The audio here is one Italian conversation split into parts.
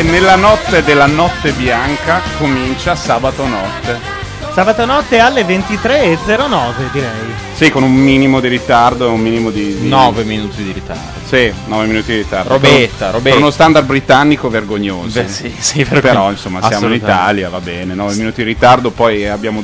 nella notte della notte bianca comincia sabato notte. Sabato notte alle 23:09 direi. Sì, con un minimo di ritardo e un minimo di 9 minuti di ritardo. Sì, 9 minuti di ritardo. Robetta. Per uno standard britannico vergognoso. Beh, sì, però insomma siamo in Italia, va bene. 9 minuti di ritardo, poi abbiamo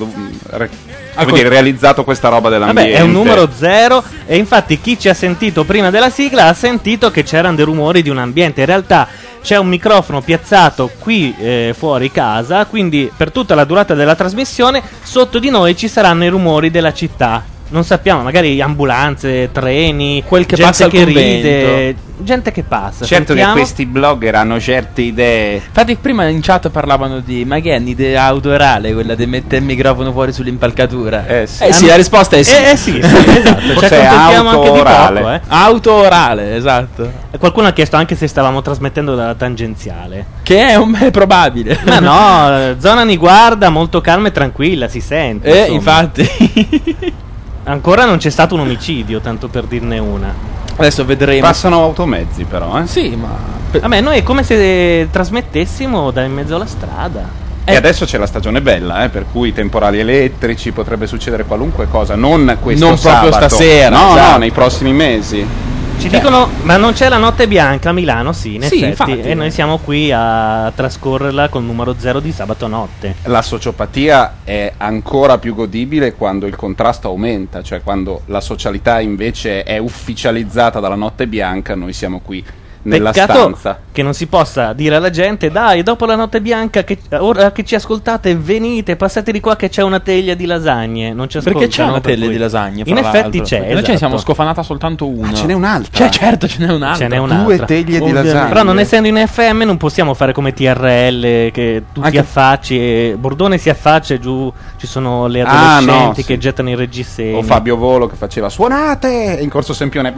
realizzato questa roba dell'ambiente. Vabbè, è un numero 0 e infatti chi ci ha sentito prima della sigla ha sentito che c'erano dei rumori di un ambiente. In realtà c'è un microfono piazzato qui fuori casa, quindi per tutta la durata della trasmissione sotto di noi ci saranno i rumori della città. Non sappiamo, magari ambulanze, treni, quel che gente passa che al ride, gente che passa. Certo Sentiamo. che questi blogger hanno certe idee. Infatti prima in chat parlavano di ma che è un'idea autorale quella di mettere il microfono fuori sull'impalcatura. Sì, la risposta è sì. Sì, esatto. Forse è auto-orale. Auto-orale, esatto. Qualcuno ha chiesto anche se stavamo trasmettendo dalla tangenziale. Che è probabile. Ma no, zona Niguarda molto calma e tranquilla, si sente. Infatti. Ancora non c'è stato un omicidio, tanto per dirne una. Adesso vedremo. Passano automezzi però, Sì, ma vabbè, noi è come se trasmettessimo da in mezzo alla strada. E adesso c'è la stagione bella, per cui temporali elettrici, potrebbe succedere qualunque cosa, non questo non sabato. Proprio stasera. No, nei prossimi mesi. Ci dicono, ma non c'è la notte bianca a Milano? Sì, in effetti. Infatti. E noi siamo qui a trascorrerla col numero 0 di sabato notte. La sociopatia è ancora più godibile quando il contrasto aumenta, cioè quando la socialità invece è ufficializzata dalla notte bianca, noi siamo qui nella stanza. Che non si possa dire alla gente: dai, dopo la notte bianca, ora che ci ascoltate, venite, passate di qua che c'è una teglia di lasagne. Non ci ascoltano. Perché c'è una teglia di lasagne? In effetti c'è. Noi ce ne siamo scofanata soltanto una. Ce n'è un'altra. Certo, ce n'è un'altra. Due teglie di lasagne. Però non essendo in FM non possiamo fare come TRL, che tu ti affacci e Bordone si affaccia e giù ci sono le adolescenti che gettano i reggiseni. O Fabio Volo che faceva suonate in Corso Sempione.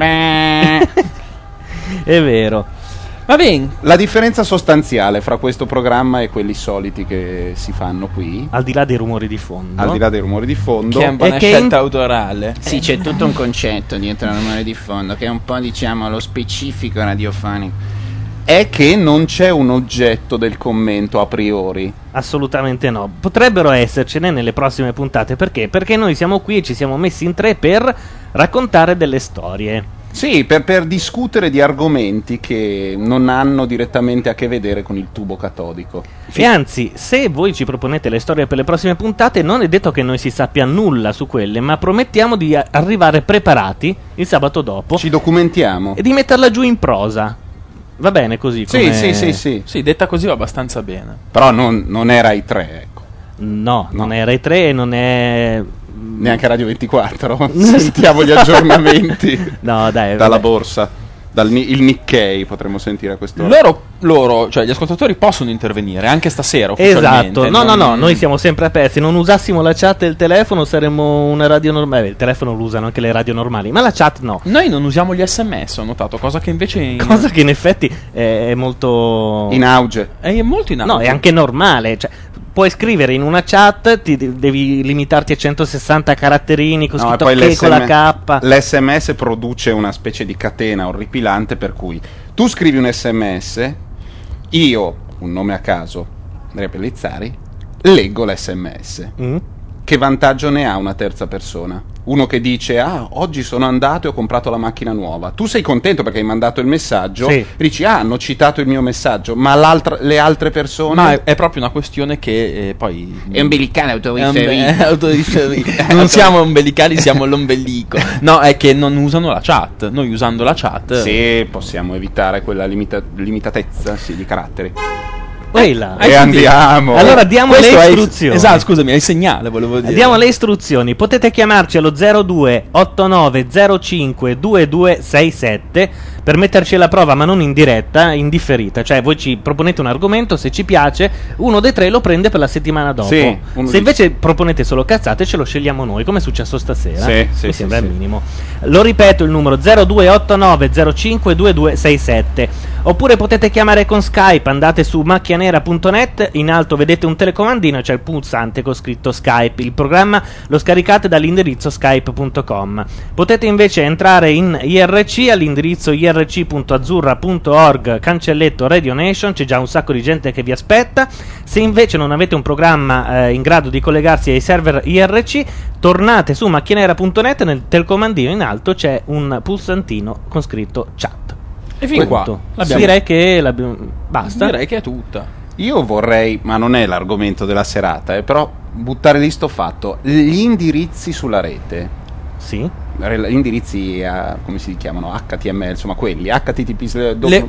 È vero. Va bene. La differenza sostanziale fra questo programma e quelli soliti che si fanno qui, al di là dei rumori di fondo, che è un po' una scelta autorale. Sì, c'è tutto un concetto dietro al rumore di fondo che è un po', diciamo, lo specifico radiofonico. è che non c'è un oggetto del commento a priori. Assolutamente no. Potrebbero essercene nelle prossime puntate. Perché? Perché noi siamo qui e ci siamo messi in tre per raccontare delle storie. Sì, per discutere di argomenti che non hanno direttamente a che vedere con il tubo catodico. E anzi, se voi ci proponete le storie per le prossime puntate, non è detto che noi si sappia nulla su quelle, ma promettiamo di arrivare preparati il sabato dopo. Ci documentiamo. E di metterla giù in prosa. Va bene così? Sì. Sì, detta così va abbastanza bene. Però non era i tre, ecco. No, non era i tre e non è... neanche Radio 24. Sentiamo gli aggiornamenti. No, dai, dalla borsa, il Nikkei potremmo sentire a questo. Loro, cioè gli ascoltatori possono intervenire anche stasera ufficialmente. Esatto. No, noi siamo sempre aperti. Se non usassimo la chat e il telefono saremmo una radio normale. Il telefono lo usano anche le radio normali, ma la chat no. Noi non usiamo gli SMS, ho notato, cosa che invece cosa che in effetti è molto in auge. È molto in auge. No, è anche normale, cioè puoi scrivere in una chat, devi limitarti a 160 caratterini con scritto che con la K. L'SMS produce una specie di catena orripilante per cui tu scrivi un SMS, io, un nome a caso, Andrea Pellizzari, leggo l'SMS. Che vantaggio ne ha una terza persona? Uno che dice, oggi sono andato e ho comprato la macchina nuova. Tu sei contento perché hai mandato il messaggio, sì. Dici, hanno citato il mio messaggio, ma le altre persone... Ma è proprio una questione che poi... È umbilicale autoriferito. Non siamo umbilicali, siamo l'ombelico. No, è che non usano la chat. Noi usando la chat... Sì, possiamo evitare quella limitatezza di caratteri. E andiamo. Allora diamo le istruzioni. Esatto, scusami, è il segnale, volevo dire. Diamo le istruzioni. Potete chiamarci allo 0289052267 per metterci alla prova, ma non in diretta, in differita. Cioè voi ci proponete un argomento, se ci piace, uno dei tre lo prende per la settimana dopo. Sì, se invece proponete solo cazzate, ce lo scegliamo noi, come è successo stasera. Mi sembra il minimo. Lo ripeto il numero 0289052267. Oppure potete chiamare con Skype, andate su macchianera.net, in alto vedete un telecomandino, c'è il pulsante con scritto Skype, il programma lo scaricate dall'indirizzo skype.com. Potete invece entrare in IRC all'indirizzo irc irc.azzurra.org cancelletto Radio Nation, c'è già un sacco di gente che vi aspetta. Se invece non avete un programma in grado di collegarsi ai server IRC, tornate su macchinera.net, nel telecomandino in alto c'è un pulsantino con scritto chat. E fin qua direi che basta. Direi che è tutta. Io vorrei, ma non è l'argomento della serata, però buttare lì sto fatto. Gli indirizzi sulla rete. Sì. Gli indirizzi come si chiamano? HTML, insomma quelli, HTTP, le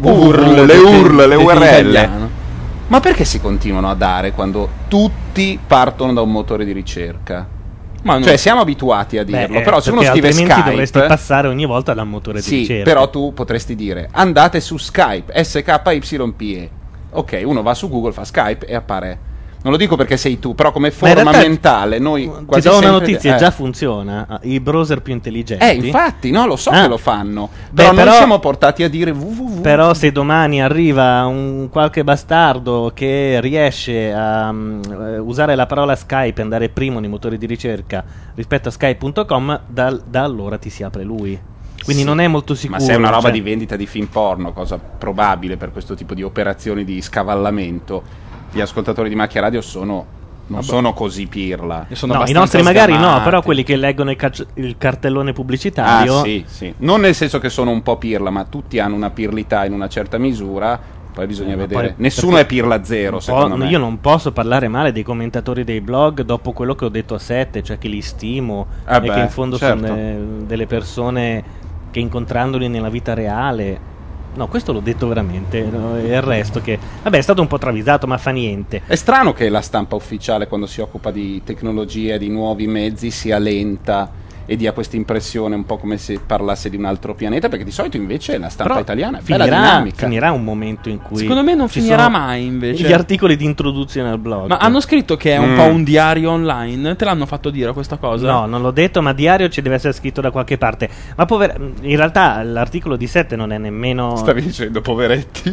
URL. Ma perché si continuano a dare quando tutti partono da un motore di ricerca? Cioè siamo abituati a dirlo, però se uno scrive Skype dovresti passare ogni volta dal motore di ricerca. Sì, però tu potresti dire andate su Skype, SKYPE. Ok, uno va su Google, fa Skype e appare. Non lo dico perché sei tu, però come forma mentale noi quasi ti do una sempre notizia, già funziona. I browser più intelligenti. Infatti, no, lo so che lo fanno. Però noi siamo portati a dire www. Però se domani arriva un qualche bastardo che riesce a usare la parola Skype e andare primo nei motori di ricerca rispetto a Skype.com, da allora ti si apre lui. Quindi non è molto sicuro. Ma se è una roba di vendita di film porno, cosa probabile per questo tipo di operazioni di scavallamento, gli ascoltatori di Macchia Radio non sono così pirla. No, i nostri magari no, però quelli che leggono il cartellone pubblicitario. Sì. Non nel senso che sono un po' pirla, ma tutti hanno una pirlità in una certa misura. Poi bisogna vedere. Nessuno è pirla zero, secondo me. Io non posso parlare male dei commentatori dei blog dopo quello che ho detto a 7, cioè che li stimo e che in fondo sono delle persone che incontrandoli nella vita reale. No, questo l'ho detto veramente. E il resto che è stato un po' travisato, ma fa niente. È strano che la stampa ufficiale, quando si occupa di tecnologia e di nuovi mezzi, sia lenta e dia questa impressione un po' come se parlasse di un altro pianeta, perché di solito invece la stampa italiana è bella dinamica. Finirà un momento in cui secondo me non finirà mai, invece, gli articoli di introduzione al blog. Ma hanno scritto che è un po' un diario online. Te l'hanno fatto dire questa cosa? No, non l'ho detto, ma diario ci deve essere scritto da qualche parte. Ma in realtà l'articolo di 7 non è nemmeno... Stavi dicendo poveretti?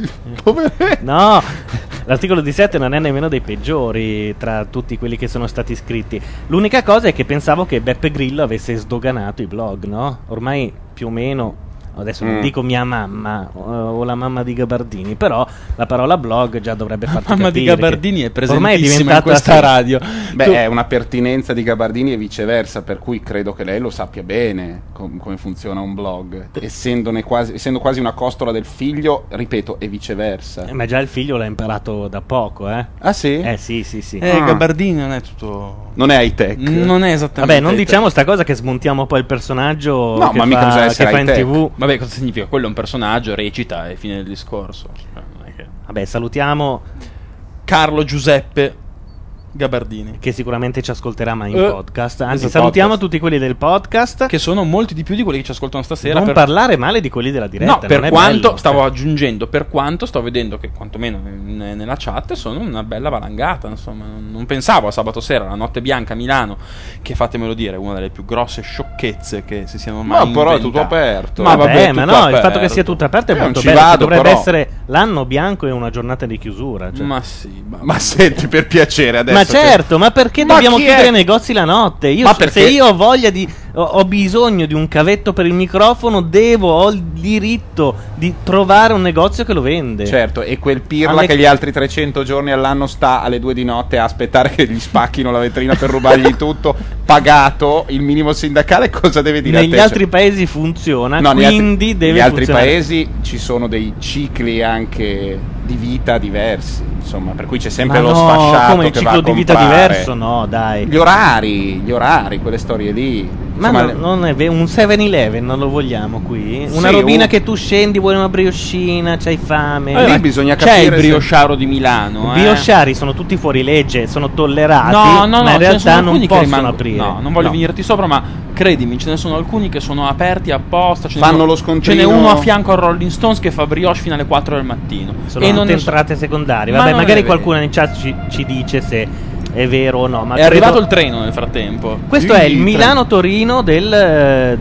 No, l'articolo di 7 non è nemmeno dei peggiori tra tutti quelli che sono stati scritti. L'unica cosa è che pensavo che Beppe Grillo avesse sdoganato i blog, no? Ormai più o meno, adesso non dico mia mamma o la mamma di Gabardini, però la parola blog già dovrebbe farti capire. La mamma di Gabardini è presentissima ormai è diventata in questa radio. È una pertinenza di Gabardini e viceversa, per cui credo che lei lo sappia bene come funziona un blog, essendo quasi una costola del figlio, ripeto, e viceversa. Ma già il figlio l'ha imparato da poco, Ah sì? Sì. Gabardini non è tutto... Non è high tech. Non è esattamente. Vabbè, non diciamo sta cosa che smontiamo poi il personaggio che fa in TV. Vabbè, cosa significa? Quello è un personaggio, recita e fine del discorso. Vabbè, salutiamo Carlo Giuseppe Gabardini, che sicuramente ci ascolterà ma in podcast. Anzi, salutiamo tutti quelli del podcast, che sono molti di più di quelli che ci ascoltano stasera. Non parlare male di quelli della diretta. No, per quanto stavo aggiungendo, per quanto sto vedendo che quantomeno nella chat sono una bella valangata, insomma. Non pensavo a sabato sera, la notte bianca a Milano, che fatemelo dire, è una delle più grosse sciocchezze che si siano mai però è tutto aperto. Ma vabbè, ma no, il fatto che sia tutto aperto è molto bello. Dovrebbe essere l'anno bianco e una giornata di chiusura, cioè. Ma sì, ma senti, per piacere adesso. Ma certo, ma perché dobbiamo chiudere i negozi la notte? Se io ho voglia ho bisogno di un cavetto per il microfono, ho il diritto di trovare un negozio che lo vende. Certo, e quel pirla che gli altri 300 giorni all'anno sta alle 2 di notte a aspettare che gli spacchino la vetrina per rubargli tutto, pagato il minimo sindacale, cosa deve dire? Negli altri paesi funziona, quindi deve funzionare. Negli altri paesi ci sono dei cicli anche di vita diversi, insomma, per cui c'è sempre lo sfasciato come che il va a ciclo di vita comprare. Diverso, no, dai. Gli orari, quelle storie lì. Ma non è vero, un 7-Eleven non lo vogliamo qui? Una robina che tu scendi, vuoi una brioscina, c'hai fame. Lì bisogna capire. C'è il briosciaro di Milano. I briosciari sono tutti fuori legge, sono tollerati, ma in realtà non possono aprire. No, non voglio venirti sopra, ma credimi, ce ne sono alcuni che sono aperti apposta. Fanno lo scontrino. Ce n'è uno a fianco al Rolling Stones che fa brioche fino alle 4 del mattino. Sono tutte entrate secondarie. Vabbè, magari qualcuno in chat ci dice se è vero o no. Ma è arrivato il treno nel frattempo. Questo è il Milano-Torino delle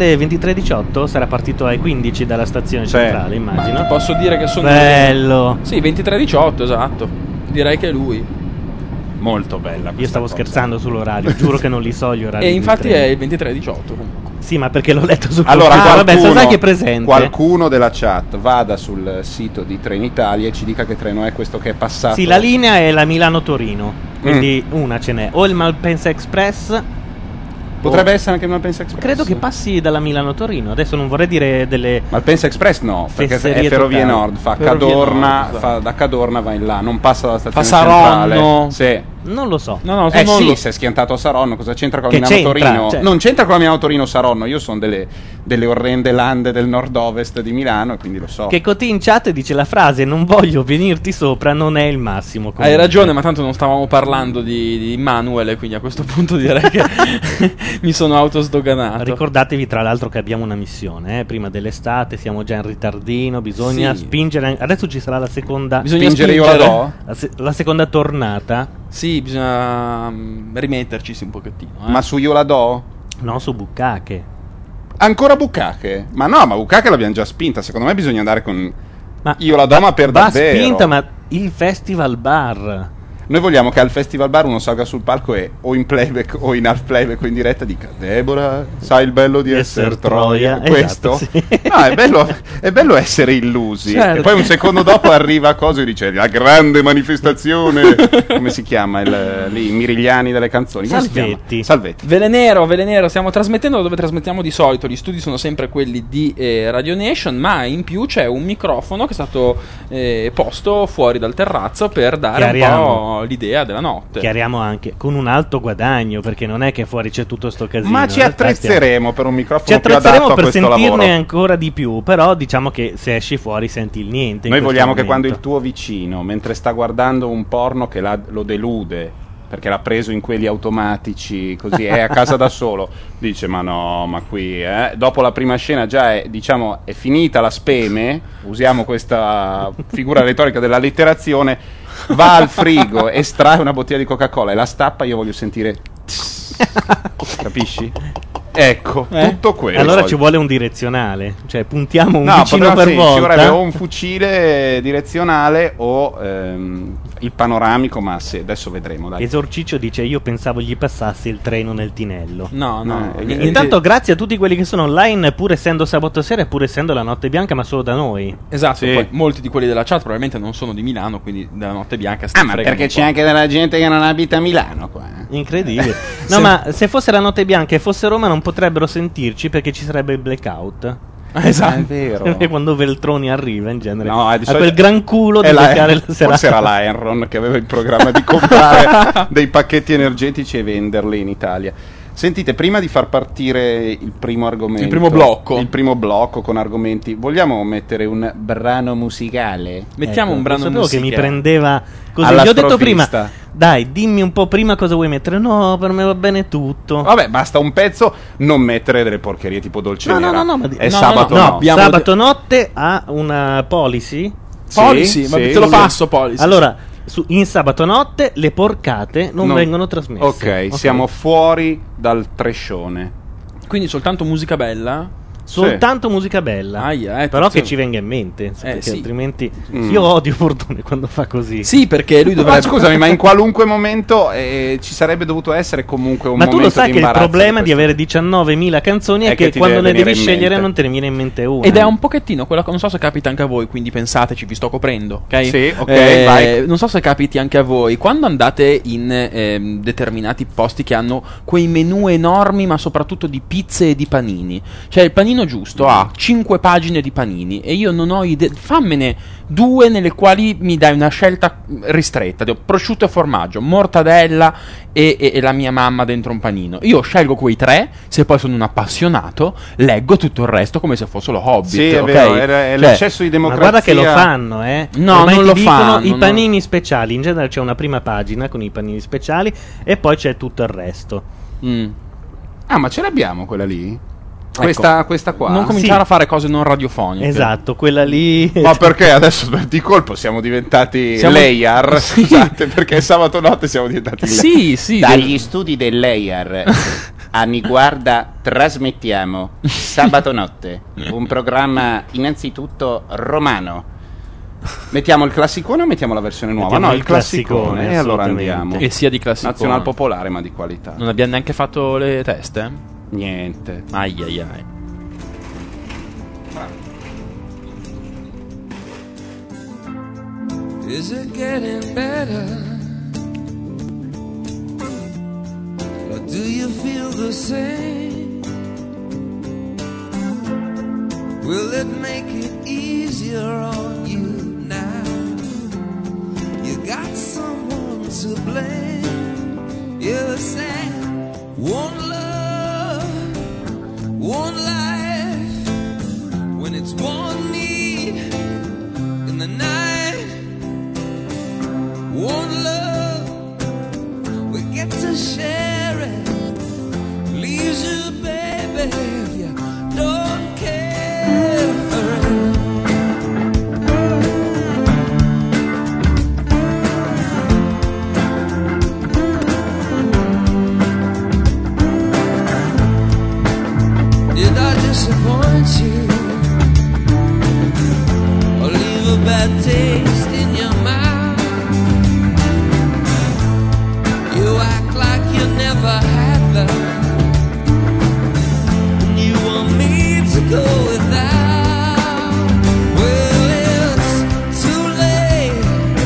23:18. Sarà partito alle 15 dalla stazione centrale, immagino. Posso dire che sono bello. Sì, 23:18, esatto. Direi che è lui. Molto bella. Io stavo scherzando sull'orario, giuro che non li so gli orari. E infatti è il 23:18 comunque. Sì, ma perché l'ho letto sul Allora, vabbè, se sai che è presente. qualcuno della chat vada sul sito di Trenitalia e ci dica che treno è questo che è passato. Sì, la linea è la Milano-Torino, quindi una ce n'è. O il Malpensa Express. Potrebbe essere anche il Malpensa Express. Credo che passi dalla Milano-Torino. Adesso non vorrei dire delle. Malpensa Express no, perché è fesserie Ferrovie totali. Nord, fa Ferrovie Cadorna, Nord. da Cadorna va in là, non passa dalla stazione Fa Saronno. centrale. Sì. Non lo so. No, no, Eh non sì, lo- si è schiantato a Saronno, cosa c'entra con Che Milano c'entra? Torino? Cioè- Non c'entra con la Milano Torino Saronno, io sono delle orrende lande del nord-ovest di Milano e quindi lo so. Che Coti in chat dice la frase non voglio venirti sopra non è il massimo. Hai comunque. ragione, ma tanto non stavamo parlando di Manuel, quindi a questo punto direi che mi sono autosdoganato. Ricordatevi tra l'altro che abbiamo una missione, prima dell'estate, siamo già in ritardino, bisogna Sì. spingere. Adesso ci sarà la seconda Bisogna Spingere io la spingere. do? la seconda tornata. Sì, bisogna rimetterci un pochettino. Ma su io la do? No, su Bukkake. Ancora Bukkake? Ma no, ma Bukkake l'abbiamo già spinta, secondo me bisogna andare con Ma io la do ma per va davvero. spinta, ma il festival bar. Noi vogliamo che al Festival Bar uno salga sul palco e o in playback o in half playback o in diretta dica Deborah, sai il bello di essere Troia? Questo? Esatto, sì. No, è bello essere illusi. Certo. E poi un secondo dopo arriva cosa e dice la grande manifestazione. Come si chiama lì, i Mirigliani delle canzoni? Come si chiama? Salvetti. Salvetti. Velenero, stiamo trasmettendo dove trasmettiamo di solito, gli studi sono sempre quelli di Radio Nation, ma in più c'è un microfono che è stato posto fuori dal terrazzo per dare un Chiariamo. po' l'idea della notte. Chiariamo anche con un alto guadagno, perché non è che fuori c'è tutto sto casino. Ma ci in realtà attrezzeremo per un microfono Ci più adatto attrezzeremo a per questo sentirne lavoro. ancora di più, però diciamo che se esci fuori senti il niente. in Noi questo vogliamo che momento. quando il tuo vicino, mentre sta guardando un porno che lo delude, perché l'ha preso in quelli automatici, così è a casa da solo, dice ma no, ma qui, dopo la prima scena già è, diciamo, è finita la speme, usiamo questa figura retorica dell'allitterazione, va al frigo, estrae una bottiglia di Coca-Cola e la stappa, io voglio sentire... Capisci? Ecco, tutto quello. Allora ci vuole un direzionale, cioè puntiamo un No, vicino per sì, volta. ci vorrebbe o un fucile direzionale o il panoramico, ma sì, adesso vedremo. Dai. Esorciccio dice io pensavo gli passasse il treno nel tinello. No, Intanto grazie a tutti quelli che sono online, pur essendo sabato sera e pur essendo la notte bianca, ma solo da noi. Esatto, Sì. poi molti di quelli della chat probabilmente non sono di Milano, quindi della Notte Bianca Ah, ma perché c'è anche della gente che non abita a Milano qua. Incredibile. No, ma se fosse la notte bianca e fosse Roma non potrebbero sentirci perché ci sarebbe il blackout. Esatto. È vero. Perché quando Veltroni arriva in genere No, di ha solito quel gran culo di è beccare la serata. Forse era la Enron che aveva il programma di comprare dei pacchetti energetici e venderli in Italia. Sentite, prima di far partire il primo argomento, Il primo blocco con argomenti, vogliamo mettere un brano musicale? Mettiamo un brano sapevo musicale. che mi prendeva così. Alla Gli ho detto prima, strofista. dai, dimmi un po' prima cosa vuoi mettere. No, per me va bene tutto. Vabbè, basta un pezzo, non mettere delle porcherie tipo Dolce No, Nera. no, ma È no, sabato no, no. abbiamo- sabato notte ha una policy. Policy, ma sì, te lo sì. passo Policy. Allora, in sabato notte le porcate non vengono trasmesse. Ok, siamo fuori dal trescione. Quindi soltanto musica bella? Soltanto musica bella. Aia, però attenzione. che ci venga in mente, perché sì. altrimenti Mm. io odio Fortune quando fa così. Sì, perché lui Ma dovrebbe... scusami, ma in qualunque momento ci sarebbe dovuto essere comunque un Ma tu momento lo sai che il imbarazzo problema di questo. avere 19.000 canzoni è È che che ti quando deve ne devi venire in scegliere mente. non te ne viene in mente una. Ed è un pochettino quella, non so se capita anche a voi, quindi pensateci, vi sto coprendo, ok? Sì, ok, vai. Non so se capiti anche a voi, quando andate in determinati posti che hanno quei menù enormi, ma soprattutto di pizze e di panini, cioè il panino giusto ha 5 pagine di panini e io non ho idea, fammene 2 nelle quali mi dai una scelta ristretta, prosciutto e formaggio, mortadella e la mia mamma dentro un panino. Io scelgo quei 3, se poi sono un appassionato, leggo tutto il resto come se fosse lo Hobbit. Sì, è ok? vero, è Cioè, l'eccesso di Ma democrazia. guarda che lo fanno, eh. No, Ormai non ti lo dicono fanno, i no. panini speciali. In genere c'è una prima pagina con i panini speciali e poi c'è tutto il resto. Ah, ma ce l'abbiamo quella lì? Ecco, Questa qua? non cominciare Sì. a fare cose non radiofoniche. Esatto, quella lì. Ma perché adesso di colpo siamo diventati Siamo- Layar? Sì. Scusate, perché sabato notte siamo diventati Sì, sì. Dagli studi dell'EIAR a Niguarda trasmettiamo sabato notte un programma innanzitutto romano. Mettiamo il classicone o mettiamo la versione nuova? Mettiamo No, il il classicone. classicone, E allora assolutamente. andiamo. E sia di classico. Nazional popolare, ma di qualità. Non abbiamo neanche fatto le teste? Niente. Ai ai ai. Is it getting better? Or do you feel the same? Will it make it easier on you now? You got someone to blame. You're saying one love, one life, when it's one need in the night. One love, we get to share it. Leaves you, baby, if you don't care for it. Did I disappoint you? Or leave a bad taste in your mouth? You act like you never had them, and you want me to go without. Well, it's too late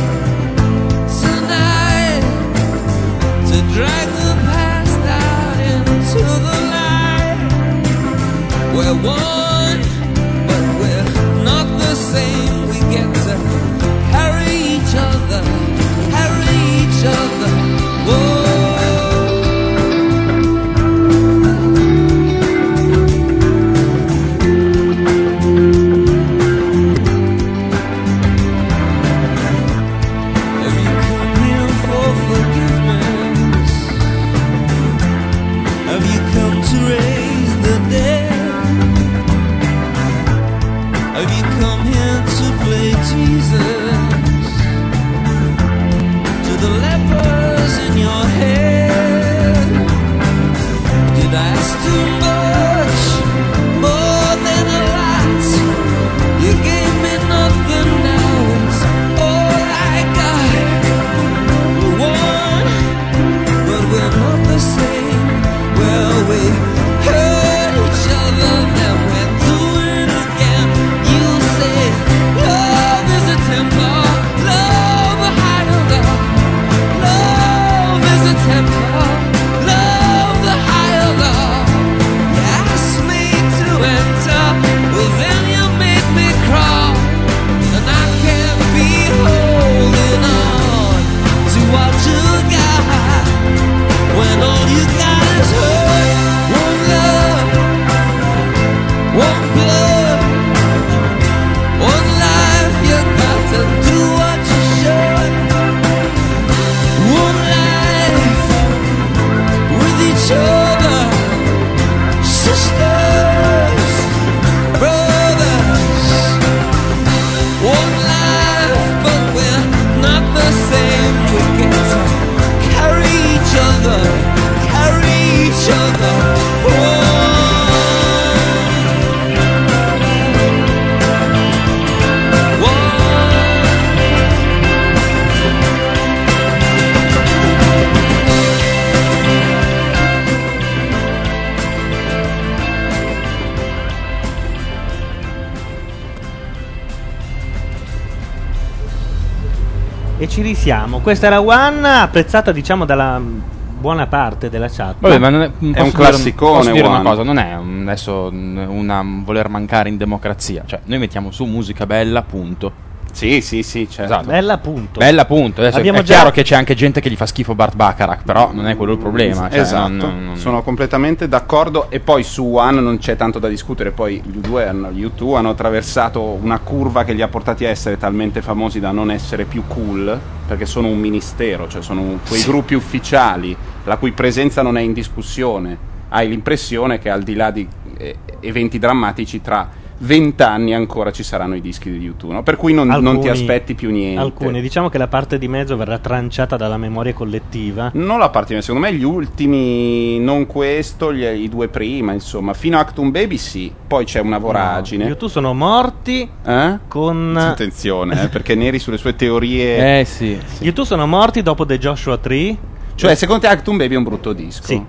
tonight to drag the past out into the light. We're one, but we're not the same. We get to carry each other, carry each other. E ci risiamo. Questa era One, apprezzata diciamo dalla buona parte della chat. Vabbè, ma non è un classicone. Posso dire una One. cosa, non è adesso una voler mancare in democrazia. Cioè, noi mettiamo su musica bella, punto. Sì, certo. Esatto. Bella punto. Bella punto. Adesso Abbiamo è già- chiaro che c'è anche gente che gli fa schifo Bart Bacharach, però non è quello il problema. Cioè, Esatto, sono completamente d'accordo. E poi su One non c'è tanto da discutere. Poi gli U2 hanno attraversato una curva che li ha portati a essere talmente famosi da non essere più cool, perché sono un ministero, cioè sono quei gruppi ufficiali la cui presenza non è in discussione. Hai l'impressione che al di là di eventi drammatici tra 20 anni ancora ci saranno i dischi di U2, no? Per cui non ti aspetti più niente. Alcuni, diciamo che la parte di mezzo verrà tranciata dalla memoria collettiva. Non la parte di mezzo, secondo me gli ultimi, non questo, i due prima, insomma, fino a Actum Baby sì, poi c'è una voragine. No, U2 sono morti con... Attenzione, perché Neri sulle sue teorie... sì. U2 sono morti dopo The Joshua Tree. Cioè, secondo te Actum Baby è un brutto disco? Sì.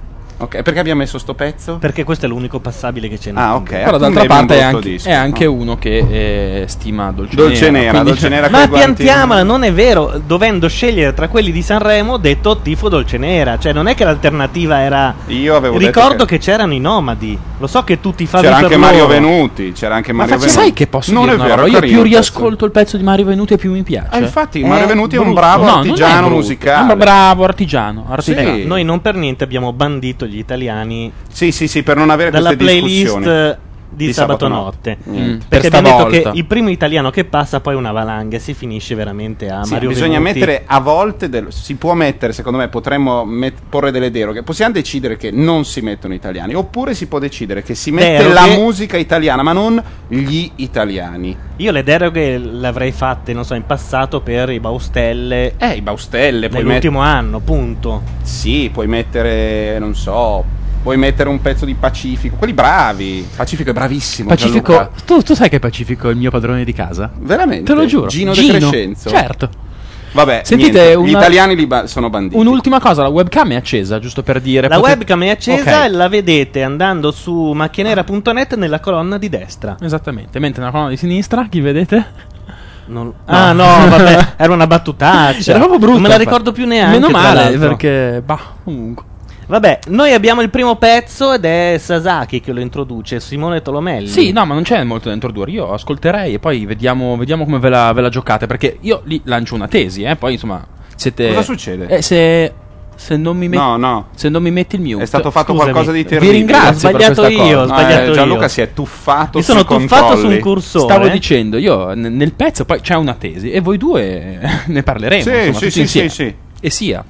Ok, perché abbiamo messo sto pezzo? Perché questo è l'unico passabile che c'è nel Ah, ok. Però d'altra parte è anche uno che stima Dolce Nera. Dolce Nera Ma coi guanti. piantiamola, non è vero. Dovendo scegliere tra quelli di Sanremo, ho detto tifo Dolce Nera. Cioè, non è che l'alternativa era. Io avevo Ricordo detto che c'erano i Nomadi. Lo so che tu tifavi c'era per anche loro. Mario Venuti. C'era anche Mario Venuti. Sai che posso non dire è una vero, roba? Io carino più il pezzo. riascolto il pezzo di Mario Venuti e più mi piace. Infatti, Mario Venuti è un brutto. bravo No, non è artigiano brutto. musicale. È un bravo artigiano. Sì. Noi non per niente abbiamo bandito gli italiani Sì, per non avere dalla queste discussioni. playlist di Sabato Notte. Per Perché abbiamo detto stavolta. che il primo italiano che passa poi è una valanga e si finisce veramente a Sì, Mario bisogna Venuti. mettere a volte si può mettere, secondo me potremmo porre delle deroghe. Possiamo decidere che non si mettono italiani, oppure si può decidere che si mette Deroghe. la musica italiana, ma non gli italiani. Io le deroghe le avrei fatte, non so, in passato per i Baustelle. I Baustelle puoi nell'ultimo anno, punto. Sì, puoi mettere, non so, puoi mettere un pezzo di Pacifico, quelli bravi. Pacifico è bravissimo. Pacifico, Gianluca. tu sai che Pacifico è il mio padrone di casa? Veramente? Te lo giuro. Gino De Crescenzo. Certo. Vabbè, Sentite, niente, gli italiani sono banditi. Un'ultima cosa, la webcam è accesa, giusto per dire. La webcam è accesa Ok. e la vedete andando su macchianera.net nella colonna di destra. Esattamente, mentre nella colonna di sinistra, chi vedete? Ah no, vabbè, era una battutaccia. Era proprio brutta. Non me la ricordo più neanche. Meno tra male, l'altro. perché comunque. Vabbè, noi abbiamo il primo pezzo ed è Sasaki che lo introduce, Simone Tolomelli. Sì, no, ma non c'è molto da introdurre. Io ascolterei e poi vediamo come ve la giocate. Perché io lì lancio una tesi, poi insomma siete. Cosa succede? Se non mi metti. No. Se non mi metti il mute. È stato fatto Scusami. qualcosa di Vi terribile. ringrazio. Ho sbagliato per questa io, cosa. ho sbagliato Gianluca io. si è tuffato Mi sono sui tuffato su controlli. un cursore. Stavo dicendo, io nel pezzo poi c'è una tesi e voi due ne parleremo. Sì, insomma, sì, tutti sì, insieme. sì. E sia.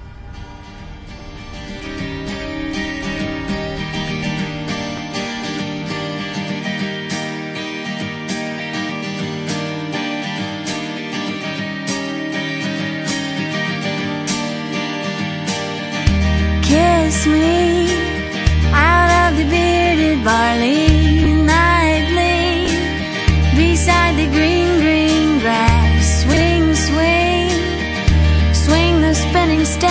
Kiss me out of the bearded barley nightly beside the green, green grass. Swing, swing, swing the spinning step.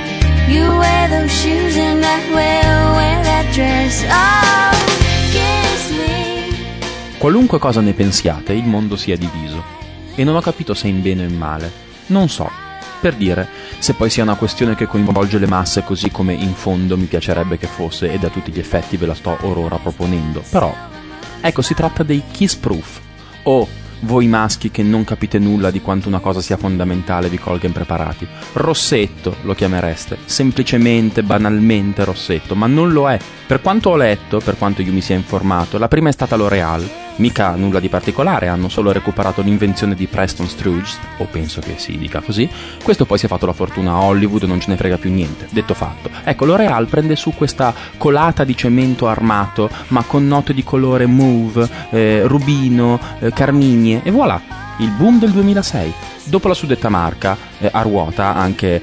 You wear those shoes and I will wear that dress. Oh, kiss me. Qualunque cosa ne pensiate, il mondo si è diviso. E non ho capito se in bene o in male. Non so. Per dire, se poi sia una questione che coinvolge le masse così come in fondo mi piacerebbe che fosse e da tutti gli effetti ve la sto ora proponendo. Però, ecco, si tratta dei kiss proof. O voi maschi che non capite nulla di quanto una cosa sia fondamentale vi colga impreparati. Rossetto lo chiamereste, semplicemente, banalmente Rossetto, ma non lo è. Per quanto ho letto, per quanto io mi sia informato, la prima è stata L'Oreal. Mica nulla di particolare, hanno solo recuperato l'invenzione di Preston Sturges, o penso che si dica così. Questo poi si è fatto la fortuna a Hollywood, non ce ne frega più niente, detto fatto. Ecco, L'Oreal prende su questa colata di cemento armato, ma con note di colore mauve, rubino, carmigne, e voilà, il boom del 2006. Dopo la suddetta marca, a ruota anche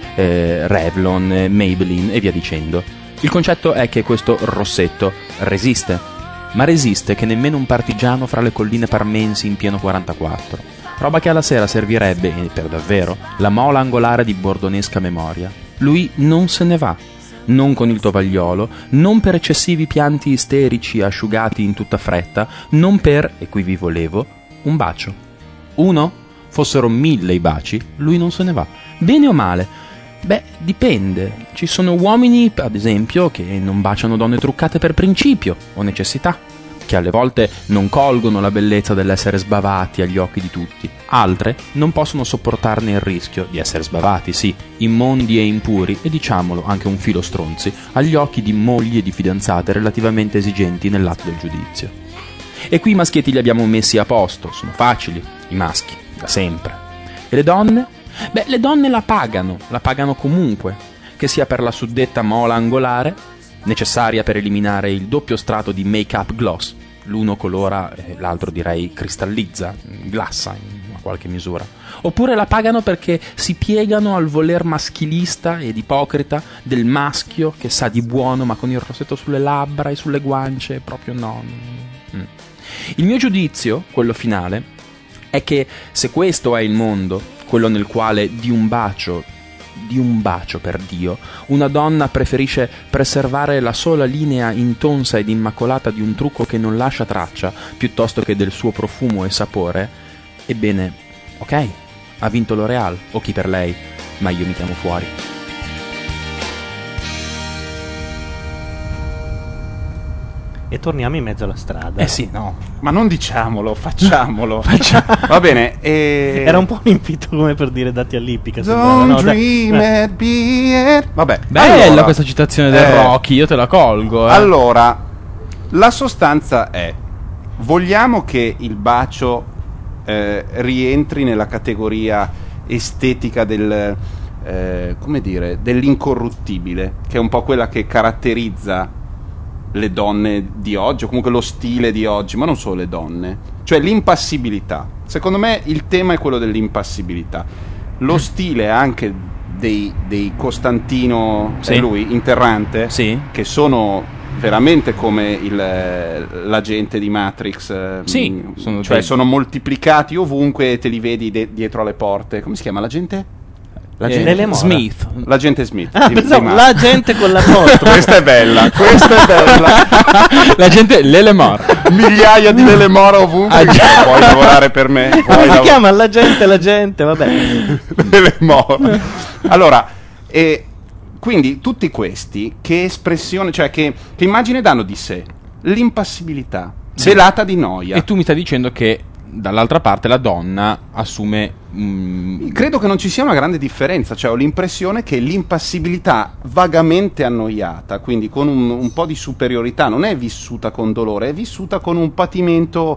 Revlon, Maybelline e via dicendo. Il concetto è che questo rossetto resiste. Ma resiste che nemmeno un partigiano fra le colline parmensi in pieno 44. Roba che alla sera servirebbe, per davvero, la mola angolare di bordonesca memoria. Lui non se ne va. Non con il tovagliolo, non per eccessivi pianti isterici asciugati in tutta fretta, non per, e qui vi volevo, un bacio. Uno? Fossero 1000 i baci, lui non se ne va. Bene o male? Beh, dipende. Ci sono uomini, ad esempio, che non baciano donne truccate per principio o necessità, che alle volte non colgono la bellezza dell'essere sbavati agli occhi di tutti. Altre non possono sopportarne il rischio di essere sbavati, sì, immondi e impuri, e diciamolo anche un filo stronzi, agli occhi di mogli e di fidanzate relativamente esigenti nell'atto del giudizio. E qui i maschietti li abbiamo messi a posto, sono facili, i maschi, da sempre. E le donne? Beh, le donne la pagano comunque, che sia per la suddetta mola angolare, necessaria per eliminare il doppio strato di make-up gloss, l'uno colora e l'altro direi cristallizza, glassa in una qualche misura, oppure la pagano perché si piegano al voler maschilista ed ipocrita del maschio che sa di buono ma con il rossetto sulle labbra e sulle guance, proprio no. Il mio giudizio, quello finale, è che se questo è il mondo, quello nel quale di un bacio di un bacio, per Dio. Una donna preferisce preservare la sola linea intonsa ed immacolata di un trucco che non lascia traccia, piuttosto che del suo profumo e sapore? Ebbene, ok, ha vinto L'Oreal, o chi per lei, ma io mi chiamo fuori. E torniamo in mezzo alla strada. Eh sì, no, ma non diciamolo, facciamolo. Va bene. Era un po' un invito come per dire dati all'ippica. Don't dream it, be it. Vabbè, Bella allora, questa citazione del Rocky, io te la colgo. Allora, la sostanza è: vogliamo che il bacio rientri nella categoria estetica del come dire, dell'incorruttibile, che è un po' quella che caratterizza le donne di oggi, o comunque lo stile di oggi, ma non solo le donne, cioè l'impassibilità. Secondo me il tema è quello dell'impassibilità. Lo stile anche dei Costantino, Sì. è lui, Interrante, Sì. che sono veramente come l'agente di Matrix, Sì, cioè sono moltiplicati ovunque e te li vedi dietro alle porte. Come si chiama l'agente? L'Elemora. Smith. L'agente Smith. Pensavo la gente con la foto. Questa è bella, questa è bella. La gente L'Elemor. Migliaia di L'Elemora ovunque. Puoi lavorare per me. Come si chiama la gente, vabbè. L'Elemora. Allora, quindi tutti questi che espressione, cioè che immagine danno di sé? L'impassibilità, celata di noia. E tu mi stai dicendo che dall'altra parte la donna assume... Credo che non ci sia una grande differenza, cioè ho l'impressione che l'impassibilità vagamente annoiata, quindi con un po' di superiorità, non è vissuta con dolore, è vissuta con un patimento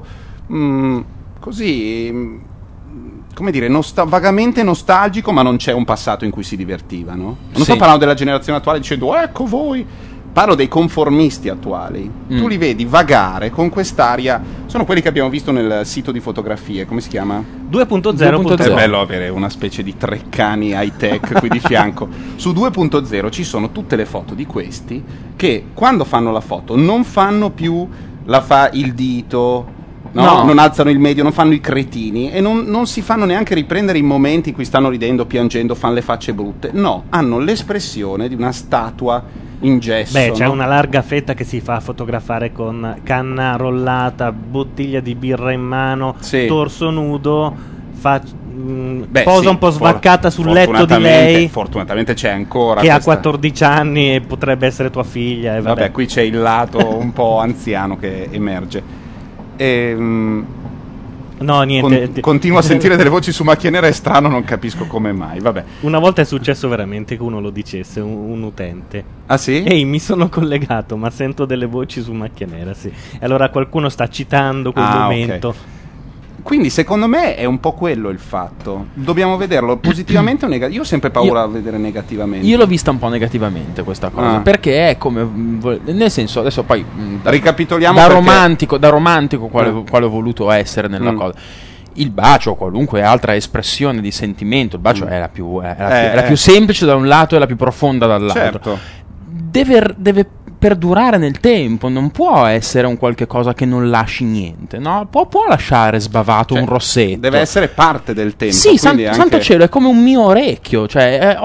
così, come dire, vagamente nostalgico, ma non c'è un passato in cui si divertivano. Non sto parlando della generazione attuale dicendo ecco voi. Parlo dei conformisti attuali. Tu li vedi vagare con quest'aria. Sono quelli che abbiamo visto nel sito di fotografie. Come si chiama? 2.0. È bello avere una specie di Treccani high tech qui di fianco. Su 2.0 ci sono tutte le foto di questi che quando fanno la foto non fanno più il dito. No, non alzano il medio, non fanno i cretini e non si fanno neanche riprendere i momenti in cui stanno ridendo, piangendo, fanno le facce brutte. No, hanno l'espressione di una statua in gesso. Beh, c'è una larga fetta che si fa fotografare con canna rollata, bottiglia di birra in mano, torso nudo, posa un po' svaccata sul letto di lei. Fortunatamente c'è ancora che ha 14 anni e potrebbe essere tua figlia. Vabbè, qui c'è il lato un po' anziano che emerge. No, niente. Continuo a sentire delle voci su Macchia Nera, è strano, non capisco come mai. Vabbè. Una volta è successo veramente che uno lo dicesse, un utente. Ah sì? Ehi, mi sono collegato, ma sento delle voci su Macchia Nera, sì. E allora qualcuno sta citando quel momento. Okay. Quindi secondo me è un po' quello il fatto. Dobbiamo vederlo positivamente o negativamente? Io ho sempre paura a vedere negativamente. Io l'ho vista un po' negativamente questa cosa, perché è come, nel senso, adesso poi ricapitoliamo da romantico quale ho voluto essere nella cosa. Il bacio o qualunque altra espressione di sentimento, il bacio è la più semplice da un lato e la più profonda dall'altro. Certo. Deve perdurare nel tempo, non può essere un qualche cosa che non lasci niente, no? Può lasciare sbavato un rossetto. Deve essere parte del tempo. Sì, santo cielo, è come un mio orecchio, cioè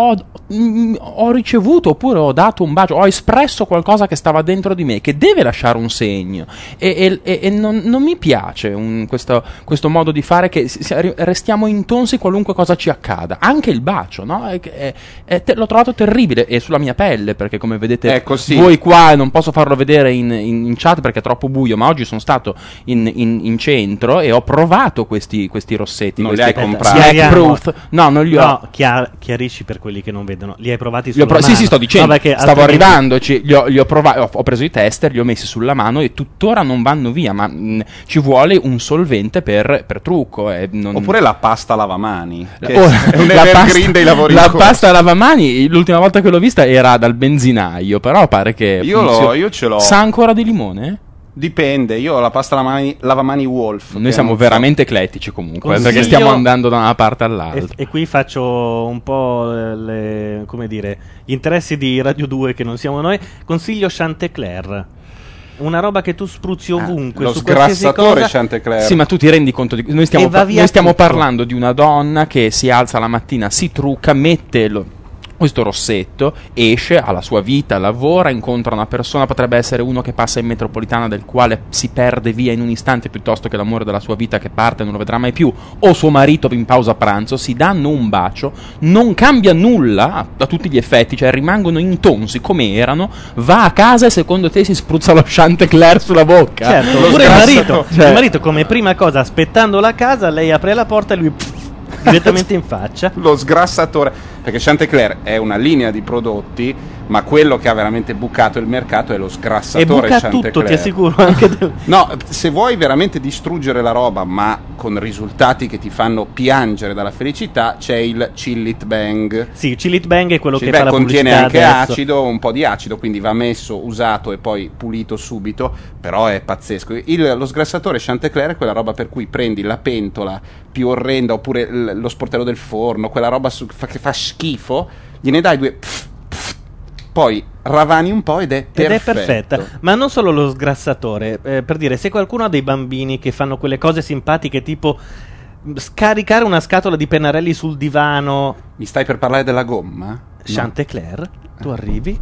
ho ricevuto oppure ho dato un bacio, ho espresso qualcosa che stava dentro di me, che deve lasciare un segno e non mi piace questo modo di fare che restiamo intonsi qualunque cosa ci accada, anche il bacio, no? L'ho trovato terribile e sulla mia pelle, perché come vedete voi qua non posso farlo vedere in chat perché è troppo buio, ma oggi sono stato in centro e ho provato questi rossetti. Non li hai comprati? No, non li ho. Chiarisci per quelli che non vedono. Li hai provati sulla mano? Sì, sto dicendo. No, stavo arrivandoci. Li ho provati. Ho preso i tester, li ho messi sulla mano e tuttora non vanno via. Ma ci vuole un solvente per trucco. Oppure la pasta lavamani. Che è un evergreen dei lavori. La pasta lavamani, l'ultima volta che l'ho vista era dal benzinaio. Però pare che. Io ce l'ho. Sa ancora di limone? Dipende, io ho la pasta lavamani Wolf. Noi siamo veramente eclettici comunque, perché stiamo andando da una parte all'altra. E qui faccio un po' come dire, gli interessi di Radio 2 che non siamo noi. Consiglio Chantecler. Una roba che tu spruzzi ovunque, lo su qualsiasi sgrassatore cosa. Chantecler. Sì, ma tu ti rendi conto di noi stiamo parlando di una donna che si alza la mattina, si trucca, mette questo rossetto esce, ha la sua vita, lavora, incontra una persona, potrebbe essere uno che passa in metropolitana del quale si perde via in un istante, piuttosto che l'amore della sua vita che parte e non lo vedrà mai più, o suo marito in pausa pranzo, si danno un bacio, non cambia nulla a tutti gli effetti, cioè rimangono intonsi come erano, va a casa e secondo te si spruzza lo Chantecler sulla bocca? Certo, oppure il marito come prima cosa, aspettando la casa, lei apre la porta e lui direttamente in faccia. Lo sgrassatore, perché Chantecler è una linea di prodotti, ma quello che ha veramente bucato il mercato è lo E sgrassatore buca Chantecler. tutto, ti assicuro, anche No, se vuoi veramente distruggere la roba, ma con risultati che ti fanno piangere dalla felicità, c'è il Chill It Bang. Sì, Chill It Bang è quello Chill che fa la contiene pubblicità anche adesso. acido, un po' di acido, quindi va messo, usato e poi pulito subito, però è pazzesco. Lo sgrassatore Chantecler è quella roba per cui prendi la pentola più orrenda, oppure lo sportello del forno, quella roba che fa schifo, gliene dai due poi ravani un po' ed è perfetta. Ma non solo lo sgrassatore, per dire, se qualcuno ha dei bambini che fanno quelle cose simpatiche tipo scaricare una scatola di pennarelli sul divano. Mi stai per parlare della gomma? Chantecler, tu arrivi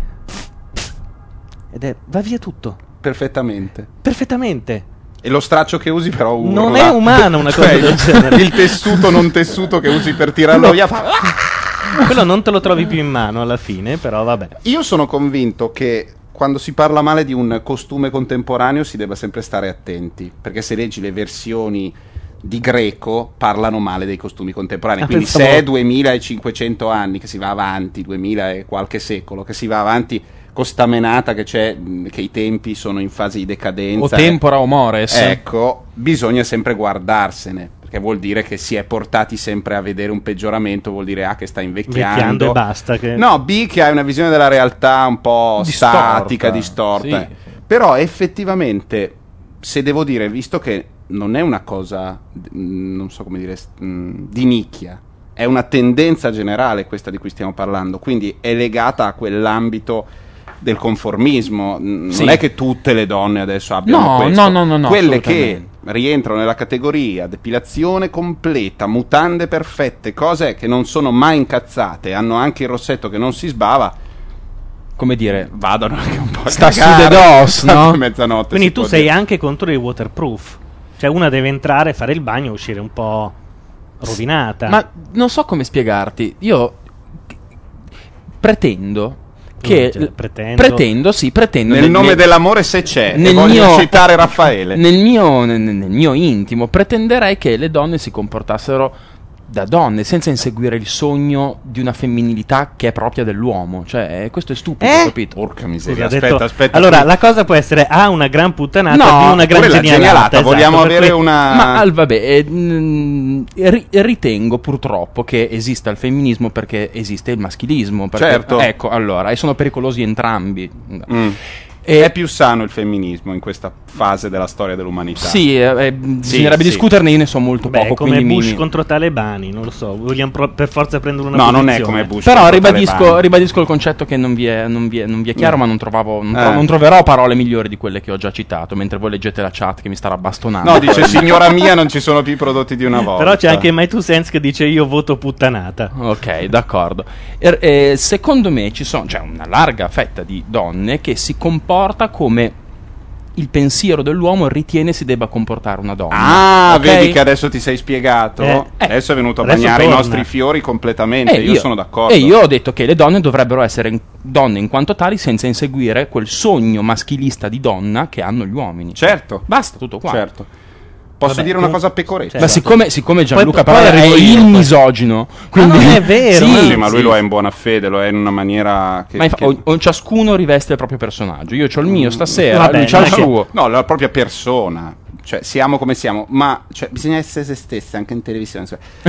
ed va via tutto. Perfettamente. E lo straccio che usi però urla. Non è umano una cosa del genere. Il tessuto non tessuto che usi per tirarlo via fa... Quello non te lo trovi più in mano alla fine, però vabbè. Io sono convinto che quando si parla male di un costume contemporaneo si debba sempre stare attenti, perché se leggi le versioni di Greco parlano male dei costumi contemporanei, quindi se è 2500 anni che si va avanti, 2000 e qualche secolo che si va avanti con sta menata che c'è, che i tempi sono in fase di decadenza, o tempora o mores, ecco, bisogna sempre guardarsene, perché vuol dire che si è portati sempre a vedere un peggioramento, vuol dire A che sta invecchiando e basta che... no, B che hai una visione della realtà un po' distorta, statica, distorta, sì. Però effettivamente, se devo dire, visto che non è una cosa, non so come dire, di nicchia, è una tendenza generale questa di cui stiamo parlando, quindi è legata a quell'ambito del conformismo, Sì. non è che tutte le donne adesso abbiano questo, no, quelle che assolutamente. rientrano nella categoria depilazione completa, mutande perfette, cose che non sono mai incazzate, hanno anche il rossetto che non si sbava, come dire, vadano anche un po' a sta su cagare. the dos, no? A mezzanotte. Quindi si tu può sei dire. anche contro il waterproof. Cioè una deve entrare, fare il bagno e uscire un po' rovinata. Ma non so come spiegarti. Io pretendo che pretendo nel nome dell'amore, se c'è, nel voglio mio, citare Raffaele, nel mio intimo pretenderei che le donne si comportassero da donne, senza inseguire il sogno di una femminilità che è propria dell'uomo. Cioè, questo è stupido, capito? Porca miseria, Scusa, ha detto- aspetta. Allora, la cosa può essere A, una gran puttanata, No, B, una gran oppure la genialata, esatto, vogliamo per avere cui- una... Ma vabbè, ritengo purtroppo che esista il femminismo perché esiste il maschilismo. Perché, Certo. Ecco, allora, e sono pericolosi entrambi. È più sano il femminismo in questa fase della storia dell'umanità. Sì, bisognerebbe discuterne, io ne so molto Beh, poco. come quindi Bush contro talebani, non lo so. Vogliamo per forza prendere una No, posizione. non è come Bush. Però contro ribadisco, Talebani. ribadisco il concetto che non vi è chiaro, ma non troverò parole migliori di quelle che ho già citato, mentre voi leggete la chat che mi starà bastonando. No, dice signora mia, non ci sono più i prodotti di una volta. Però c'è anche My Two Cents che dice io voto puttanata. Ok, d'accordo. Secondo me c'è una larga fetta di donne che si comporta come il pensiero dell'uomo ritiene si debba comportare una donna. Ah, Ok? vedi che adesso ti sei spiegato? Adesso è venuto a adesso bagnare torna. i nostri fiori completamente. Io sono d'accordo. E io ho detto che le donne dovrebbero essere donne in quanto tali, senza inseguire quel sogno maschilista di donna che hanno gli uomini. Certo. Basta, tutto qua. Certo. Posso Vabbè, dire una cosa pecoretta? Ma siccome Gianluca Poi però è arrivo io, il poi. misogino, quindi non è vero, Sì, Sì, ma lui sì. lo è in buona fede, lo è in una maniera che... Ma ciascuno riveste il proprio personaggio. Io ho il mio stasera, Vabbè, lui c'ha il non è che- suo. No, la propria persona. Cioè, siamo come siamo, ma bisogna essere se stessi anche in televisione.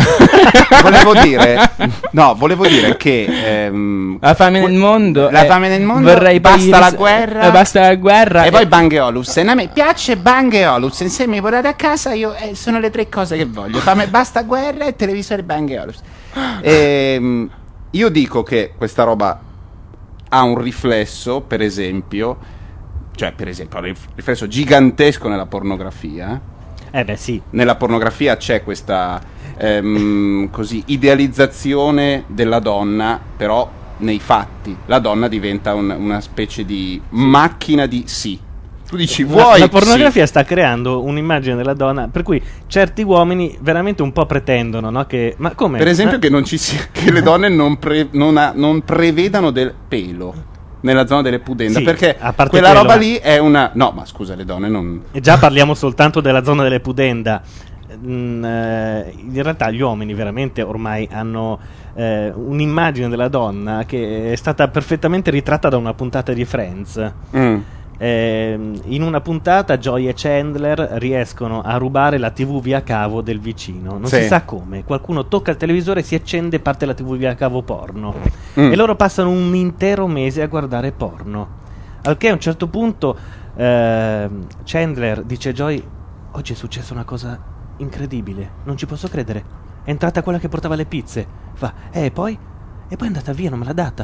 volevo dire che La fame nel mondo. la fame nel mondo, vorrei basta la Paris, guerra. basta la guerra. E poi Bang e Olufsen. A me piace Bang e Olufsen. Se mi portate a casa, io sono le tre cose che voglio. Fame, basta guerra e televisore Bang e Olufsen. Io dico che questa roba ha un riflesso, per esempio, ha un riflesso gigantesco nella pornografia. Beh sì. Nella pornografia c'è questa così idealizzazione della donna, però nei fatti. La donna diventa una specie di macchina di sì. Tu dici vuoi La pornografia sì. sta creando un'immagine della donna per cui certi uomini veramente un po' pretendono, no? Ma come? Per esempio che non ci sia, che le donne non prevedano del pelo nella zona delle pudenda, Sì, perché a parte quella quello, roba lì è una... No, ma scusa, le donne non... E già parliamo soltanto della zona delle pudenda. In realtà gli uomini veramente ormai hanno un'immagine della donna che è stata perfettamente ritratta da una puntata di Friends. In una puntata Joy e Chandler riescono a rubare la TV via cavo del vicino, non Sì. si sa come. Qualcuno tocca il televisore, si accende e parte la TV via cavo porno, e loro passano un intero mese a guardare porno, al che a un certo punto Chandler dice a Joy: oggi è successa una cosa incredibile, non ci posso credere, è entrata quella che portava le pizze. Fa: e poi è andata via, non me l'ha data.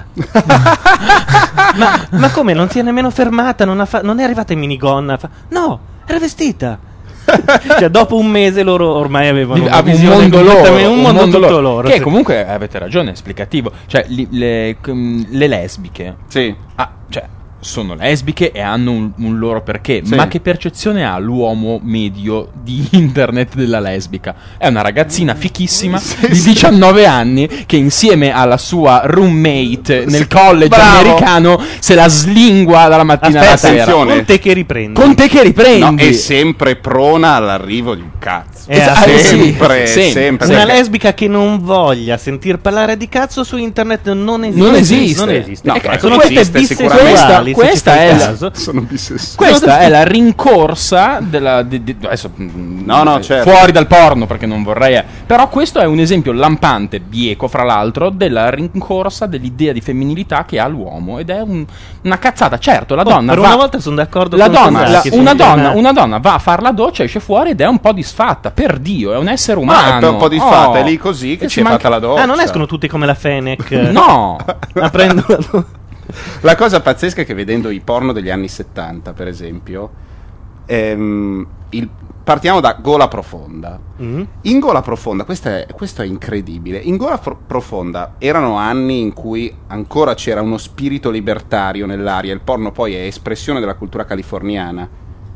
ma come? Non si è nemmeno fermata, non è arrivata in minigonna. Fa: no, era vestita. Cioè, dopo un mese loro ormai avevano una visione mondo loro, un mondo tutto loro. Che sì. comunque avete ragione, è esplicativo. Cioè, le lesbiche. Sì. Cioè, sono lesbiche e hanno un loro perché. Sì. Ma che percezione ha l'uomo medio di internet della lesbica? È una ragazzina fichissima di 19 anni che insieme alla sua roommate nel college Bravo. americano se la slingua dalla mattina alla Aspetta, sera. attenzione. con te che riprendi. Con te che riprendi. No, è sempre prona all'arrivo di un cazzo. Sì, Sempre, sì. sempre. Una Perché- lesbica che non voglia sentir parlare di cazzo su internet non esiste. Non esiste. Non esiste. No, Ecco, sono queste esiste bisessuali, sicuramente. se Questa ci fai è la- caso. Sono bisessuali. Questa è la rincorsa della adesso No, certo. fuori dal porno perché non vorrei però questo è un esempio lampante, bieco fra l'altro, della rincorsa dell'idea di femminilità che ha l'uomo, ed è una cazzata. Certo, la donna per va, una volta sono d'accordo la con donna, Cesacchi sul una tema. donna va a far la doccia, esce fuori ed è un po' disfatta, per Dio, è un essere Ah, umano. è un po' disfatta, è lì così che E ci è manca- fatta la doccia. Ah, non escono tutti come la Fenech. No. Aprendo La cosa pazzesca è che vedendo i porno degli anni 70, per esempio, partiamo da Gola Profonda. In Gola Profonda, questo è incredibile. In Gola Profonda erano anni in cui ancora c'era uno spirito libertario nell'aria. Il porno poi è espressione della cultura californiana,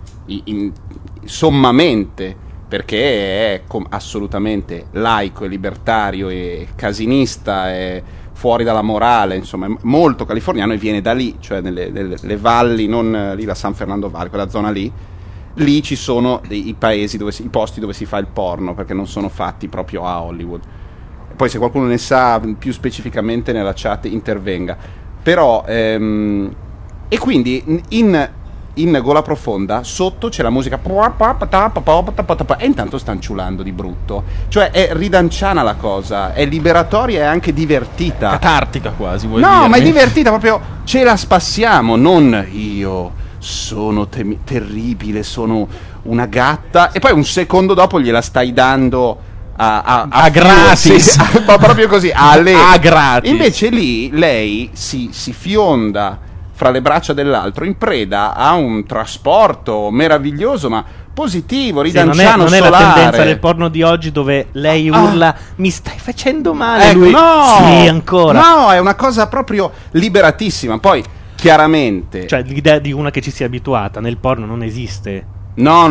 sommamente, perché è assolutamente laico e libertario e casinista e fuori dalla morale, insomma, è molto californiano e viene da lì, cioè nelle valli, non lì la San Fernando Valley, quella zona lì ci sono i paesi i posti dove si fa il porno, perché non sono fatti proprio a Hollywood. Poi se qualcuno ne sa più specificamente nella chat intervenga. Però e quindi in Gola Profonda sotto c'è la musica e intanto stanno ciulando di brutto, cioè è ridanciana la cosa, è liberatoria e anche divertita, Catartica quasi, vuoi no, dirmi? ma è divertita, proprio ce la spassiamo, non io sono terribile, sono una gatta, e poi un secondo dopo gliela stai dando a gratis. ma proprio così, a gratis. Invece lì lei si fionda fra le braccia dell'altro, in preda a un trasporto meraviglioso, ma positivo, ridanciano, non è la solare. tendenza del porno di oggi dove lei urla mi stai facendo male, Ecco, lui no, sì ancora, no, è una cosa proprio liberatissima. Poi chiaramente cioè l'idea di una che ci sia abituata nel porno non esiste. no,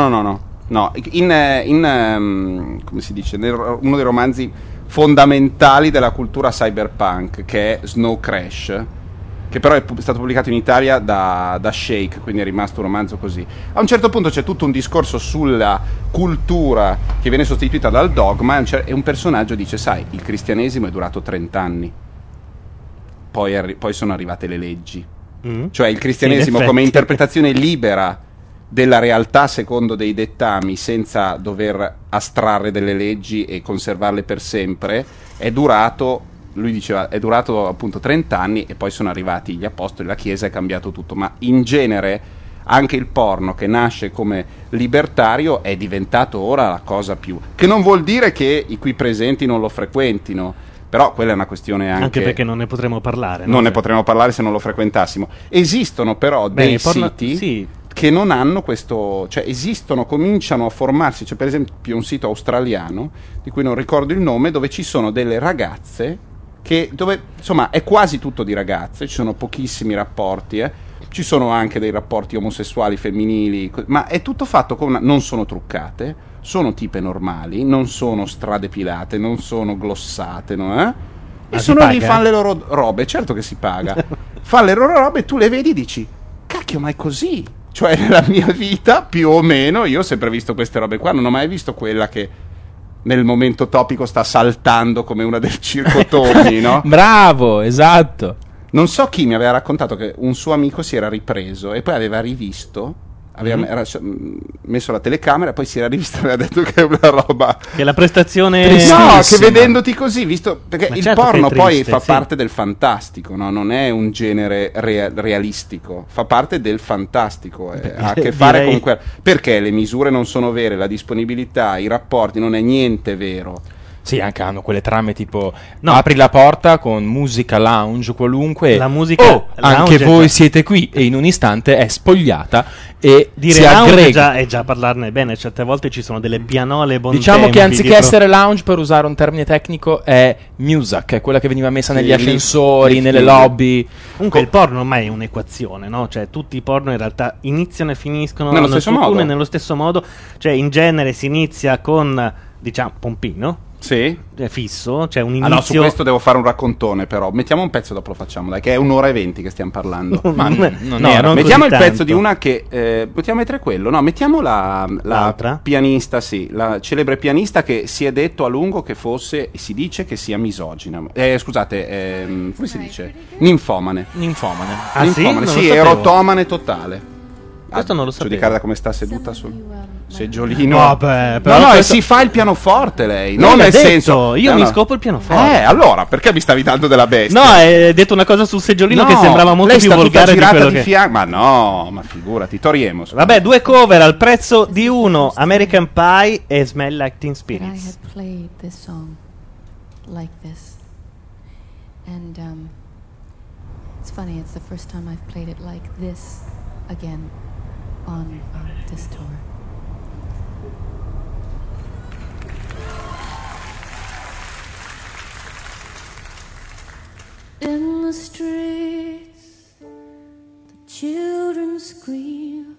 in come si dice, uno dei romanzi fondamentali della cultura cyberpunk, che è Snow Crash, che però è stato pubblicato in Italia da Shake, quindi è rimasto un romanzo così. A un certo punto c'è tutto un discorso sulla cultura che viene sostituita dal dogma, e un personaggio dice: sai, il cristianesimo è durato 30 anni, poi sono arrivate le leggi. Cioè il cristianesimo Sì, in come effetti. interpretazione libera della realtà secondo dei dettami, senza dover astrarre delle leggi e conservarle per sempre, è durato, lui diceva, è durato appunto 30 anni, e poi sono arrivati gli apostoli, la chiesa, è cambiato tutto. Ma in genere anche il porno, che nasce come libertario, è diventato ora la cosa più, che non vuol dire che i qui presenti non lo frequentino, però quella è una questione Anche perché non ne potremo parlare, no? non ne potremo parlare se non lo frequentassimo. Esistono però Beh, dei il porno- siti sì. che non hanno questo, cioè esistono, cominciano a formarsi. C'è per esempio un sito australiano di cui non ricordo il nome, dove ci sono delle ragazze dove insomma è quasi tutto di ragazze, ci sono pochissimi rapporti, ci sono anche dei rapporti omosessuali femminili, ma è tutto fatto non sono truccate, sono tipe normali, non sono stradepilate, non sono glossate, no, e sono lì, fanno le loro robe, certo che si paga. Fanno le loro robe e tu le vedi e dici cacchio, ma è così? Cioè nella mia vita più o meno io ho sempre visto queste robe qua, non ho mai visto quella che nel momento topico sta saltando come una del circo Tommy, no? Bravo, esatto. Non so chi mi aveva raccontato che un suo amico si era ripreso e poi aveva rivisto, era messo la telecamera e poi si era rivisto e aveva detto che è una roba, che la prestazione no, che vedendoti così, visto perché Ma il certo che porno è poi triste, fa sì. parte del fantastico, no? Non è un genere realistico, fa parte del fantastico, ha a che fare direi- con perché le misure non sono vere, la disponibilità, i rapporti, non è niente vero. Sì, anche hanno quelle trame tipo apri la porta con musica lounge qualunque. La musica anche lounge voi è- siete qui e in un istante è spogliata e Dire si lounge aggrega. è già parlarne bene, certe volte ci sono delle pianole bontempi Diciamo che anziché dietro. essere lounge, per usare un termine tecnico, è music, è quella che veniva messa Sì, negli lì- ascensori, lì nelle chiude. lobby. Comunque il porno ormai è un'equazione, no? Cioè tutti i porno in realtà iniziano e finiscono Nello hanno stesso il suo modo. culmine nello stesso modo, cioè in genere si inizia con, diciamo, pompino, Sì. fisso, cioè un Ah inizio no, su questo devo fare un raccontone però. Mettiamo un pezzo, dopo lo facciamo, dai, che è 1 ora e 20 che stiamo parlando. Ma non no, era. non Mettiamo il così pezzo tanto. di una che possiamo mettere quello, no, mettiamo la L'altra? pianista, sì, la celebre pianista che si è detto a lungo che fosse, si dice che sia misogina, scusate, come si dice? Ninfomane. Ninfomane. Ah, sì? Ninfomane, Non lo sì, sapevo. erotomane totale. Questo non lo sapevo. Giudicare da come sta seduta sul seggiolino. Vabbè, però no, e questo- si fa il pianoforte lei, Non non l'ha nel detto, senso io no, mi no. scopo il pianoforte. Allora, perché mi stavi dando della bestia? No, hai detto una cosa sul seggiolino che No, sembrava molto lei più sta tutta volgare di girata quello di che... fianco. Ma no, ma figurati, Toriemos. Vabbè, 2 cover al prezzo di uno, American Pie e Smell Like Teen But I Spirits. had played this song like this. And it's funny, it's the first time I've played it like this again on this tour. In the streets, the children scream.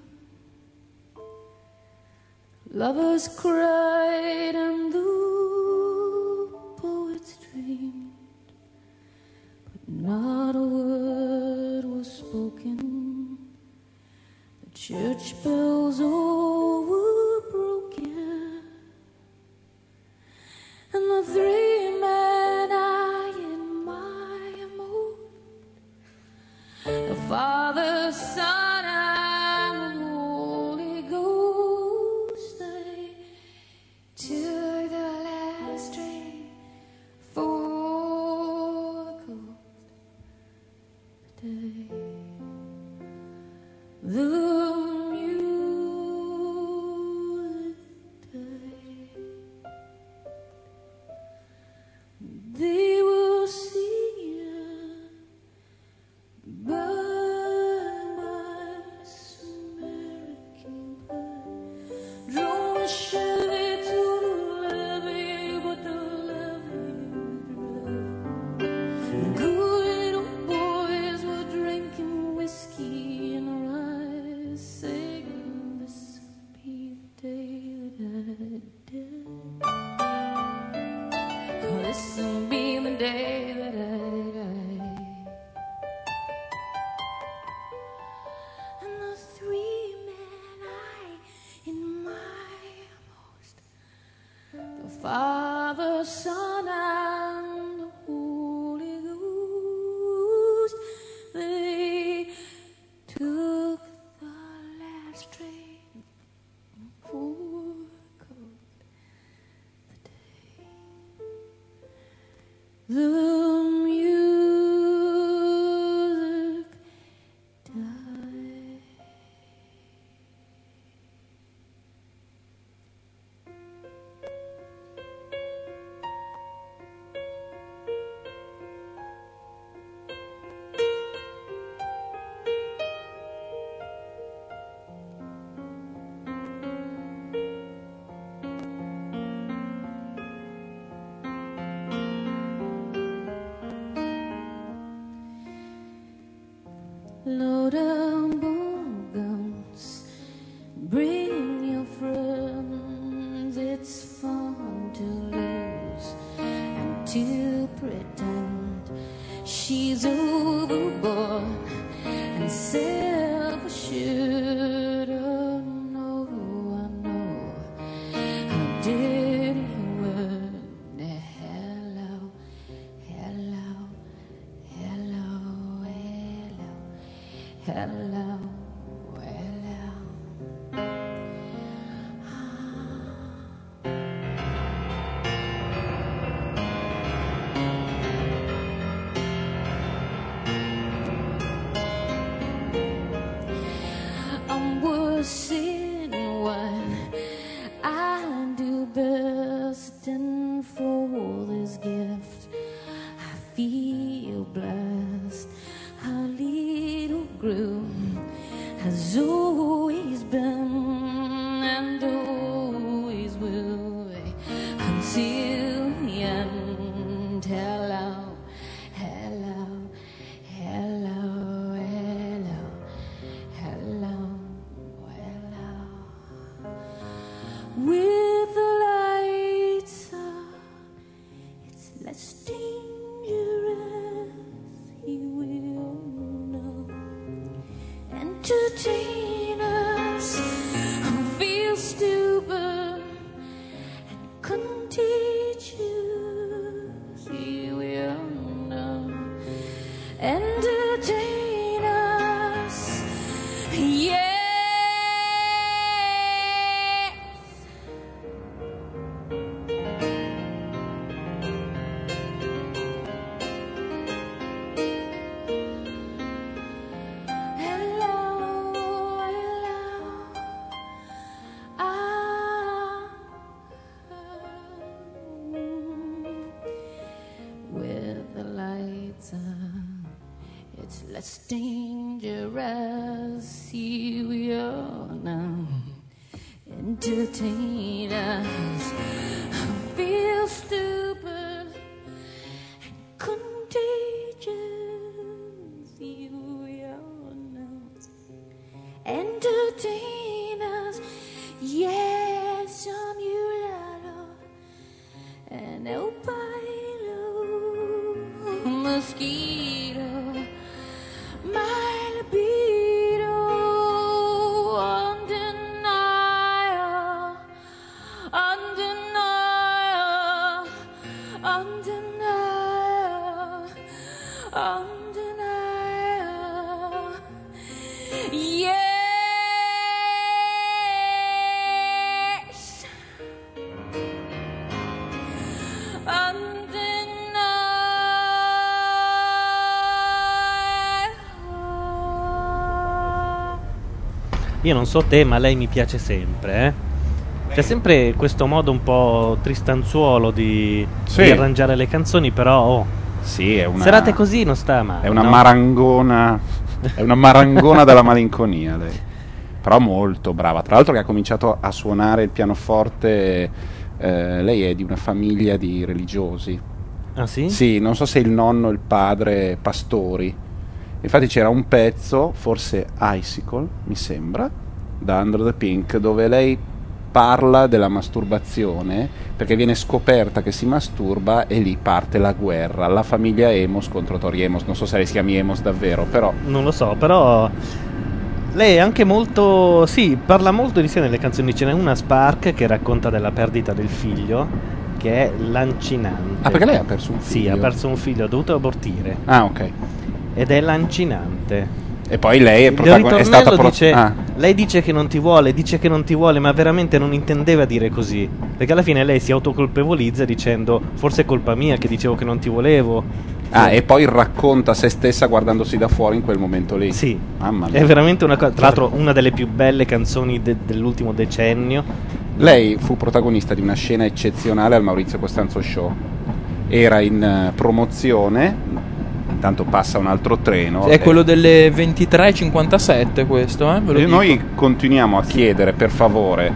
Lovers cried and the poets dreamed, but not a word was spoken. The church bells all were broken, and the 3 men I admire most, the Father, Son, and Holy Ghost, they took the last train for the coast. Today, the music died. They will sing it by my American Pie. Drove a Chevy to the levee, but the levee was dry. The good little boys were drinking whiskey and rye, singing this will be the day that I die. This will be the day that I die. And the 3 men I admire most, the Father, Son, and the Holy Ghost, they took the last train for coast. The music died. load of guns. Bring your friends, it's fun to lose and to pretend she's overboard and self-assured. Oh no, I know how dirty word. Hello, hello, hello, hello, hello, hello. I'm worse in what I do best, and for this gift I feel blessed. Our little group has always been and always will be until the end. Hello, hello, hello, hello, hello, hello. With the lights up, it's less dangerous, you will know. Entertain us who feel stupid and contagious, you will know. Entertain us, yes. Hello, hello, with the lights on, it's less dangerous, you will know. Entertain us, feel stupid and contagious, you will know. Entertain us, yes, on you, Lord, and El Bailo, mosquito, my libido, undeniable, undeniable, undeniable, undeniable, yes, Io non so te, ma lei mi piace sempre, eh? C'è sempre questo modo un po' tristanzuolo di arrangiare le canzoni, però sì, è una serate così non sta male. È una no? marangona, è una marangona della malinconia lei. Però molto brava. Tra l'altro che ha cominciato a suonare il pianoforte, lei è di una famiglia di religiosi. Ah sì? Sì, non so se il nonno e il padre pastori. Infatti c'era un pezzo, forse Icicle, mi sembra, da Under the Pink, dove lei parla della masturbazione perché viene scoperta che si masturba e lì parte la guerra, la famiglia Emos contro Tori Amos. Non so se lei si chiami Emos davvero, però non lo so, però lei è anche molto, sì, parla molto di sé nelle canzoni. Ce n'è una, Spark, che racconta della perdita del figlio, che è lancinante. Ah, perché lei ha perso un figlio? Sì, ha perso un figlio, ha dovuto abortire. Ah, ok. Ed è lancinante. E poi lei è stata lei dice che non ti vuole, ma veramente non intendeva dire così, perché alla fine lei si autocolpevolizza dicendo forse è colpa mia che dicevo che non ti volevo. E poi racconta se stessa guardandosi da fuori in quel momento lì. Sì, mamma mia. È veramente una cosa, tra l'altro una delle più belle canzoni dell'ultimo decennio. Lei fu protagonista di una scena eccezionale al Maurizio Costanzo Show. Era in promozione. Intanto passa un altro treno. È quello delle 23:57 questo, ve lo dico. Noi continuiamo a chiedere, per favore,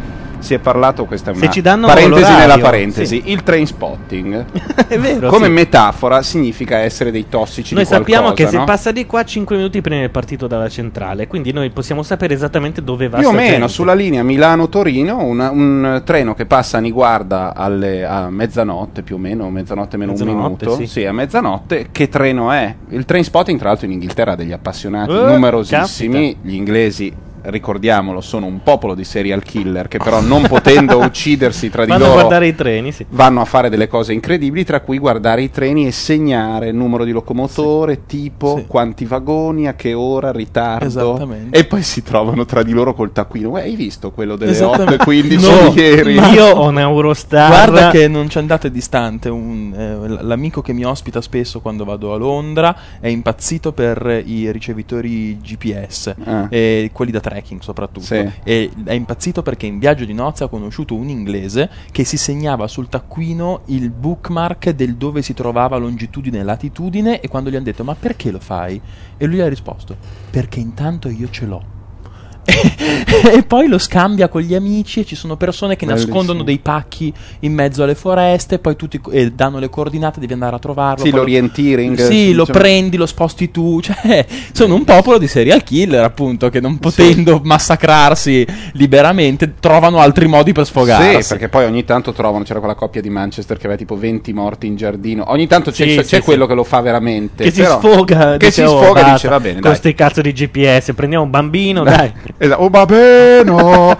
si è parlato, questa è Se una ci danno parentesi l'orario, nella parentesi, sì. il Trainspotting È vero, come sì. metafora significa essere dei tossici Noi di qualcosa, sappiamo che se no? passa di qua 5 minuti prima del partito dalla centrale, quindi noi possiamo sapere esattamente dove va Più o sta meno gente. sulla linea Milano-Torino, un treno che passa a Niguarda a mezzanotte, più o meno, mezzanotte meno un Mezzanotte, minuto. sì. A mezzanotte. Che treno è? Il Trainspotting, tra l'altro, in Inghilterra ha degli appassionati Caspita. numerosissimi. Gli inglesi, ricordiamolo, sono un popolo di serial killer che però non potendo uccidersi tra di Vanno a loro guardare i treni, sì. vanno a fare delle cose incredibili, tra cui guardare i treni e segnare il numero di locomotore, tipo quanti vagoni, a che ora, ritardo. Esattamente. E poi si trovano tra di loro col taccuino. Hai visto quello delle Esattamente. 8:15 No, di ieri? ma- Io ho un Eurostar. Guarda che non ci andate distante. L'amico che mi ospita spesso quando vado a Londra è impazzito per i ricevitori GPS, e quelli da trekking soprattutto. Sì. E è impazzito perché in viaggio di nozze ha conosciuto un inglese che si segnava sul taccuino il bookmark del dove si trovava longitudine e latitudine, e quando gli hanno detto ma perché lo fai? E lui ha risposto perché intanto io ce l'ho. E poi lo scambia con gli amici, e ci sono persone che Bellissimo. nascondono dei pacchi in mezzo alle foreste, poi tutti danno le coordinate, devi andare a trovarlo. Sì, poi l'orienteering. Sì, lo diciamo. prendi, lo sposti tu. Cioè, sono un popolo di serial killer, appunto, che non potendo massacrarsi liberamente trovano altri modi per sfogarsi. Sì, perché poi ogni tanto trovano, c'era quella coppia di Manchester che aveva tipo 20 morti in giardino. Ogni tanto c'è, Sì, c'è sì, quello sì. che lo fa veramente. Che si però- sfoga, Che si dice, sfoga e basta, dice va bene, con dai. questi cazzo di GPS, prendiamo un bambino, dai. Esatto. Oh, va bene.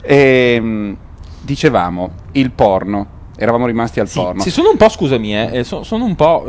Dicevamo il porno. Eravamo rimasti al porno. Sì, sono un po', scusami, sono un po'.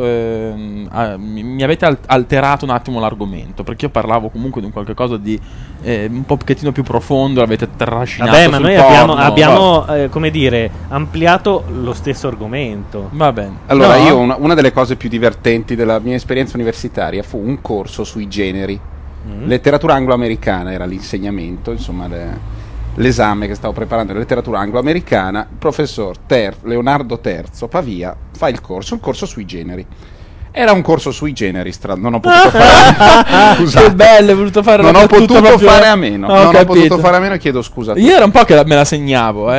Mi avete alterato un attimo l'argomento, perché io parlavo comunque di un qualche cosa di un pochettino più profondo, l'avete trascinato. Vabbè, ma sul noi porno. abbiamo come dire, ampliato lo stesso argomento. Va bene. Allora, No? io una delle cose più divertenti della mia esperienza universitaria fu un corso sui generi. Letteratura anglo-americana era l'insegnamento, insomma, l'esame che stavo preparando, letteratura anglo-americana. Il professor Leonardo III Pavia fa il corso sui generi. Era un corso sui generi, non ho potuto fare. Scusate. Che bello, hai voluto fare Non una ho battuta potuto proprio- fare a meno. Ho Non ho capito. potuto fare a meno, chiedo scusa. a tutti. Io era un po' che me la segnavo,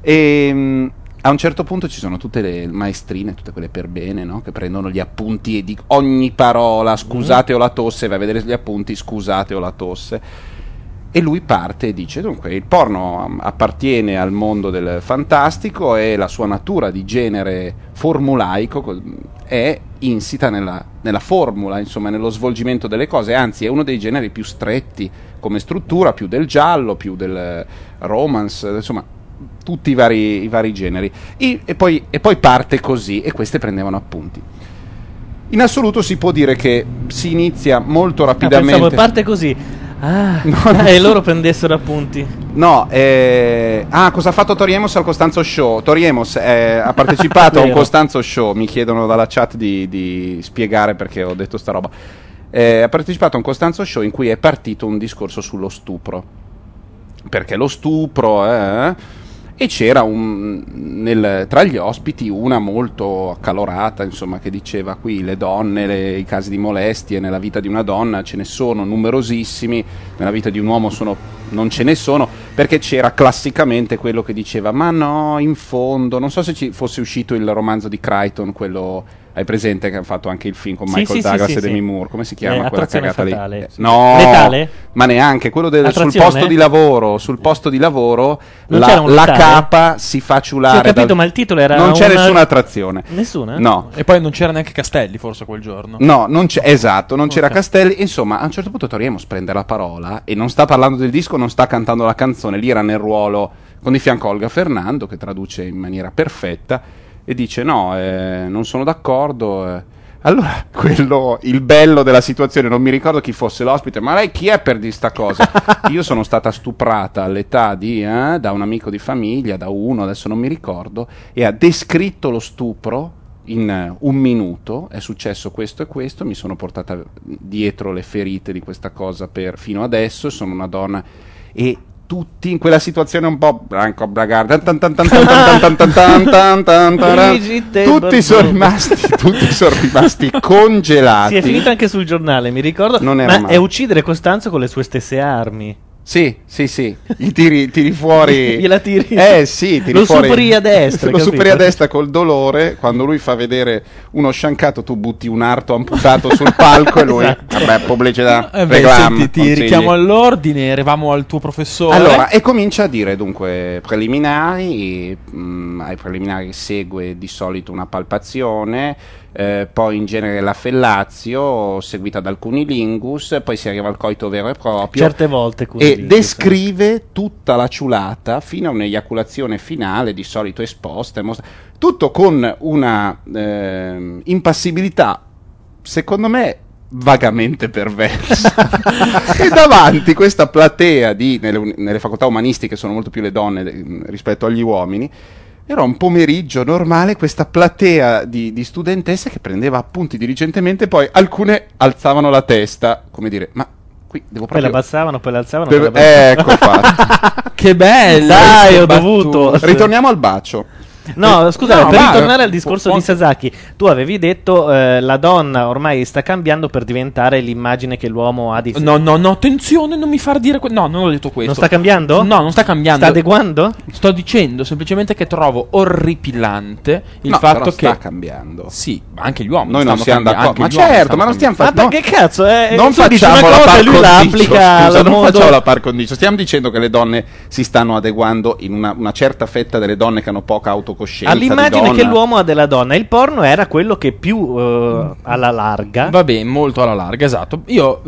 E a un certo punto ci sono tutte le maestrine, tutte quelle per bene, no? Che prendono gli appunti e di ogni parola, scusate o la tosse, vai a vedere gli appunti, scusate o la tosse. E lui parte e dice: dunque, il porno appartiene al mondo del fantastico e la sua natura di genere formulaico è insita nella formula, insomma, nello svolgimento delle cose. Anzi, è uno dei generi più stretti come struttura, più del giallo, più del romance, insomma, tutti i vari generi. E poi parte così, e queste prendevano appunti. In assoluto si può dire che si inizia molto rapidamente. Pensavo parte così. E loro prendessero appunti. No, cosa ha fatto Toriemos al Costanzo Show? Toriemos ha partecipato a un Vero. Costanzo Show, mi chiedono dalla chat di spiegare perché ho detto sta roba. Ha partecipato a un Costanzo Show in cui è partito un discorso sullo stupro. Perché lo stupro, e c'era tra gli ospiti una molto accalorata, insomma, che diceva: qui le donne, i casi di molestie nella vita di una donna ce ne sono numerosissimi, nella vita di un uomo non ce ne sono, perché c'era classicamente quello che diceva: ma no, in fondo, non so se ci fosse uscito il romanzo di Crichton, quello, hai presente, che hanno fatto anche il film con Sì, Michael sì, Douglas sì, e sì. Demi Moore, come si chiama quella Attrazione cagata fatale, lì? sì. No, Letale? ma neanche quello sul Attrazione? posto di lavoro, Non c'era un la letale? capa si fa ciulare. Sì, ho capito, ma il titolo era non c'è una- nessuna attrazione. Nessuna? No. E poi non c'era neanche Castelli, forse, quel giorno. No, non c'è, esatto, non c'era Castelli. Insomma, a un certo punto Toriemos prende la parola e non sta parlando del disco, non sta cantando la canzone. Lì era nel ruolo con di fianco Olga Fernando, che traduce in maniera perfetta, e dice: no, non sono d'accordo. Allora, il bello della situazione, non mi ricordo chi fosse l'ospite, ma lei chi è per dire sta cosa? Io sono stata stuprata all'età da un amico di famiglia, da uno, adesso non mi ricordo, e ha descritto lo stupro in un minuto. È successo questo e questo, mi sono portata dietro le ferite di questa cosa fino adesso, sono una donna. E tutti in quella situazione un po' branco bragarda, tutti sono rimasti congelati. Si è finito anche sul giornale, mi ricordo. Non era ma male. è uccidere Costanzo con le sue stesse armi. Sì, gli tiri fuori. Gliela tiri. Sì, tiri Lo fuori. superi a destra, Lo capito? superi a destra col dolore. Quando lui fa vedere uno sciancato, tu butti un arto amputato sul palco e lui, vabbè, pubblicità, reclam, senti, ti consigli. richiamo all'ordine, eravamo al tuo professore. Allora, e comincia a dire dunque preliminari, ai preliminari segue di solito una palpazione, poi in genere la fellatio, seguita da alcuni lingus, poi si arriva al coito vero e proprio. Certe volte E descrive tutta la ciulata fino a un'eiaculazione finale, di solito esposta, tutto con una impassibilità, secondo me, vagamente perversa. E davanti questa platea nelle facoltà umanistiche sono molto più le donne rispetto agli uomini. Era un pomeriggio normale, questa platea di studentesse che prendeva appunti diligentemente, poi alcune alzavano la testa, come dire, ma qui devo Poi proprio... la abbassavano, poi la alzavano. Ecco fatto. Che bello! Dai, ho dovuto. Ritorniamo al bacio. No, scusate, No, per va, ritornare al discorso di Sasaki, tu avevi detto la donna ormai sta cambiando per diventare l'immagine che l'uomo ha di sé. No, attenzione, non mi far dire no, non ho detto questo. Non sta cambiando? No, non sta cambiando. Sta adeguando? Sto dicendo semplicemente che trovo orripilante il No, fatto però che sta cambiando. Sì, ma anche gli uomini. Noi non stanno siamo d'accordo. Ma anche gli uomini certo, ma non stanno stiamo Ma facendo... perché cazzo? Non tu dici facciamo una la cosa e par lui la condicio, applica scusa, al non modo... facciamo la par condicio. Stiamo dicendo che le donne si stanno adeguando in una certa fetta delle donne che hanno poca autocoscienza all'immagine di donna. che l'uomo ha della donna. Il porno era quello che più alla larga. Vabbè, molto alla larga, esatto. Io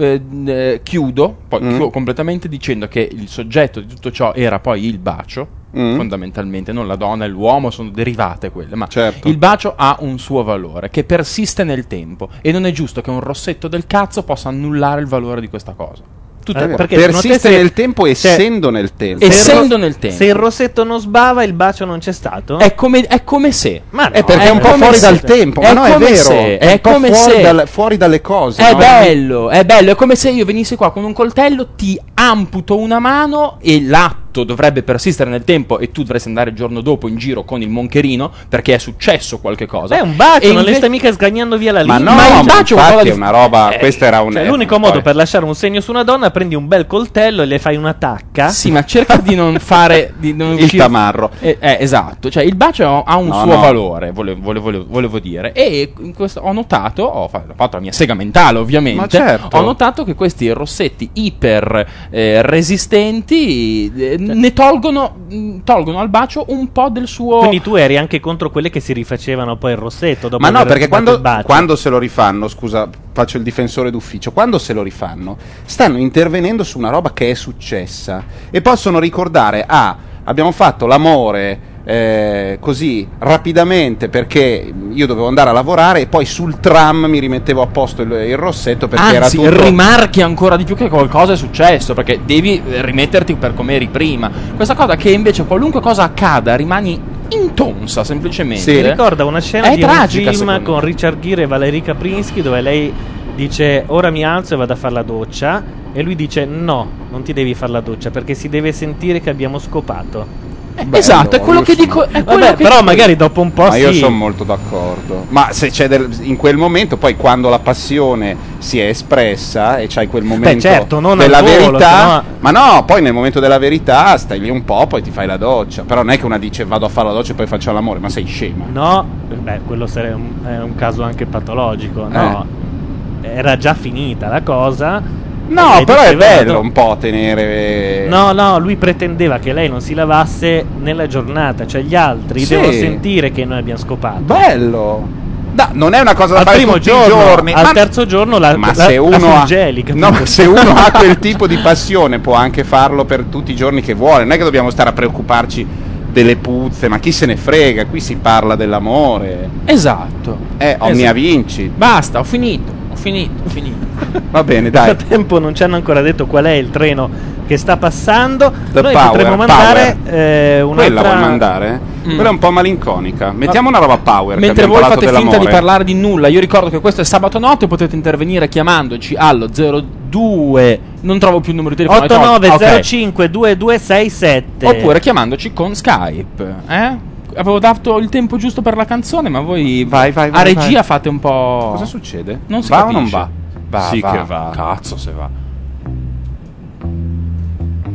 chiudo, poi chiudo completamente dicendo che il soggetto di tutto ciò era poi il bacio. Fondamentalmente non la donna e l'uomo sono derivate quelle, ma certo. Il bacio ha un suo valore che persiste nel tempo e non è giusto che un rossetto del cazzo possa annullare il valore di questa cosa. Tutto è vero. Perché persiste nel tempo, essendo nel tempo. Essendo nel tempo. Se il rossetto non sbava, il bacio non c'è stato? È come se. Ma è perché è un po' fuori dal tempo. Ma no, è vero. È come se fuori dalle cose. È no? bello. È come se io venissi qua con un coltello, ti amputo una mano e l'atto dovrebbe persistere nel tempo e tu dovresti andare il giorno dopo in giro con il moncherino perché è successo qualche cosa. È un bacio, E non le inve- stai mica sgagnando via la Ma lingua. no, Ma il bacio infatti è è una roba. Questa era un. Cioè, l'unico modo per lasciare un segno su una donna, prendi un bel coltello e le fai una tacca. Sì, ma cerca di non fare di non Il tamarro. Esatto, cioè il bacio ha un No, suo no. valore, volevo dire. E in questo ho notato, ho fatto la mia sega mentale ovviamente, Ma certo. ho notato che questi rossetti iper resistenti ne tolgono al bacio un po' del suo. Quindi tu eri anche contro quelle che si rifacevano poi il rossetto dopo Ma no, aver perché dato il bacio. quando se lo rifanno, scusa, faccio il difensore d'ufficio, quando se lo rifanno, stanno intervenendo su una roba che è successa e possono ricordare, abbiamo fatto l'amore così rapidamente perché io dovevo andare a lavorare e poi sul tram mi rimettevo a posto il rossetto perché Anzi, era tutto... rimarchi ancora di più che qualcosa è successo, perché devi rimetterti per come eri prima. Questa cosa che invece qualunque cosa accada rimani intonsa semplicemente. Mi ricorda una scena è di tragica, un film secondo con me. Richard Gere e Valerie Kaprinsky dove lei dice ora mi alzo e vado a fare la doccia e lui dice no, non ti devi fare la doccia perché si deve sentire che abbiamo scopato. Esatto, è quello che dico. È quello Vabbè, che però dico. magari dopo un po' Ma io sì. sono molto d'accordo. Ma se c'è in quel momento, poi quando la passione si è espressa e c'hai quel momento certo, non della al volo, verità, sennò- ma no, poi nel momento della verità stai lì un po', poi ti fai la doccia. Però non è che una dice vado a fare la doccia e poi faccio l'amore, ma sei scema. No, beh, quello è un caso anche patologico, no? Era già finita la cosa. No, Lei però è diceva, bello un po' tenere. No, lui pretendeva che lei non si lavasse nella giornata, cioè gli altri Sì. devono sentire che noi abbiamo scopato. Bello. No, non è una cosa da Al fare primo tutti giorno, i giorni. al terzo giorno la se uno surgeli, capito? no, ma se uno ha quel tipo di passione può anche farlo per tutti i giorni che vuole. Non è che dobbiamo stare a preoccuparci delle puzze, ma chi se ne frega, qui si parla dell'amore. Esatto. Omnia vinci. Basta, ho finito. Va bene, Nel dai. frattempo non ci hanno ancora detto qual è il treno che sta passando. The Noi Power, potremmo mandare Quella un'altra. vuoi mandare? Quella è un po' malinconica. Mettiamo una roba power. che Mentre abbiamo voi parlato fate finta di dell'amore. parlare di nulla, io ricordo che questo è sabato notte, potete intervenire chiamandoci allo 02. Non trovo più il numero di telefono. 8905 2267 Oppure chiamandoci con Skype. Avevo dato il tempo giusto per la canzone, ma voi vai, a regia vai. fate un po'. Cosa succede? Non si Va o capisce. non va? Va, Sì va. che va. Cazzo se va.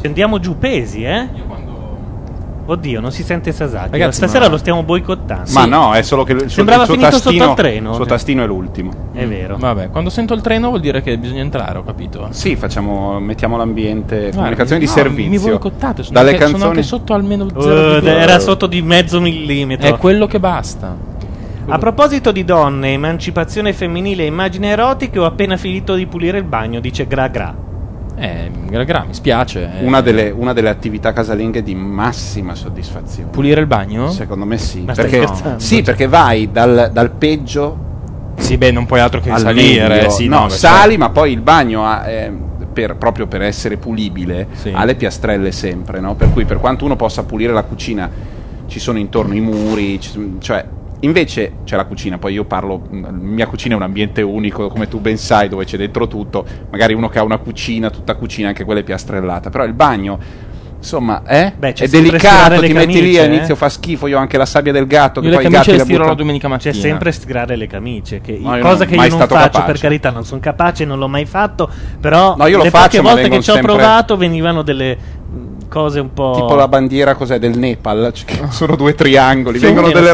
Andiamo giù pesi, Oddio, non si sente Sasaki. Ragazzi, Stasera ma- lo stiamo boicottando. Ma no, è solo che Sembrava il suo finito tastino, sotto al treno. il suo tastino è l'ultimo. È vero. Vabbè, quando sento il treno vuol dire che bisogna entrare, ho capito. Sì, mettiamo l'ambiente, Guarda, comunicazione di no, servizio. Mi boicottate, sono Dalle anche, canzoni. sono anche sotto almeno 0,2. Era sotto di mezzo millimetro. È quello che basta. A proposito di donne, emancipazione femminile e immagini erotiche, ho appena finito di pulire il bagno, dice Gra Gra. Gra, mi spiace. Una delle attività casalinghe di massima soddisfazione. Pulire il bagno? Secondo me sì. Ma stai Perché, scherzando? sì, perché vai dal peggio. Sì, beh, non puoi altro che al salire. meglio. Sì, no, beh, sali, ma poi il bagno ha, proprio per essere pulibile Sì. ha le piastrelle sempre, no? Per cui per quanto uno possa pulire la cucina, ci sono intorno i muri, cioè invece c'è la cucina, poi io parlo, mia cucina è un ambiente unico, come tu ben sai, dove c'è dentro tutto, magari uno che ha una cucina, tutta cucina, anche quella è piastrellata, però il bagno, insomma, Beh, c'è è sempre delicato, stirare ti le metti lì, camicie, all'inizio fa schifo, io ho anche la sabbia del gatto, Io che le poi i camicie gatti le la stiro la buttano. domenica mattina. C'è sempre stirare le camicie, No, io cosa non- che mai io non stato faccio, capace. per carità, non sono capace, non l'ho mai fatto, però No, io lo le faccio, poche ma volte che vengono ci ho sempre- provato venivano delle cose un po'... Tipo la bandiera, cos'è, del Nepal, cioè, sono due triangoli, Più o vengono meno,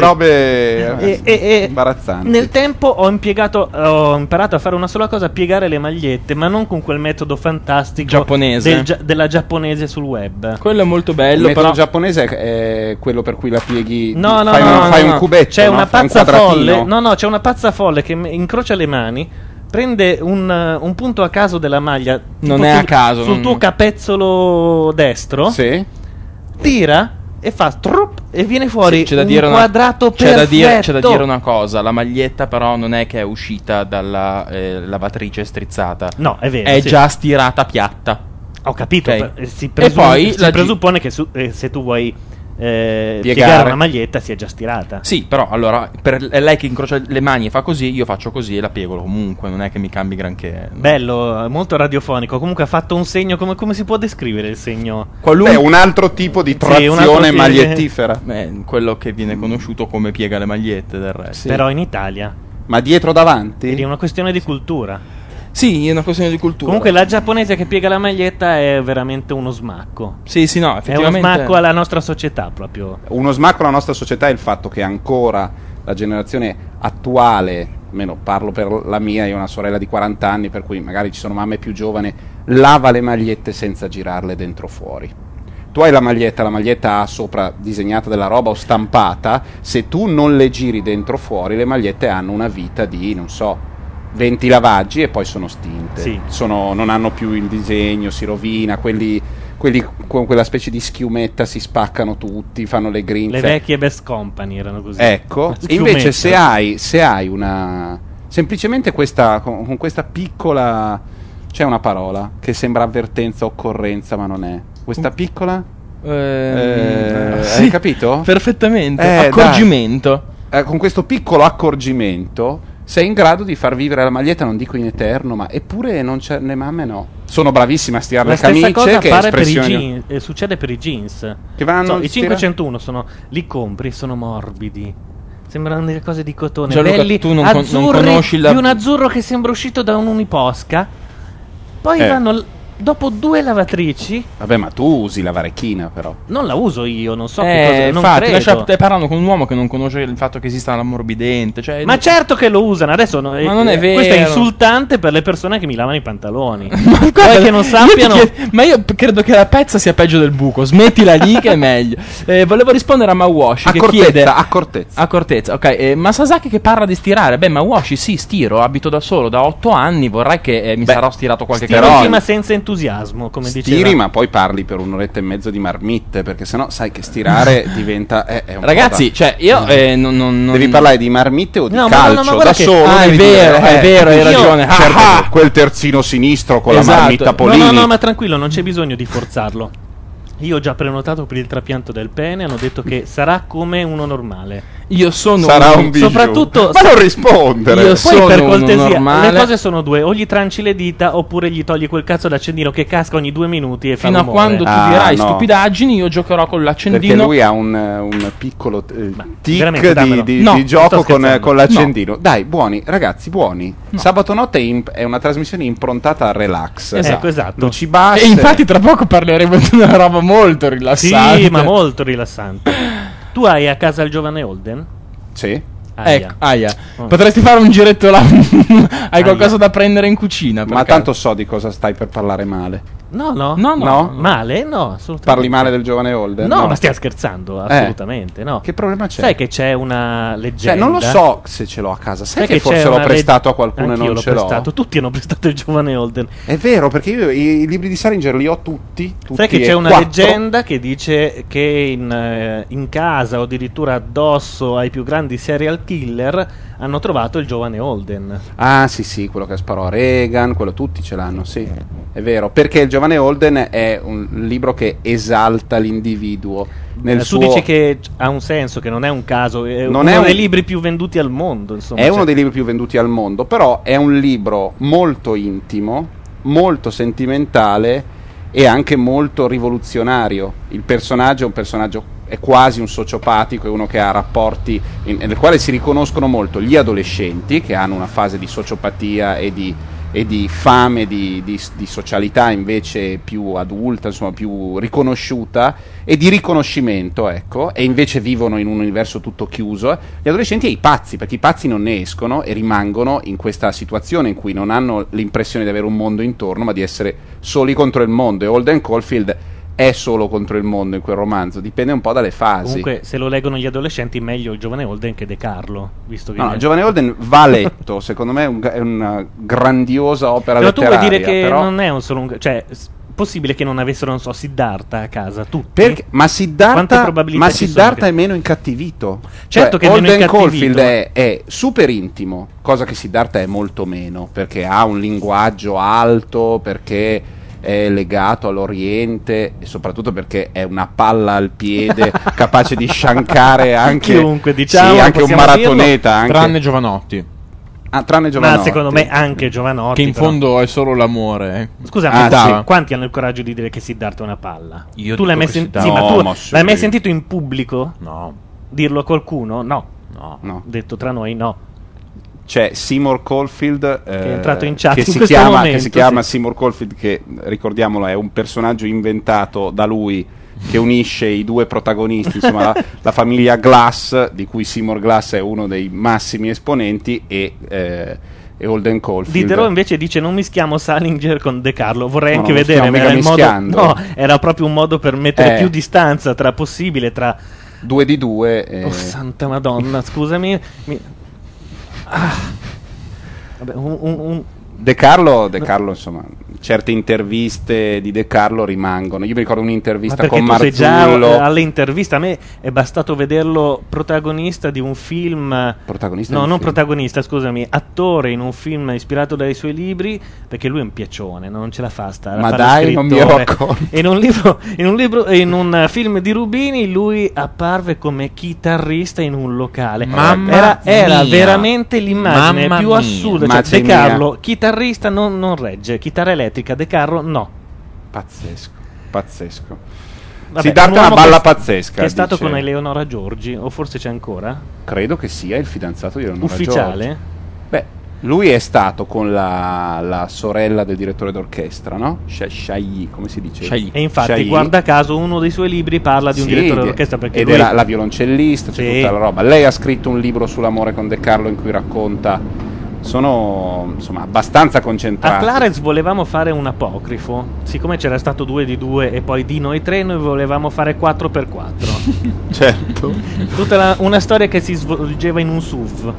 delle sì. robe imbarazzanti. Nel tempo ho imparato a fare una sola cosa, piegare le magliette, ma non con quel metodo fantastico Giapponese. della giapponese sul web. Quello è molto Il bello, metodo però giapponese è quello per cui la pieghi, No, no, fai, no, fai no, un no. cubetto, C'è no? una Fai un pazza quadratino. folle. No, c'è una pazza folle che incrocia le mani, prende un punto a caso della maglia. Non tipo è a caso, sul non- tuo capezzolo destro. Sì. Tira e fa strup e viene fuori c'è da un dire quadrato c'è da perfetto. dire una cosa, la maglietta però non è che è uscita dalla lavatrice strizzata. No, è vero. È sì. già stirata piatta. Ho capito. Ok. Si E poi si la presuppone che se tu vuoi piegare una maglietta sia già stirata. Sì, però allora è lei che incrocia le mani e fa così, io faccio così e la piego comunque, non è che mi cambi granché. Bello, molto radiofonico. Comunque ha fatto un segno, come si può descrivere il segno? Beh, un altro tipo di Sì, un altro trazione tipo- magliettifera. Quello che viene conosciuto come piega le magliette del resto. Però in Italia. Ma dietro davanti? È una questione di cultura. Sì, è una questione di cultura. Comunque la giapponese che piega la maglietta è veramente uno smacco. Sì, no, È uno effettivamente. smacco alla nostra società proprio. Uno smacco alla nostra società è il fatto che ancora la generazione attuale, almeno parlo per la mia, io ho una sorella di 40 anni, per cui magari ci sono mamme più giovani, lava le magliette senza girarle dentro o fuori. Tu hai la maglietta ha sopra disegnata della roba o stampata, se tu non le giri dentro o fuori, le magliette hanno una vita di, non so, 20 lavaggi e poi sono stinte. Sì. Non hanno più il disegno, si rovina, quelli con quella specie di schiumetta si spaccano tutti, fanno le grinze. Le vecchie Best Company erano così. Ecco, Schiumetta. invece se hai una semplicemente questa con questa piccola, c'è una parola che sembra avvertenza, occorrenza, ma non è. Questa piccola Sì, hai capito? Perfettamente. Dai. Accorgimento. Con questo piccolo accorgimento sei in grado di far vivere la maglietta, non dico in eterno, ma eppure non c'è, le mamme no. Sono bravissime a stirare La le stessa camicie, cosa che pare per i espressioni. jeans, succede per i jeans. Che vanno I stira- 501 li compri, sono morbidi. Sembrano delle cose di cotone Gianluca, belli, tu non azzurri, conosci la- di un azzurro che sembra uscito da un'uniposca. Poi vanno dopo 2 lavatrici. Vabbè, ma tu usi la varecchina però. Non la uso io, non so che cosa, non infatti, credo. stai parlando con un uomo che non conosce il fatto che esista l'ammorbidente. Cioè, Ma certo che lo usano, adesso Ma non è vero. questo è insultante per le persone che mi lavano i pantaloni. Guarda, Poi che non sappiano. ma io credo che la pezza sia peggio del buco. Smettila lì che è meglio. Volevo rispondere a Mawashi che chiede accortezza. Ok, ma Sasaki che parla di stirare. Beh, Mawashi sì, stiro, abito da solo da 8 anni. Vorrei che mi sarò stirato qualche Stiro, ma senza entusiasmo, come Stiri, diceva. ma poi parli per un'oretta e mezzo di marmitte, perché sennò sai che stirare diventa è un Ragazzi, po' cioè io non devi parlare di marmitte o di No, ma calcio no, ma da guarda che- solo. Ah, è devi vero, dire, è vero, hai ragione. Certo, Ah, quel terzino sinistro con Esatto. la marmitta No, Polini. no, ma tranquillo, non c'è bisogno di forzarlo. Io ho già prenotato per il trapianto del pene, hanno detto che sarà come uno normale. Io sono Sarà un bijou. Soprattutto Ma non rispondere. Io poi sono per uno cortesia, normale. le cose sono due: o gli tranci le dita oppure gli togli quel cazzo d'accendino che casca ogni 2 minuti e fa Fino a rumore. quando tu Ah, dirai no. stupidaggini, io giocherò con Perché l'accendino. lui ha un piccolo veramente, tic dammelo. di No, gioco sto scherzando. con l'accendino. Dai, buoni, ragazzi, buoni. Sabato notte è una trasmissione improntata al relax. Ecco, esatto. Luci basse. E infatti tra poco parleremo di una roba molto rilassante. Sì, ma molto rilassante. Tu hai a casa il giovane Holden? Sì. Ecco, aia. Oh. Potresti fare un giretto là. Hai Aia. qualcosa da prendere in cucina? per Ma caso? tanto so di cosa stai per parlare male. No, no. No? Male? No, assolutamente. Parli male del giovane Holden? No, ma stiamo scherzando, assolutamente, no. Che problema c'è? Sai che c'è una Cioè, leggenda? non lo so se ce l'ho a casa. Sai che c'è forse l'ho una prestato a qualcuno e Anch'io non l'ho ce l'ho? prestato. Tutti hanno prestato il giovane Holden. È vero, perché io i libri di Salinger li ho tutti. Sai che e c'è una 4. leggenda che dice che in casa o addirittura addosso ai più grandi serial killer hanno trovato il giovane Holden. Ah, sì, quello che sparò a Reagan, quello tutti ce l'hanno, sì. È vero, perché il giovane Holden è un libro che esalta l'individuo. Nel Tu suo... dici che ha un senso, che non è un caso, è Non uno è dei un- libri più venduti al mondo, insomma. È cioè- uno dei libri più venduti al mondo, però è un libro molto intimo, molto sentimentale e anche molto rivoluzionario. Il personaggio è un personaggio, è quasi un sociopatico, è uno che ha rapporti nel quale si riconoscono molto gli adolescenti che hanno una fase di sociopatia e di fame di socialità invece più adulta, insomma più riconosciuta e di riconoscimento, ecco, e invece vivono in un universo tutto chiuso. Gli adolescenti e i pazzi, perché i pazzi non ne escono e rimangono in questa situazione in cui non hanno l'impressione di avere un mondo intorno, ma di essere soli contro il mondo. E Holden Caulfield è solo contro il mondo in quel romanzo, dipende un po' dalle fasi. Comunque, se lo leggono gli adolescenti, meglio il giovane Holden che De Carlo, visto che No, il giovane Holden va letto, secondo me è una grandiosa opera Però tu letteraria. vuoi dire che però... non è un solo cioè possibile che non avessero, non so, Siddhartha a casa tutti? Perché? Ma Quante Siddhartha, probabilità ci sono è meno incattivito. Certo che è meno Holden incattivito. Caulfield è super intimo, cosa che Siddhartha è molto meno, perché ha un linguaggio alto, perché è legato all'Oriente e soprattutto perché è una palla al piede capace di sciancare anche Chiunque, diciamo, sì, anche un possiamo maratoneta, dirlo. anche... Tranne Giovanotti. tranne Giovanotti. Ma secondo me anche Giovanotti. Che in però. fondo è solo l'amore. Scusa, Ah, ma sì. quanti hanno il coraggio di dire che Siddhartha è una palla? Io Tu l'hai dico mai che sentito? Siddhartha- Sì, ma No, tu ma sì. l'hai mai sentito in pubblico? No. Dirlo a qualcuno? No. No. Detto tra noi, no. C'è Seymour Caulfield è entrato in chat che, in si questo chiama, momento, che si chiama sì. Seymour Caulfield, che ricordiamolo è un personaggio inventato da lui che unisce i due protagonisti, insomma la famiglia Glass, di cui Seymour Glass è uno dei massimi esponenti, e Holden Caulfield. Diderot invece dice non mischiamo Salinger con De Carlo, vorrei No, anche non vedere, stiamo ma era mica il modo, mischiando. no, era proprio un modo per mettere Eh. più distanza tra possibile, tra 2 di 2 oh santa madonna, scusami. Vabbè, De Carlo, insomma, certe interviste di De Carlo rimangono. Io mi ricordo Ma un'intervista perché con tu sei già Marzullo. alle interviste, a me è bastato vederlo protagonista di un film. Protagonista No, di un non film. protagonista, scusami, attore in un film ispirato dai suoi libri, perché lui è un piaccione, non ce la fa stare. a Ma fare dai, non mi ero scrittore. accorto. In un film di Rubini lui apparve come chitarrista in un locale. Mamma Era mia. veramente l'immagine Mamma più mia. assurda. Cioè, Immagine De mia. Carlo, chitarrista non regge, chitarra elettrica, De Carlo no. Pazzesco. Vabbè, Siddhartha un è una uomo balla che- pazzesca. Che è stato dice. con Eleonora Giorgi, o forse c'è ancora? Credo che sia il fidanzato di Eleonora Ufficiale? Giorgi. Beh, lui è stato con la sorella del direttore d'orchestra, no? Shai, come si dice? E infatti, Shai. guarda caso, uno dei suoi libri parla di un Sì, direttore d'orchestra perché ed lui era la violoncellista, c'è Sì. tutta la roba. Lei ha scritto un libro sull'amore con De Carlo in cui racconta. Sono insomma abbastanza A concentrati. Clarence volevamo fare un apocrifo, siccome c'era stato 2 di 2 e poi di noi 3, noi volevamo fare 4x4. Certo. Tutta una storia che si svolgeva in un SUV.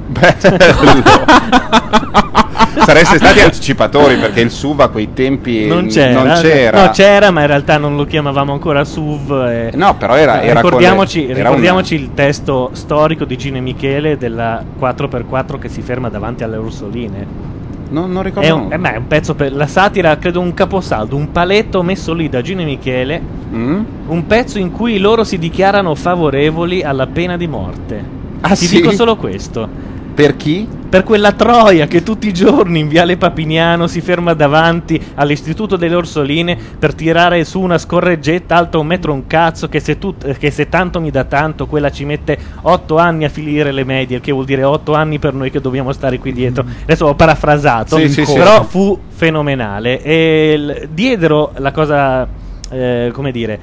Sareste stati anticipatori, perché il SUV a quei tempi Non c'era. No, c'era, ma in realtà non lo chiamavamo ancora SUV. No, però era ricordiamoci, era ricordiamoci il testo storico di Gino e Michele della 4x4 che si ferma davanti alle Orsoline. Non ricordo. È un pezzo per la satira, credo un caposaldo, un paletto messo lì da Gino e Michele Un pezzo in cui loro si dichiarano favorevoli alla pena di morte. Ti sì? dico solo questo. Per chi? Per quella troia che tutti i giorni in Viale Papignano si ferma davanti all'Istituto delle Orsoline per tirare su una scorreggetta alta 1 metro un cazzo, che se tanto mi dà tanto, quella ci mette 8 anni a finire le medie, che vuol dire 8 anni per noi che dobbiamo stare qui dietro. Adesso ho parafrasato, però fu fenomenale. E diedero la cosa, come dire,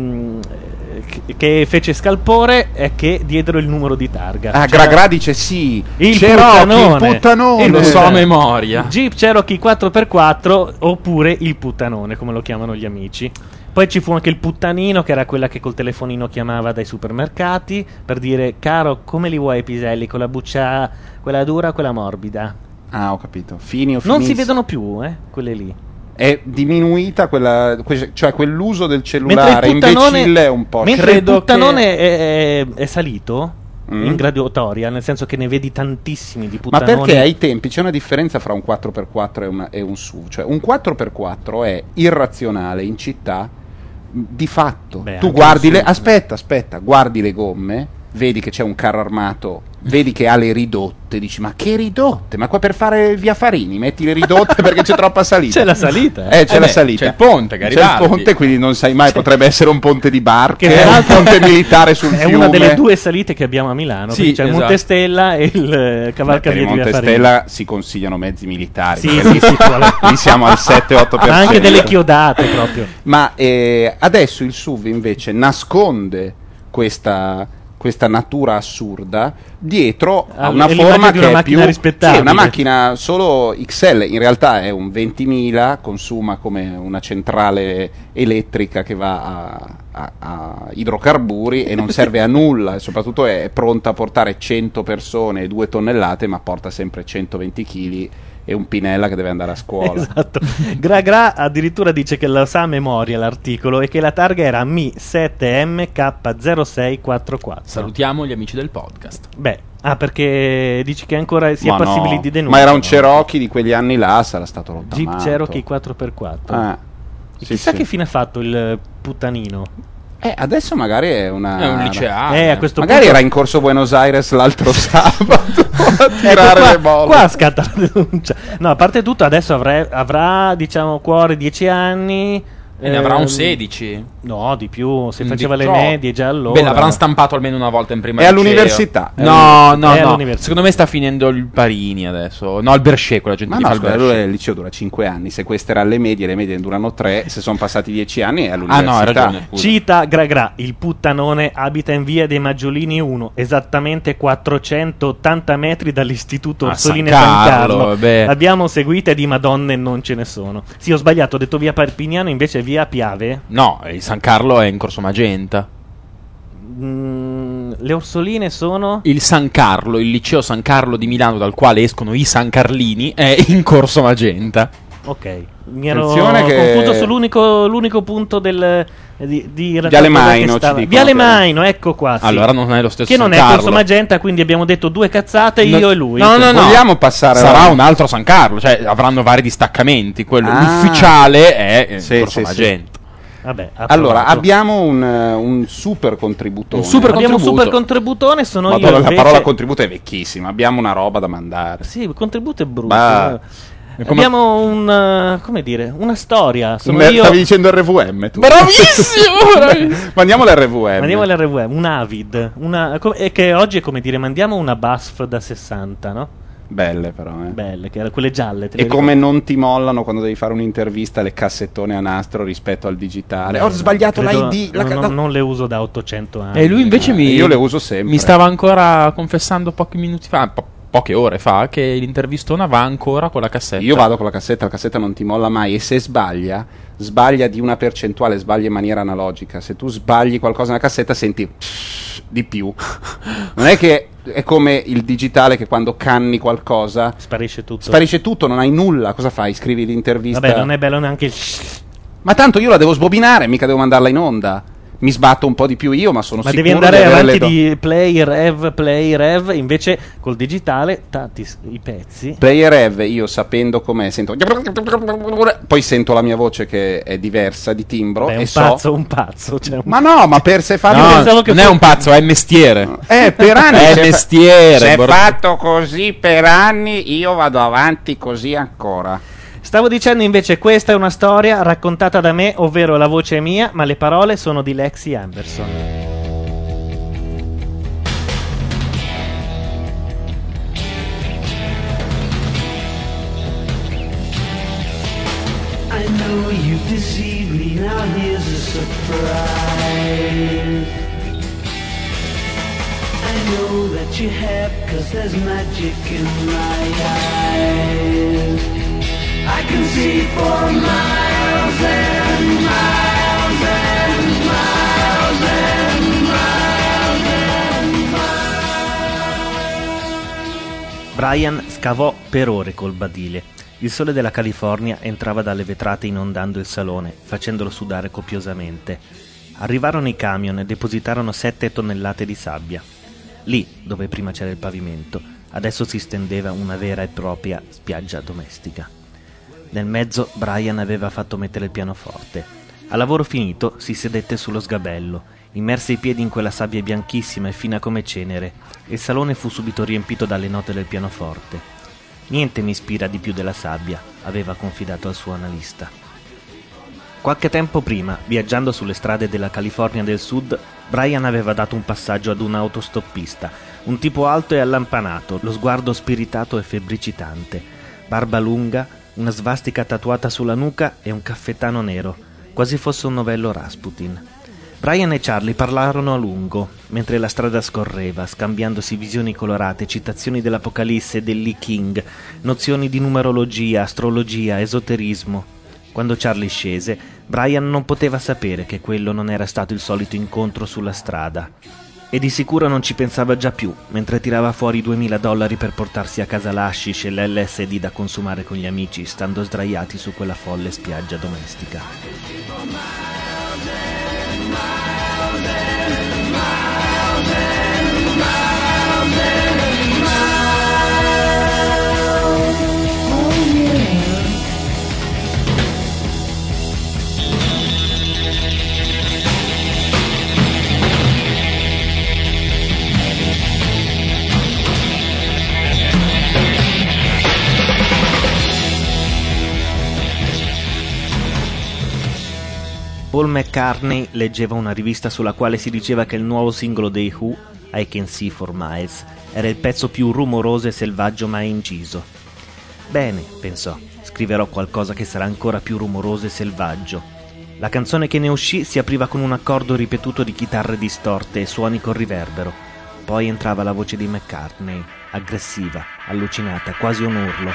che fece Scalpore è che diedero il numero di targa. Gragra dice sì, il puttanone, lo so a memoria. Jeep Cherokee 4x4 oppure il puttanone, come lo chiamano gli amici. Poi ci fu anche il puttanino, che era quella che col telefonino chiamava dai supermercati per dire: caro, come li vuoi i piselli, con la buccia quella dura o quella morbida? Ah, ho capito. Fini o Non si finissi? vedono più, quelle lì. È diminuita cioè quell'uso del Mentre cellulare il puttanone, imbecille è un po'. mentre il puttanone è salito in graduatoria, nel senso che ne vedi tantissimi di Ma puttanoni. perché ai tempi c'è una differenza fra un 4x4 e un SUV? Cioè un 4x4 è irrazionale in città di fatto. Beh, Tu anche guardi un le SUV. aspetta, guardi le gomme, vedi che c'è un carro armato, vedi che ha le ridotte, dici ma che ridotte? Ma qua per fare via Farini metti le ridotte perché c'è troppa salita. C'è la salita, c'è la salita. C'è il ponte, C'è il Garibaldi. ponte, quindi non sai mai, potrebbe essere un ponte di barche, Che un peraltro ponte militare sul è fiume. una delle 2 salite che abbiamo a Milano. Sì, C'è il esatto. Montestella e il Per cavalcavia il di Via Farini. Montestella si consigliano mezzi militari. Sì, perché sì, lì, sì, lì siamo al 7-8%. Ma anche delle chiodate proprio. Ma adesso il SUV invece nasconde questa natura assurda dietro a una l'immagine forma di che una è più macchina rispettabile. sì, una macchina solo XL, in realtà è un 20.000, consuma come una centrale elettrica che va a idrocarburi e non serve a nulla, e soprattutto è pronta a portare 100 persone e 2 tonnellate, ma porta sempre 120 kg e un Pinella che deve andare a scuola. Esatto. Gra addirittura dice che la sa a memoria l'articolo e che la targa era Mi7MK0644. Salutiamo gli amici del podcast. Beh, perché dici che ancora si è Ma no, passibili di denuncia. ma era un Cherokee di quegli anni là, sarà stato rottamato. Jeep Cherokee 4x4. Sì, Chissà sì. che fine ha fatto il puttanino. Adesso magari è una. È un liceale. A questo Magari punto era in corso Buenos Aires l'altro sabato a tirare qua, le bolle. qua scatta la denuncia. No, a parte tutto, adesso avrà, diciamo, cuore 10 anni. E ne avrà un 16. No, di più. Se faceva le troppo. medie già allora. Beh, l'avranno stampato almeno una volta in prima È liceo. all'università. No, È no. all'università. Secondo me sta finendo il Parini adesso. No, il Berchet, quella gente Ma che no, fa il scusa, Berchet. allora il liceo dura 5 anni. Se queste erano le medie durano 3. Se sono passati 10 anni è Ah all'università. no, hai ragione. Scusa. Cita Gra, il puttanone abita in via dei Maggiolini 1, esattamente 480 metri dall'istituto Ah, Orsoline San San Carlo, Carlo. vabbè. Abbiamo seguite di Madonne non ce ne sono. Sì, ho sbagliato, ho detto via Perpignano, invece è via Piave. No, il San Carlo è in Corso Magenta. Le Orsoline sono... Il San Carlo, il liceo San Carlo di Milano, dal quale escono i San Carlini, è in Corso Magenta. Ok, mi ero Attenzione che- confuso sull'unico punto di Viale Maino, ci dicono Viale che- Maino, ecco qua. Sì. Allora non è lo stesso Che non San è Carlo. Corso Magenta, quindi abbiamo detto 2 cazzate, io e lui. No, Vogliamo passare Sarà avanti? un altro San Carlo, cioè avranno vari distaccamenti. Quello Ah. ufficiale è Sì, Corso sì, sì. Magenta. Vabbè, Allora, approvato. abbiamo un super contributone. Abbiamo un super contributone, sono Madonna, io la invece... parola contributo è vecchissima. Abbiamo una roba da mandare. Sì, il contributo è brutto. Bah. Abbiamo come dire, una storia. Sono Beh, io... Stavi dicendo RVM tu. Bravissimo! Mandiamo l'RVM. Mandiamo l'RVM, un Avid, e che oggi è come dire, mandiamo una BASF da 60, no? Belle però, Belle, che erano quelle gialle. te le E come ricordi? non ti mollano quando devi fare un'intervista le cassettone a nastro rispetto al digitale. Ho sbagliato Credo- l'ID. non le uso da 800 anni. E lui invece Io le uso sempre. mi stava ancora confessando pochi minuti fa, poche ore fa, che l'intervistona va ancora con la cassetta. Io vado con la cassetta non ti molla mai, e se sbaglia di una percentuale, sbaglia in maniera analogica. Se tu sbagli qualcosa nella cassetta senti di più. Non è che è come il digitale che quando canni qualcosa sparisce tutto, non hai nulla. Cosa fai? Scrivi l'intervista. Vabbè, non è bello neanche il... Ma tanto io la devo sbobinare, mica devo mandarla in onda. mi sbatto un po' di più io, ma sono Ma sicuro devi andare di avere avanti le di play rev, invece col digitale tanti i pezzi. Player Rev, io sapendo com'è, sento. Poi sento la mia voce che è diversa di timbro. Beh, e un pazzo. Cioè Ma no, ma per se fate. No, non è un pazzo, è mestiere. Per anni è se fa- mestiere. Se è fatto così per anni, io vado avanti così ancora. Stavo dicendo invece questa è una storia raccontata da me, ovvero la voce è mia, ma le parole sono di Lexi Anderson. I know you deceived me, now here's a surprise. I know that you have, 'cause there's magic in my eyes. I can see for miles and miles and miles and miles and miles. Brian scavò per ore col badile. Il sole della California entrava dalle vetrate inondando il salone, facendolo sudare copiosamente. Arrivarono i camion e depositarono 7 tonnellate di sabbia. Lì, dove prima c'era il pavimento, adesso si stendeva una vera e propria spiaggia domestica. Nel mezzo Brian aveva fatto mettere il pianoforte. A lavoro finito si sedette sullo sgabello, immerse i piedi in quella sabbia bianchissima e fina come cenere, e il salone fu subito riempito dalle note del pianoforte. Niente mi ispira di più della sabbia, aveva confidato al suo analista. Qualche tempo prima, viaggiando sulle strade della California del Sud, Brian aveva dato un passaggio ad un autostoppista, un tipo alto e allampanato, lo sguardo spiritato e febbricitante, barba lunga, una svastica tatuata sulla nuca e un caffettano nero, quasi fosse un novello Rasputin. Brian e Charlie parlarono a lungo, mentre la strada scorreva, scambiandosi visioni colorate, citazioni dell'Apocalisse e dell'I King, nozioni di numerologia, astrologia, esoterismo. Quando Charlie scese, Brian non poteva sapere che quello non era stato il solito incontro sulla strada. E di sicuro non ci pensava già più, mentre tirava fuori $2000 per portarsi a casa l'hashish e l'LSD da consumare con gli amici, stando sdraiati su quella folle spiaggia domestica. Paul McCartney leggeva una rivista sulla quale si diceva che il nuovo singolo dei Who, I Can See for Miles, era il pezzo più rumoroso e selvaggio mai inciso. Bene, pensò, scriverò qualcosa che sarà ancora più rumoroso e selvaggio. La canzone che ne uscì si apriva con un accordo ripetuto di chitarre distorte e suoni con riverbero. Poi entrava la voce di McCartney, aggressiva, allucinata, quasi un urlo.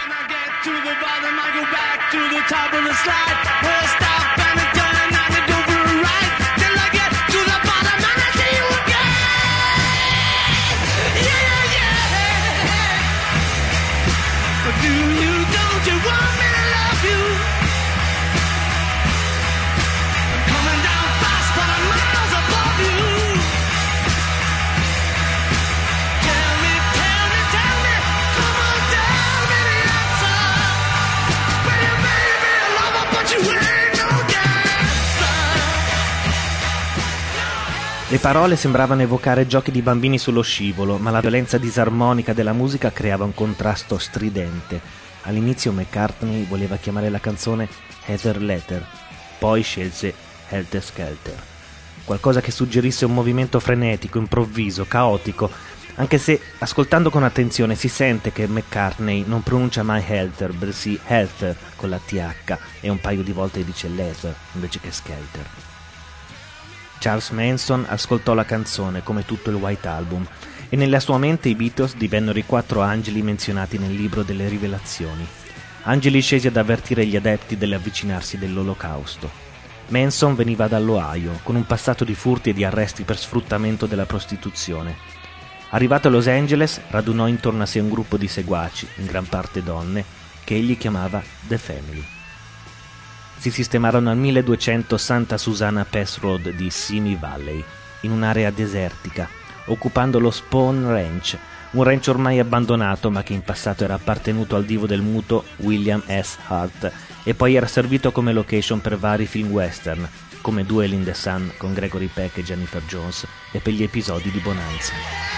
Le parole sembravano evocare giochi di bambini sullo scivolo, ma la violenza disarmonica della musica creava un contrasto stridente. All'inizio McCartney voleva chiamare la canzone Heather Letter, poi scelse Helter Skelter. Qualcosa che suggerisse un movimento frenetico, improvviso, caotico, anche se, ascoltando con attenzione, si sente che McCartney non pronuncia mai Helter, bensì Helter con la TH, e un paio di volte dice Leather invece che Skelter. Charles Manson ascoltò la canzone come tutto il White Album e nella sua mente i Beatles divennero i 4 angeli menzionati nel libro delle rivelazioni, angeli scesi ad avvertire gli adepti dell'avvicinarsi dell'olocausto. Manson veniva dall'Ohio, con un passato di furti e di arresti per sfruttamento della prostituzione. Arrivato a Los Angeles, radunò intorno a sé un gruppo di seguaci, in gran parte donne, che egli chiamava The Family. si sistemarono al 1200 Santa Susana Pass Road di Simi Valley, in un'area desertica, occupando lo Spawn Ranch, un ranch ormai abbandonato ma che in passato era appartenuto al divo del muto William S. Hart e poi era servito come location per vari film western, come Duel in the Sun con Gregory Peck e Jennifer Jones e per gli episodi di Bonanza.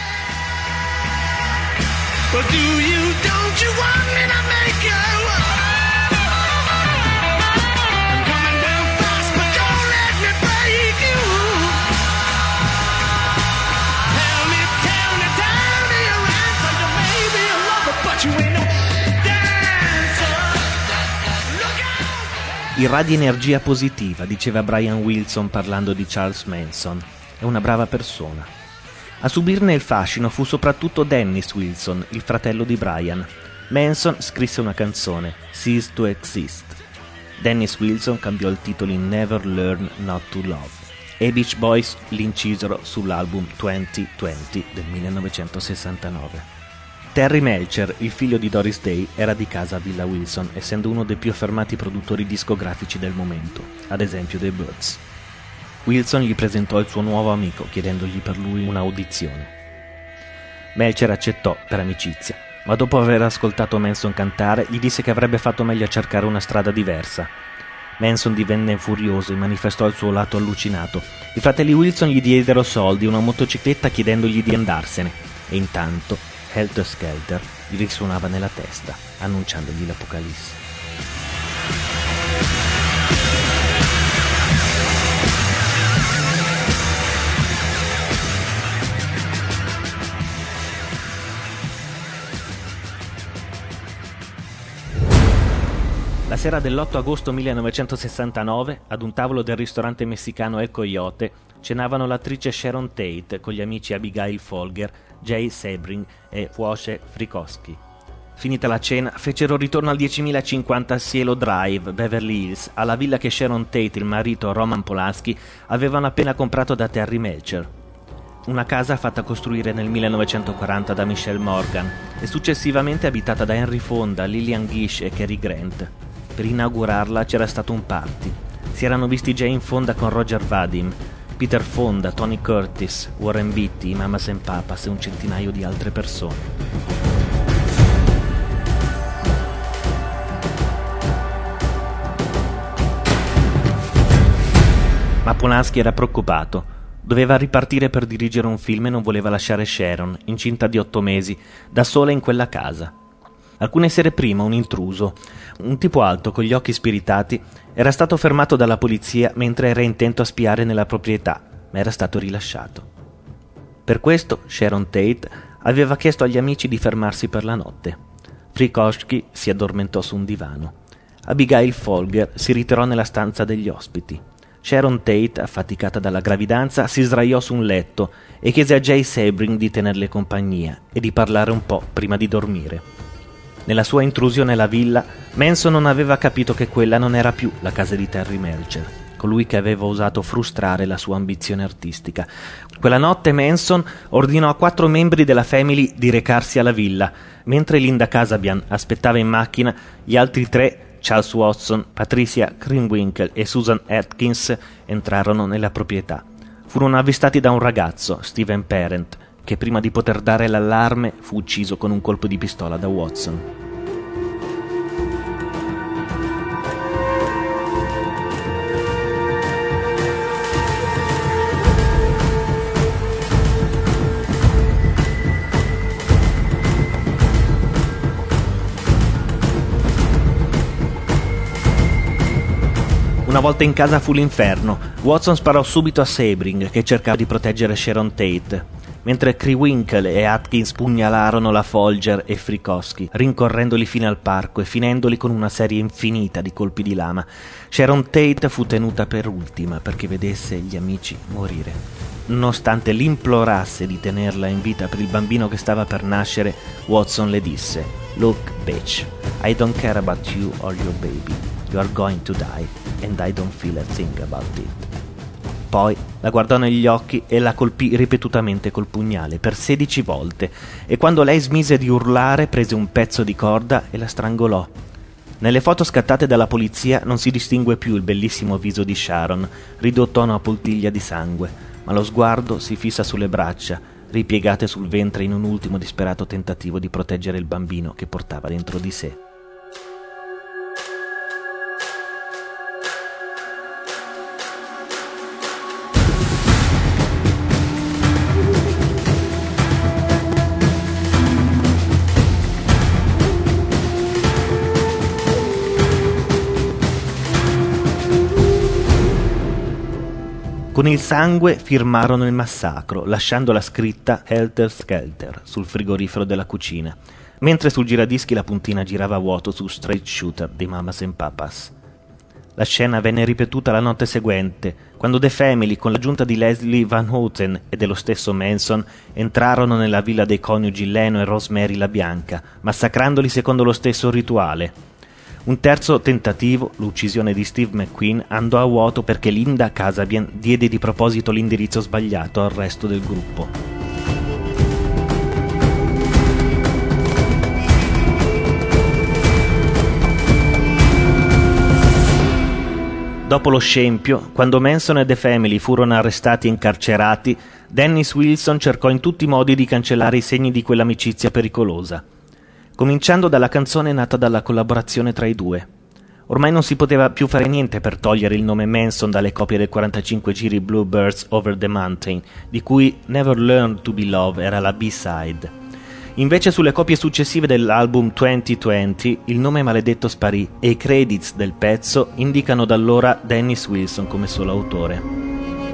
But don't you want me to make you? I'm coming down fast, but don't let me break you. Tell me your answer, you may be a lover, but you ain't no dancer. Look out! Irradi energia positiva, diceva Brian Wilson parlando di Charles Manson. È una brava persona. A subirne il fascino fu soprattutto Dennis Wilson, il fratello di Brian. Manson scrisse una canzone, Cease to Exist. Dennis Wilson cambiò il titolo in Never Learn Not to Love e i Beach Boys l'incisero sull'album 2020 del 1969. Terry Melcher, il figlio di Doris Day, era di casa a Villa Wilson, essendo uno dei più affermati produttori discografici del momento, ad esempio dei Birds. Wilson gli presentò il suo nuovo amico, chiedendogli per lui un'audizione. Melcher accettò per amicizia, ma dopo aver ascoltato Manson cantare, gli disse che avrebbe fatto meglio a cercare una strada diversa. Manson divenne furioso e manifestò il suo lato allucinato. I fratelli Wilson gli diedero soldi e una motocicletta chiedendogli di andarsene, e intanto Helter Skelter gli risuonava nella testa, annunciandogli l'apocalisse. La sera dell'8 agosto 1969, ad un tavolo del ristorante messicano El Coyote, cenavano l'attrice Sharon Tate con gli amici Abigail Folger, Jay Sebring e Wojciech Frykowski. Finita la cena, fecero ritorno al 10.050 Cielo Drive, Beverly Hills, alla villa che Sharon Tate, il marito Roman Polanski, avevano appena comprato da Terry Melcher. Una casa fatta costruire nel 1940 da Michelle Morgan e successivamente abitata da Henry Fonda, Lillian Gish e Cary Grant. Per inaugurarla c'era stato un party. Si erano visti già in Fonda con Roger Vadim, Peter Fonda, Tony Curtis, Warren Beatty, Mamas and Papas e un centinaio di altre persone. Ma Polanski era preoccupato. Doveva ripartire per dirigere un film e non voleva lasciare Sharon, incinta di 8 mesi, da sola in quella casa. Alcune sere prima un intruso, un tipo alto con gli occhi spiritati, era stato fermato dalla polizia mentre era intento a spiare nella proprietà, ma era stato rilasciato. Per questo Sharon Tate aveva chiesto agli amici di fermarsi per la notte. Frykowski si addormentò su un divano. Abigail Folger si ritirò nella stanza degli ospiti. Sharon Tate, affaticata dalla gravidanza, si sdraiò su un letto e chiese a Jay Sebring di tenerle compagnia e di parlare un po' prima di dormire. Nella sua intrusione alla villa, Manson non aveva capito che quella non era più la casa di Terry Melcher, colui che aveva osato frustrare la sua ambizione artistica. Quella notte Manson ordinò a 4 membri della family di recarsi alla villa, mentre Linda Kasabian aspettava in macchina gli altri 3, Charles Watson, Patricia Krenwinkel e Susan Atkins, entrarono nella proprietà. Furono avvistati da un ragazzo, Steven Parent, che prima di poter dare l'allarme fu ucciso con un colpo di pistola da Watson. Una volta in casa fu l'inferno. Watson sparò subito a Sebring, che cercava di proteggere Sharon Tate, mentre Krenwinkel e Atkins pugnalarono la Folger e Frykowski, rincorrendoli fino al parco e finendoli con una serie infinita di colpi di lama. Sharon Tate fu tenuta per ultima perché vedesse gli amici morire. Nonostante l'implorasse di tenerla in vita per il bambino che stava per nascere, Watson le disse: "Look, bitch, I don't care about you or your baby. You are going to die and I don't feel a thing about it." Poi la guardò negli occhi e la colpì ripetutamente col pugnale per 16 volte, e quando lei smise di urlare prese un pezzo di corda e la strangolò. Nelle foto scattate dalla polizia non si distingue più il bellissimo viso di Sharon, ridotto a una poltiglia di sangue, ma lo sguardo si fissa sulle braccia, ripiegate sul ventre in un ultimo disperato tentativo di proteggere il bambino che portava dentro di sé. Con il sangue firmarono il massacro, lasciando la scritta Helter Skelter sul frigorifero della cucina, mentre sul giradischi la puntina girava a vuoto su Straight Shooter di Mamas and Papas. La scena venne ripetuta la notte seguente, quando The Family, con l'aggiunta di Leslie Van Houten e dello stesso Manson, entrarono nella villa dei coniugi Leno e Rosemary La Bianca, massacrandoli secondo lo stesso rituale. Un terzo tentativo, l'uccisione di Steve McQueen, andò a vuoto perché Linda Kasabian diede di proposito l'indirizzo sbagliato al resto del gruppo. Dopo lo scempio, quando Manson e The Family furono arrestati e incarcerati, Dennis Wilson cercò in tutti i modi di cancellare i segni di quell'amicizia pericolosa, cominciando dalla canzone nata dalla collaborazione tra i due. Ormai non si poteva più fare niente per togliere il nome Manson dalle copie del 45 giri Bluebirds Over the Mountain, di cui Never Learned to Be Loved era la B-side. Invece sulle copie successive dell'album 2020 il nome maledetto sparì e i credits del pezzo indicano da allora Dennis Wilson come solo autore.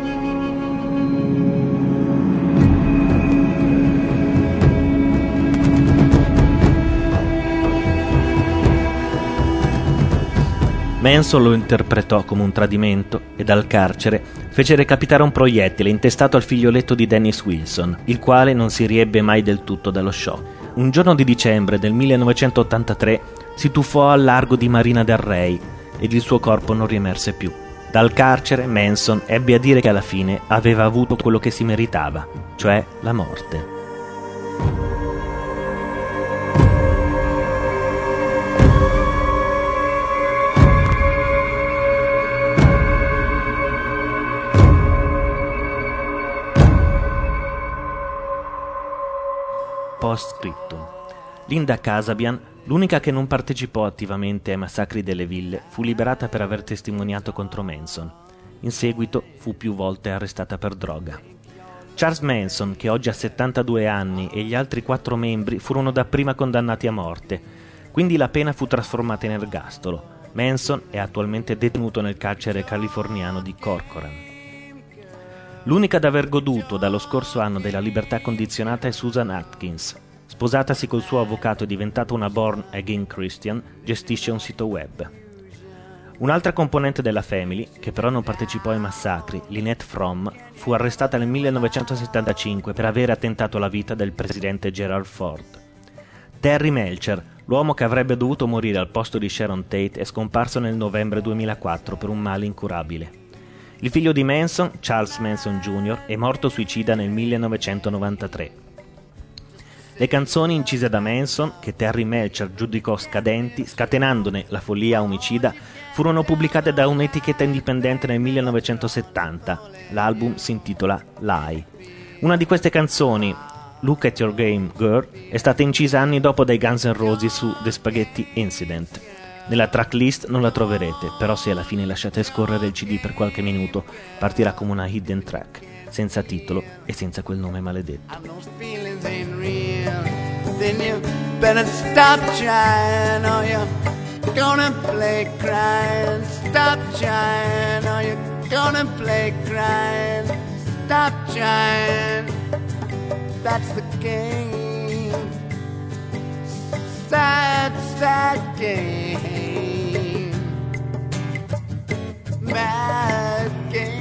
Manson lo interpretò come un tradimento e dal carcere fece recapitare un proiettile intestato al figlioletto di Dennis Wilson, il quale non si riebbe mai del tutto dallo shock. Un giorno di dicembre del 1983 si tuffò al largo di Marina del Rey ed il suo corpo non riemerse più. Dal carcere Manson ebbe a dire che alla fine aveva avuto quello che si meritava, cioè la morte. Post-scriptum. Linda Kasabian, l'unica che non partecipò attivamente ai massacri delle ville, fu liberata per aver testimoniato contro Manson. In seguito fu più volte arrestata per droga. Charles Manson, che oggi ha 72 anni, e gli altri 4 membri furono dapprima condannati a morte, quindi la pena fu trasformata in ergastolo. Manson è attualmente detenuto nel carcere californiano di Corcoran. L'unica ad aver goduto dallo scorso anno della libertà condizionata è Susan Atkins. Sposatasi col suo avvocato e diventata una born again Christian, gestisce un sito web. Un'altra componente della Family, che però non partecipò ai massacri, Lynette Fromm, fu arrestata nel 1975 per aver attentato alla vita del presidente Gerald Ford. Terry Melcher, l'uomo che avrebbe dovuto morire al posto di Sharon Tate, è scomparso nel novembre 2004 per un male incurabile. Il figlio di Manson, Charles Manson Jr., è morto suicida nel 1993. Le canzoni incise da Manson, che Terry Melcher giudicò scadenti, scatenandone la follia omicida, furono pubblicate da un'etichetta indipendente nel 1970. L'album si intitola Lie. Una di queste canzoni, Look at Your Game Girl, è stata incisa anni dopo dai Guns N' Roses su The Spaghetti Incident. Nella tracklist non la troverete, però se alla fine lasciate scorrere il CD per qualche minuto, partirà come una hidden track, senza titolo e senza quel nome maledetto. Then you better stop trying, or you're gonna play crying. Stop trying, or you're gonna play crying. Stop trying, that's the game. Sad, sad game. Mad game.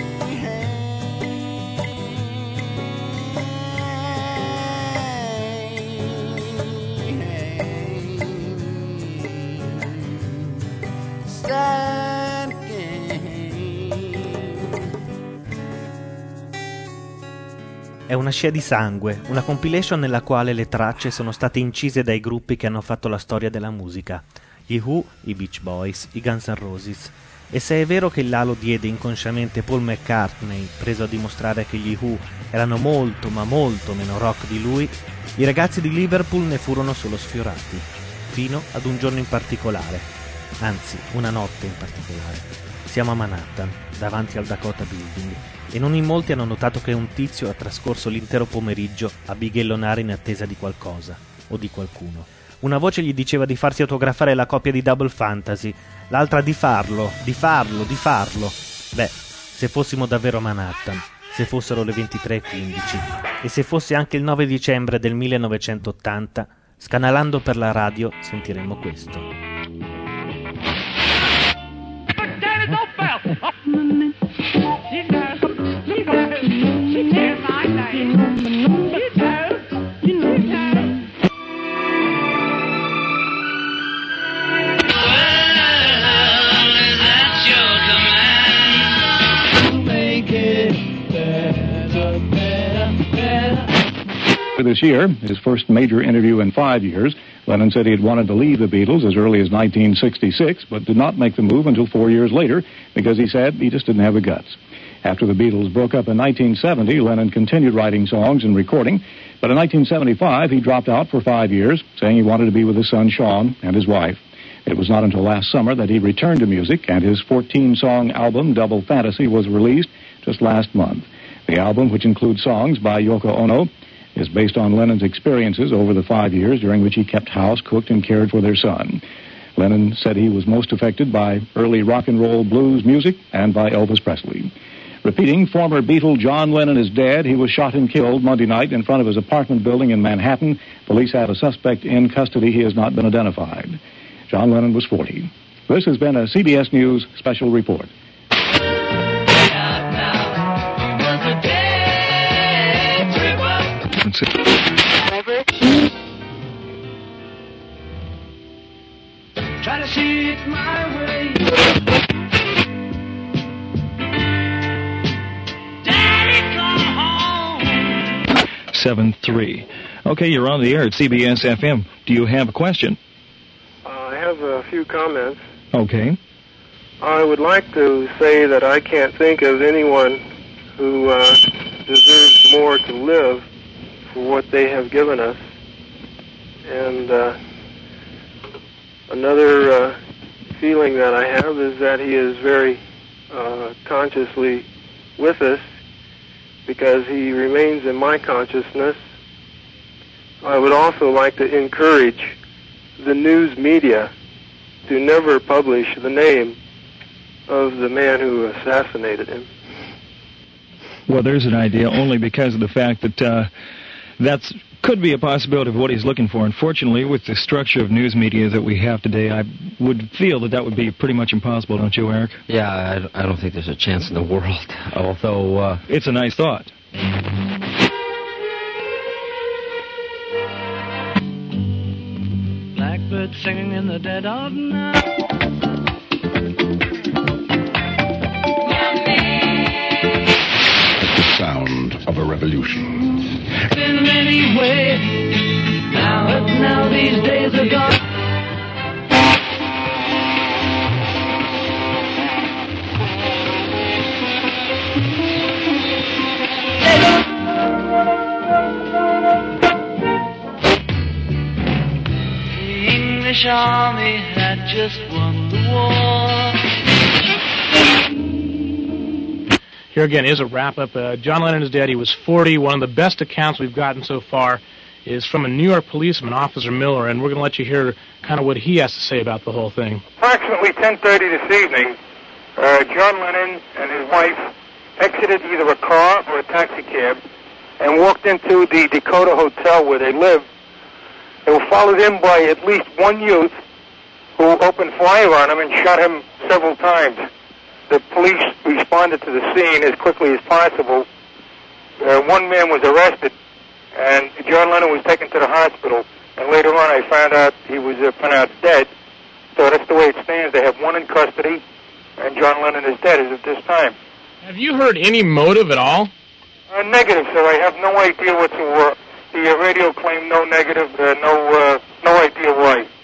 È una scia di sangue, una compilation nella quale le tracce sono state incise dai gruppi che hanno fatto la storia della musica. Gli Who, i Beach Boys, i Guns N' Roses. E se è vero che Lalo diede inconsciamente Paul McCartney, preso a dimostrare che gli Who erano molto ma molto meno rock di lui, i ragazzi di Liverpool ne furono solo sfiorati, fino ad un giorno in particolare, anzi una notte in particolare. Siamo a Manhattan, davanti al Dakota Building, e non in molti hanno notato che un tizio ha trascorso l'intero pomeriggio a bighellonare in attesa di qualcosa o di qualcuno. Una voce gli diceva di farsi autografare la copia di Double Fantasy, l'altra di farlo. Beh, se fossimo davvero a Manhattan, se fossero le 23:15 e se fosse anche il 9 dicembre del 1980, scanalando per la radio sentiremmo questo. This year, his first major interview in 5 years, Lennon said he had wanted to leave the Beatles as early as 1966, but did not make the move until 4 years later because he said he just didn't have the guts. After the Beatles broke up in 1970, Lennon continued writing songs and recording, but in 1975 he dropped out for 5 years, saying he wanted to be with his son Sean and his wife. It was not until last summer that he returned to music, and his 14-song album, Double Fantasy, was released just last month. The album, which includes songs by Yoko Ono, is based on Lennon's experiences over the 5 years during which he kept house, cooked, and cared for their son. Lennon said he was most affected by early rock and roll blues music and by Elvis Presley. Repeating, former Beatle John Lennon is dead. He was shot and killed Monday night in front of his apartment building in Manhattan. Police have a suspect in custody. He has not been identified. John Lennon was 40. This has been a CBS News special report. 7-3. Okay, you're on the air at CBS FM. Do you have a question? I have a few comments. Okay. I would like to say that I can't think of anyone who deserves more to live for what they have given us. And another feeling that I have is that he is very consciously with us because he remains in my consciousness. I would also like to encourage the news media to never publish the name of the man who assassinated him. Well, there's an idea only because of the fact that that's could be a possibility of what he's looking for. Unfortunately, with the structure of news media that we have today, I would feel that that would be pretty much impossible, don't you, Eric? Yeah, I don't think there's a chance in the world, although... It's a nice thought. Blackbird singing in the dead of night. The sound of a revolution. In many ways, now these days are gone. The English army had just won the war. Here again is a wrap-up. John Lennon is dead. He was 40. One of the best accounts we've gotten so far is from a New York policeman, Officer Miller, and we're going to let you hear kind of what he has to say about the whole thing. Approximately 10:30 this evening, John Lennon and his wife exited either a car or a taxi cab and walked into the Dakota Hotel where they live. They were followed in by at least one youth who opened fire on him and shot him several times. The police responded to the scene as quickly as possible. One man was arrested, and John Lennon was taken to the hospital. And later on, I found out he was pronounced dead. So that's the way it stands. They have one in custody, and John Lennon is dead as of this time. Have you heard any motive at all? Negative, sir. I have no idea whatsoever. The radio claimed no negative, no idea why.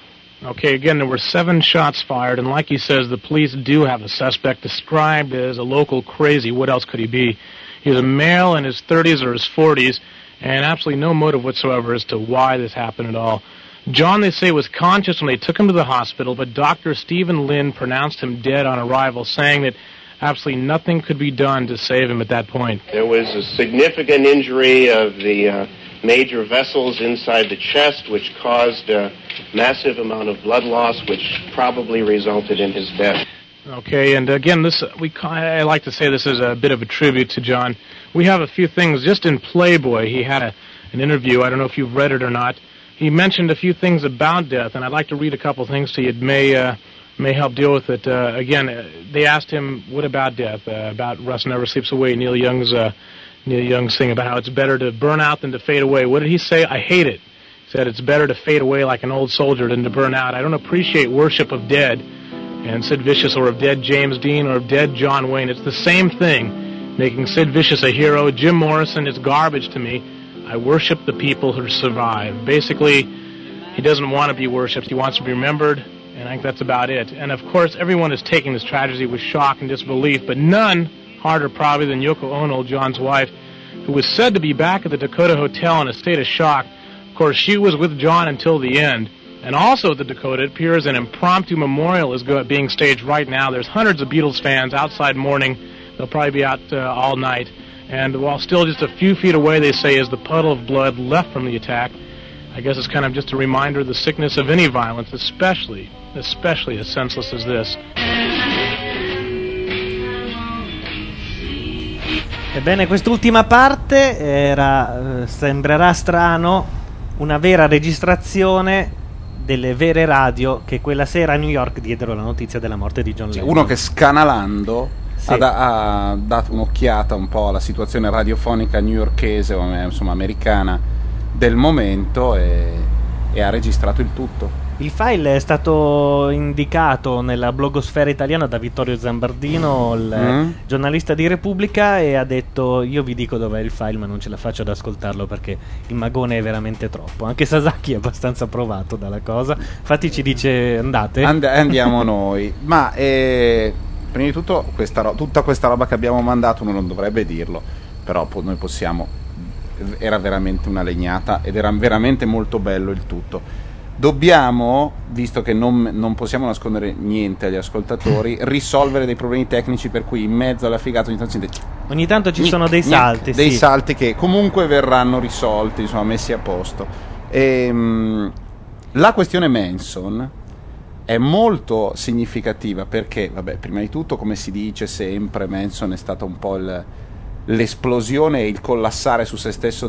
Okay, again, there were 7 shots fired, and like he says, the police do have a suspect described as a local crazy. What else could he be? He was a male in his 30s or his 40s, and absolutely no motive whatsoever as to why this happened at all. John, they say, was conscious when they took him to the hospital, but Dr. Stephen Lynn pronounced him dead on arrival, saying that absolutely nothing could be done to save him at that point. There was a significant injury of the major vessels inside the chest, which caused a massive amount of blood loss, which probably resulted in his death. Okay, and again, I like to say this is a bit of a tribute to John. We have a few things. Just in Playboy, he had an interview. I don't know if you've read it or not. He mentioned a few things about death, and I'd like to read a couple things to you. It may help deal with it. Again, they asked him, what about death? About Rust Never Sleeps Away, Neil Young's thing about how it's better to burn out than to fade away. What did he say? I hate it. He said it's better to fade away like an old soldier than to burn out. I don't appreciate worship of dead, and Sid Vicious, or of dead James Dean, or of dead John Wayne. It's the same thing, making Sid Vicious a hero. Jim Morrison is garbage to me. I worship the people who survive. Basically, he doesn't want to be worshipped. He wants to be remembered, and I think that's about it. And, of course, everyone is taking this tragedy with shock and disbelief, but none harder probably than Yoko Ono, John's wife, who was said to be back at the Dakota Hotel in a state of shock. Of course, she was with John until the end. And also at the Dakota, it appears an impromptu memorial is being staged right now. There's hundreds of Beatles fans outside mourning. They'll probably be out all night. And while still just a few feet away, they say, is the puddle of blood left from the attack. I guess it's kind of just a reminder of the sickness of any violence, especially as senseless as this. Ebbene, quest'ultima parte sembrerà strano, una vera registrazione delle vere radio che quella sera a New York diedero la notizia della morte di John Lennon. Uno che scanalando ha dato un'occhiata un po' alla situazione radiofonica newyorkese, insomma americana del momento, e ha registrato il tutto. Il file è stato indicato nella blogosfera italiana da Vittorio Zambardino, il giornalista di Repubblica, e ha detto: io vi dico dov'è il file, ma non ce la faccio ad ascoltarlo perché il magone è veramente troppo. Anche Sasaki è abbastanza provato dalla cosa, infatti ci dice andate. Andiamo noi. Ma prima di tutto tutta questa roba che abbiamo mandato uno non dovrebbe dirlo, però noi possiamo. Era veramente una legnata ed era veramente molto bello il tutto. Dobbiamo, visto che non possiamo nascondere niente agli ascoltatori, risolvere dei problemi tecnici, per cui in mezzo alla figata ogni tanto ci sono dei salti, dei salti che comunque verranno risolti, insomma messi a posto. La questione Manson è molto significativa perché, vabbè, prima di tutto, come si dice sempre, Manson è stata un po' l'esplosione e il collassare su se stesso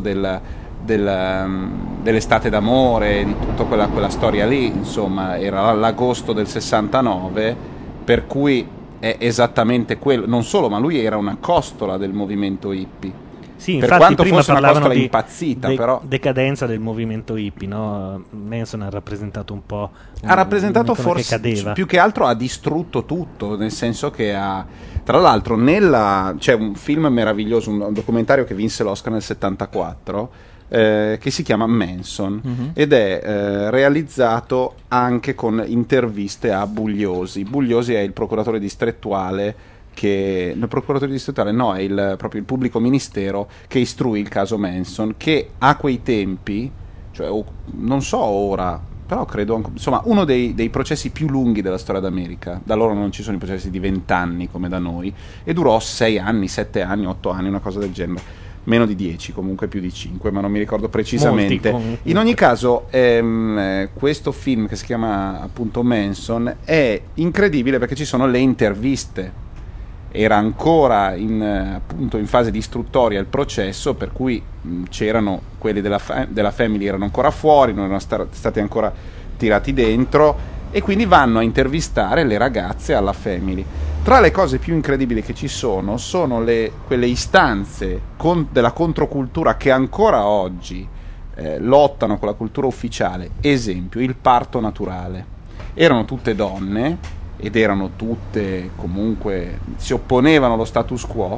dell'estate d'amore, di tutta quella storia lì, insomma, era l'agosto del 69, per cui è esattamente quello. Non solo, ma lui era una costola del movimento hippie. Sì, per infatti quanto prima fosse una parlavano costola di impazzita, però decadenza del movimento hippie, no? Manson ha rappresentato un po'. Ha rappresentato forse forse che cadeva. più che altro ha distrutto tutto, nel senso che tra l'altro c'è un film meraviglioso, un documentario che vinse l'Oscar nel 74, che si chiama Manson, ed è realizzato anche con interviste a Bugliosi. Bugliosi è il procuratore distrettuale è proprio il pubblico ministero che istruì il caso Manson, che a quei tempi, cioè non so ora, però credo insomma uno dei processi più lunghi della storia d'America. Da loro non ci sono i processi di 20 anni come da noi, e durò 6 anni, 7 anni, 8 anni, una cosa del genere, meno di 10, comunque più di 5, ma non mi ricordo precisamente. In ogni caso questo film, che si chiama appunto Manson, è incredibile perché ci sono le interviste. Era ancora appunto in fase di istruttoria il processo, per cui c'erano quelli della Family, erano ancora fuori, non erano stati ancora tirati dentro, e quindi vanno a intervistare le ragazze alla Family. Tra le cose più incredibili che ci sono quelle istanze della controcultura che ancora oggi lottano con la cultura ufficiale. Esempio, il parto naturale. Erano tutte donne ed erano tutte comunque, si opponevano allo status quo,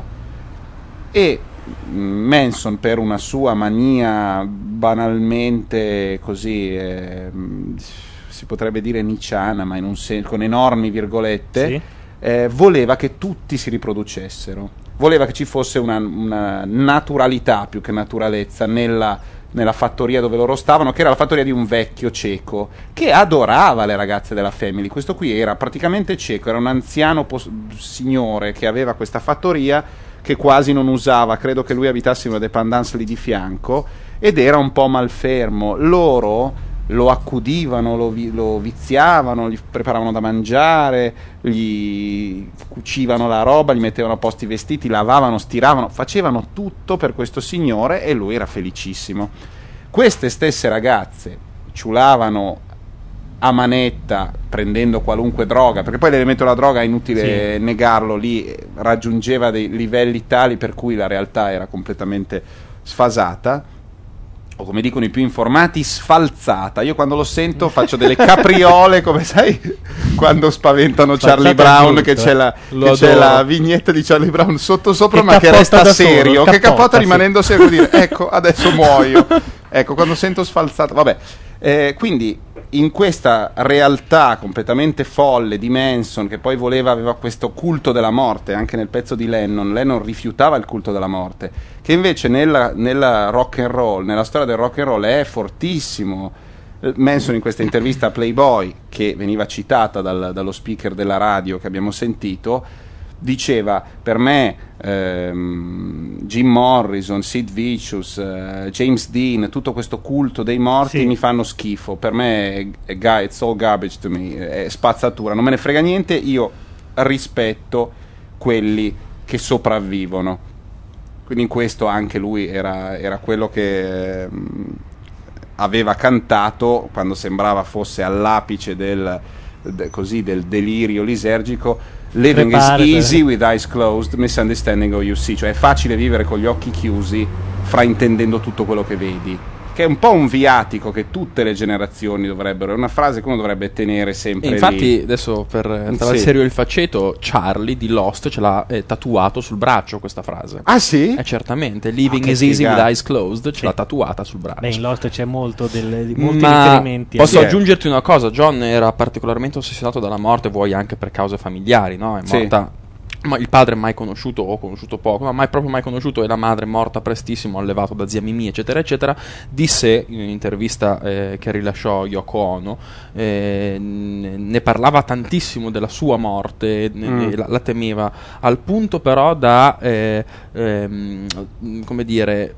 e Manson, per una sua mania banalmente così si potrebbe dire nicciana, ma con enormi virgolette, voleva che tutti si riproducessero, voleva che ci fosse una naturalità più che naturalezza nella fattoria dove loro stavano, che era la fattoria di un vecchio cieco che adorava le ragazze della Family. Questo qui era praticamente cieco, era un anziano signore che aveva questa fattoria che quasi non usava, credo che lui abitasse in una dépendance lì di fianco, ed era un po' malfermo. Loro lo accudivano, lo viziavano, gli preparavano da mangiare, gli cucivano la roba, gli mettevano a posto i vestiti, lavavano, stiravano, facevano tutto per questo signore e lui era felicissimo. Queste stesse ragazze ciulavano a manetta prendendo qualunque droga, perché poi l'elemento della droga è inutile negarlo, lì raggiungeva dei livelli tali per cui la realtà era completamente sfasata, o come dicono i più informati, sfalzata. Io quando lo sento faccio delle capriole, come sai quando spaventano Charlie Brown, che c'è la vignetta di Charlie Brown sopra, ma che resta serio, che capotta rimanendo serio, dire ecco adesso muoio, ecco, quando sento sfalzata, vabbè. Quindi in questa realtà completamente folle di Manson, che poi aveva questo culto della morte, anche nel pezzo di Lennon rifiutava il culto della morte, che invece nella rock and roll, nella storia del rock and roll è fortissimo. Manson in questa intervista a Playboy, che veniva citata dallo speaker della radio che abbiamo sentito, diceva: per me Jim Morrison, Sid Vicious, James Dean, tutto questo culto dei morti mi fanno schifo, per me it's all garbage to me, è spazzatura, non me ne frega niente, io rispetto quelli che sopravvivono. Quindi in questo anche lui era quello che aveva cantato quando sembrava fosse all'apice del delirio lisergico. Living is easy with eyes closed, misunderstanding all you see, cioè è facile vivere con gli occhi chiusi, fraintendendo tutto quello che vedi, che è un po' un viatico che tutte le generazioni dovrebbero, è una frase che uno dovrebbe tenere sempre. E infatti lì. Adesso per entrare serio il faceto, Charlie di Lost ce l'ha tatuato sul braccio questa frase. Ah sì? Certamente, living is easy with eyes closed, ce l'ha tatuata sul braccio. Beh, in Lost c'è molti riferimenti. Posso aggiungerti una cosa: John era particolarmente ossessionato dalla morte, vuoi anche per cause familiari, no? È morta. Ma il padre mai conosciuto o conosciuto poco, ma proprio mai conosciuto, e la madre morta prestissimo, allevato da zia Mimì, eccetera eccetera. Disse in un'intervista che rilasciò Yoko Ono, ne parlava tantissimo della sua morte, la temeva, al punto però da come dire,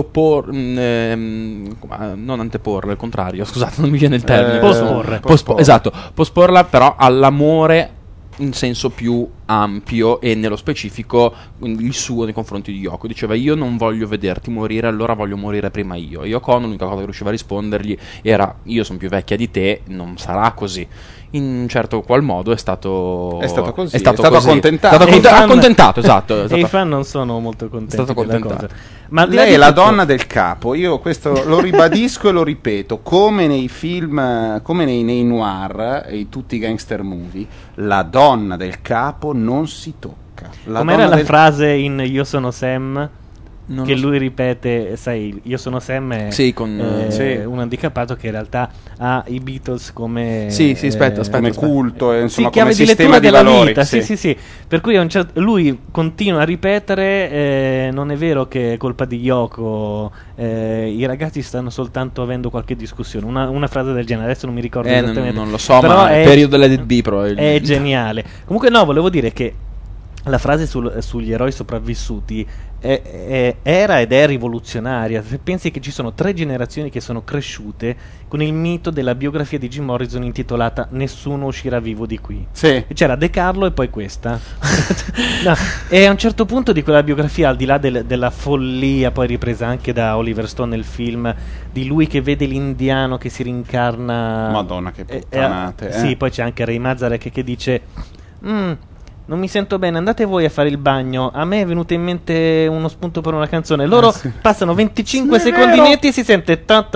non anteporre, al contrario, scusate, non mi viene il termine, posporla però all'amore in senso più ampio, e nello specifico il suo nei confronti di Yoko. Diceva: io non voglio vederti morire, allora voglio morire prima io. E Yoko Ono l'unica cosa che riusciva a rispondergli era: io sono più vecchia di te, non sarà così. In un certo qual modo è stato così, è stato così. Accontentato, esatto. E i fan non sono molto contenti della cosa. Ma lei è la donna del capo, io questo lo ribadisco e lo ripeto, come nei film, come nei noir e tutti i gangster movie, la donna del capo non si tocca. Com'era la frase in Io sono Sam? Che lui ripete, sai, Io sono Sam è un handicappato che in realtà ha i Beatles come aspetta, come culto, insomma, come sistema di valori. Vita. Sì. Per cui lui continua a ripetere: non è vero che è colpa di Yoko, i ragazzi stanno soltanto avendo qualche discussione. Una frase del genere, adesso non mi ricordo esattamente. Non lo so, però ma è periodo dell'Edit B probabilmente. È geniale. Comunque volevo dire che la frase sugli eroi sopravvissuti era ed è rivoluzionaria. Se pensi che ci sono 3 generazioni che sono cresciute con il mito della biografia di Jim Morrison intitolata Nessuno uscirà vivo di qui. C'era De Carlo e poi questa. E a un certo punto di quella biografia, al di là della follia poi ripresa anche da Oliver Stone nel film, di lui che vede l'indiano che si rincarna, Madonna che puttanate. Sì, poi c'è anche Ray Manzarek che dice: non mi sento bene, andate voi a fare il bagno, a me è venuto in mente uno spunto per una canzone. Loro passano 25 secondi netti e si sente vabbè,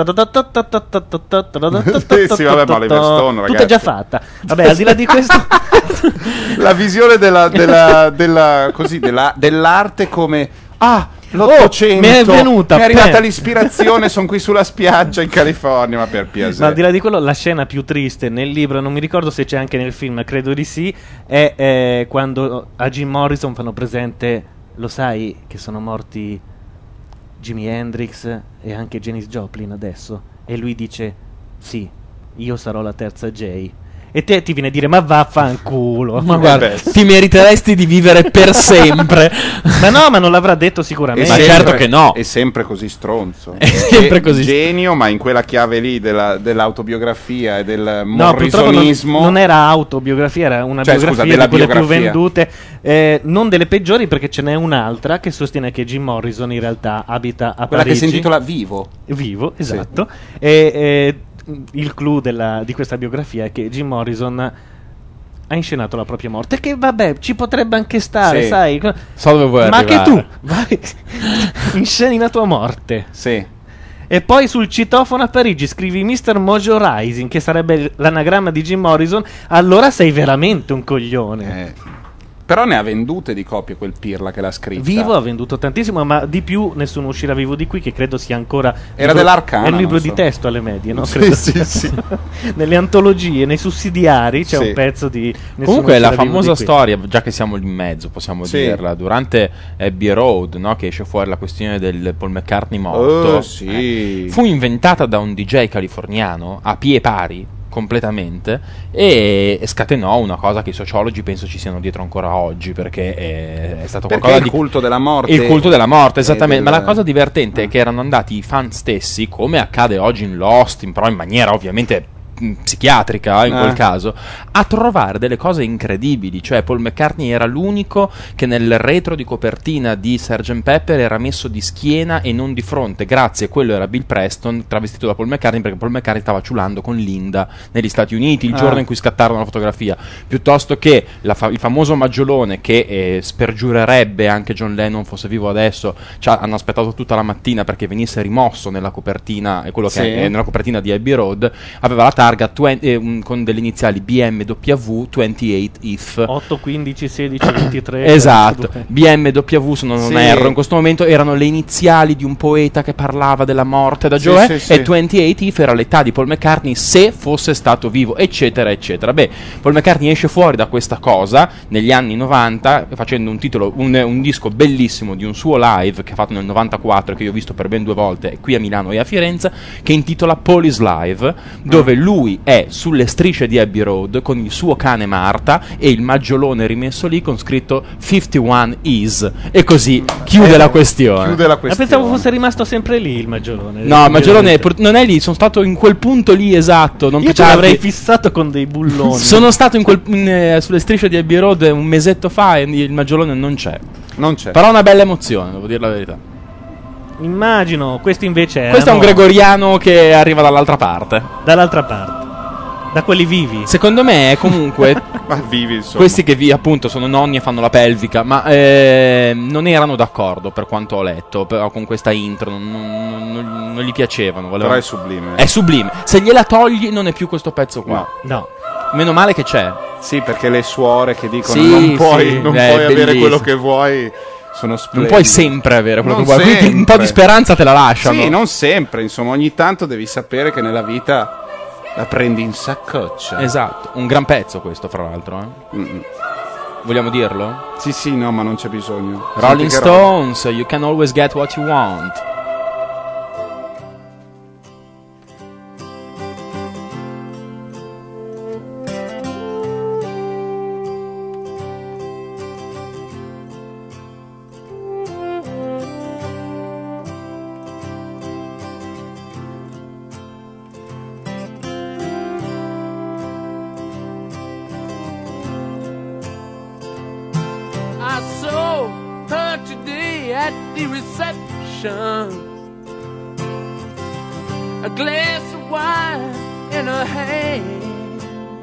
ma Oliver Stone, ragazzi, tutta già fatta. Vabbè, al di là di questo la visione dell'arte come L'800. mi è venuta mi è arrivata per- l'ispirazione, sono qui sulla spiaggia in California, ma per piacere. Ma al di là di quello, la scena più triste nel libro, non mi ricordo se c'è anche nel film, credo di sì, è quando a Jim Morrison fanno presente, lo sai che sono morti Jimi Hendrix e anche Janis Joplin adesso? E lui dice, sì, io sarò la terza J. E te ti viene a dire, ma vaffanculo. Ma guarda, ti meriteresti di vivere per sempre. Ma no, ma non l'avrà detto sicuramente. Ma certo che no. È sempre così stronzo. È sempre così genio, ma in quella chiave lì dell'autobiografia e del No, purtroppo morrisonismo. non era autobiografia, era una Cioè, biografia scusa, della di quelle più biografia. vendute, non delle peggiori, perché ce n'è un'altra che sostiene che Jim Morrison in realtà abita a Quella Parigi. che si intitola Vivo. Vivo, esatto. E il clou di questa biografia è che Jim Morrison ha inscenato la propria morte, che vabbè, ci potrebbe anche stare, Sì. sai. So dove vuoi Ma arrivare. che tu vai, insceni la tua morte. Sì. E poi sul citofono a Parigi scrivi Mr. Mojo Rising, che sarebbe l'anagramma di Jim Morrison, allora sei veramente un coglione. Però ne ha vendute di copie quel Pirla che l'ha scritta. Vivo ha venduto tantissimo, ma di più nessuno uscirà vivo di qui, che credo sia ancora Era dell'Arcana, è un libro non di so. testo alle medie, no? Sì, Credo sì, sia. sì. Nelle antologie, nei sussidiari c'è Sì. un pezzo di nessuno Comunque la uscirà vivo famosa di qui. storia, già che siamo in mezzo, possiamo Sì. dirla, durante Abbey Road, no, che esce fuori la questione del Paul McCartney morto, sì. fu inventata da un DJ californiano a pie pari completamente e scatenò una cosa che i sociologi penso ci siano dietro ancora oggi, perché è stato Perché qualcosa il culto della morte. il culto della morte, e esattamente. del- Ma la cosa divertente è che erano andati i fan stessi, come accade oggi in Lost, però in maniera ovviamente psichiatrica in quel caso, a trovare delle cose incredibili. Cioè Paul McCartney era l'unico che nel retro di copertina di Sgt. Pepper era messo di schiena e non di fronte, grazie, quello era Bill Preston travestito da Paul McCartney, perché Paul McCartney stava ciulando con Linda negli Stati Uniti il giorno in cui scattarono la fotografia, piuttosto che il famoso maggiolone che spergiurerebbe anche John Lennon fosse vivo adesso. Hanno aspettato tutta la mattina perché venisse rimosso nella copertina, quello che Sì. è nella copertina di Abbey Road, aveva la targa con delle iniziali BMW 28 if 8, 15, 16, 23 esatto, 22. BMW, se non Sì. erro in questo momento, erano le iniziali di un poeta che parlava della morte da Sì, Joe, sì, sì. e 28 if era l'età di Paul McCartney se fosse stato vivo, eccetera eccetera. Beh, Paul McCartney esce fuori da questa cosa negli anni 90 facendo un disco bellissimo di un suo live che ha fatto nel 94, che io ho visto per ben 2 volte qui a Milano e a Firenze, che intitola Police Live, dove lui è sulle strisce di Abbey Road con il suo cane Marta e il maggiolone rimesso lì con scritto 51 is, e così chiude la questione. Ma pensavo fosse rimasto sempre lì il maggiolone. No, il maggiolone non è lì, sono stato in quel punto lì esatto. Non Io ce tardi. l'avrei fissato con dei bulloni. Sono stato sulle strisce di Abbey Road un mesetto fa e il maggiolone non c'è. Non c'è. Però è una bella emozione, devo dire la verità. Immagino, questo invece Questo è un erano gregoriano che arriva dall'altra parte. dall'altra parte. Da quelli vivi. Secondo me è comunque Ma vivi, insomma. questi che appunto sono nonni e fanno la pelvica, ma non erano d'accordo per quanto ho letto con questa intro, non gli piacevano. Però è sublime. È sublime. Se gliela togli non è più questo pezzo qua. No. Meno male che c'è. Sì, perché le suore che dicono Sì, non puoi, sì, non è puoi avere bellissimo. quello che vuoi, sono splendide. Non puoi sempre avere quello Non che vuoi, quindi un po' sempre. di speranza te la lasciano. Sì, non sempre, insomma, ogni tanto devi sapere che nella vita la prendi in saccoccia. Esatto, un gran pezzo questo fra l'altro. Vogliamo dirlo? Sì, sì, no, ma non c'è bisogno. Rolling Senti che roba. Stones, You Can Always Get What You Want. I saw her today at the reception. A glass of wine in her hand.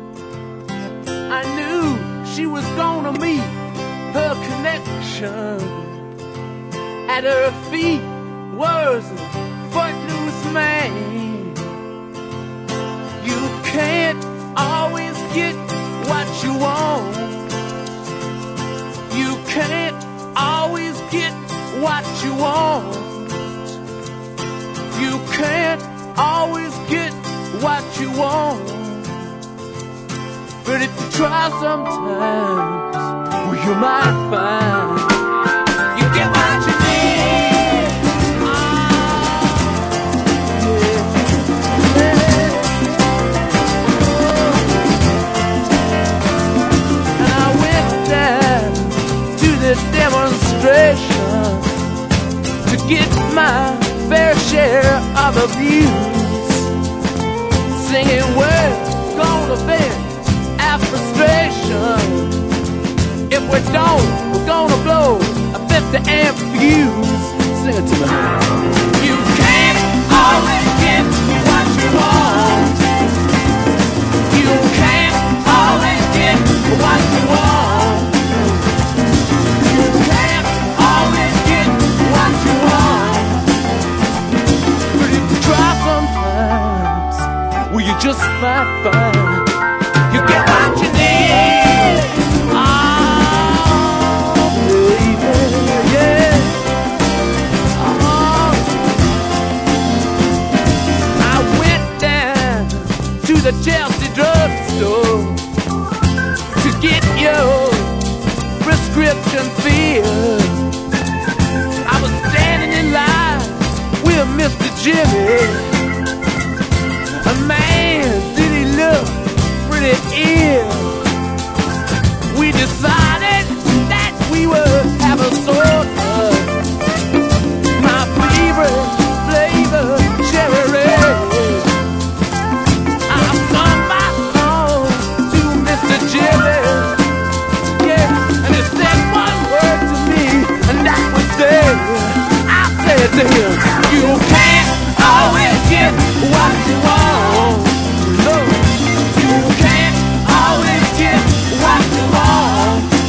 I knew she was gonna meet her connection. At her feet was a footloose man. You can't always get what you want. You can't always get what you want. You can't always get what you want. But if you try sometimes, well, you might find you get what you need. And I went down to the demonstration to get my fair share of abuse, singing we're gonna vent our frustration. If we don't, we're gonna blow a 50 amp fuse. Sing it to me. You can't always get what you want. You can't always get what you want. You can't always get what you want. But if you try sometimes, well, you just might find you get what you need. Oh, baby, yeah. Oh. I went down to the Chelsea drugstore to get your prescription filled. I was standing in line with Mr. Jimmy. A man, did he look pretty ill? We decided that we would have a soda. My favorite flavor, cherry red. I sung my song to Mr. Jimmy. Yeah, and he said one word to me, and that was it. I said to him, you can't always get what you want. No, you can't always get what you want.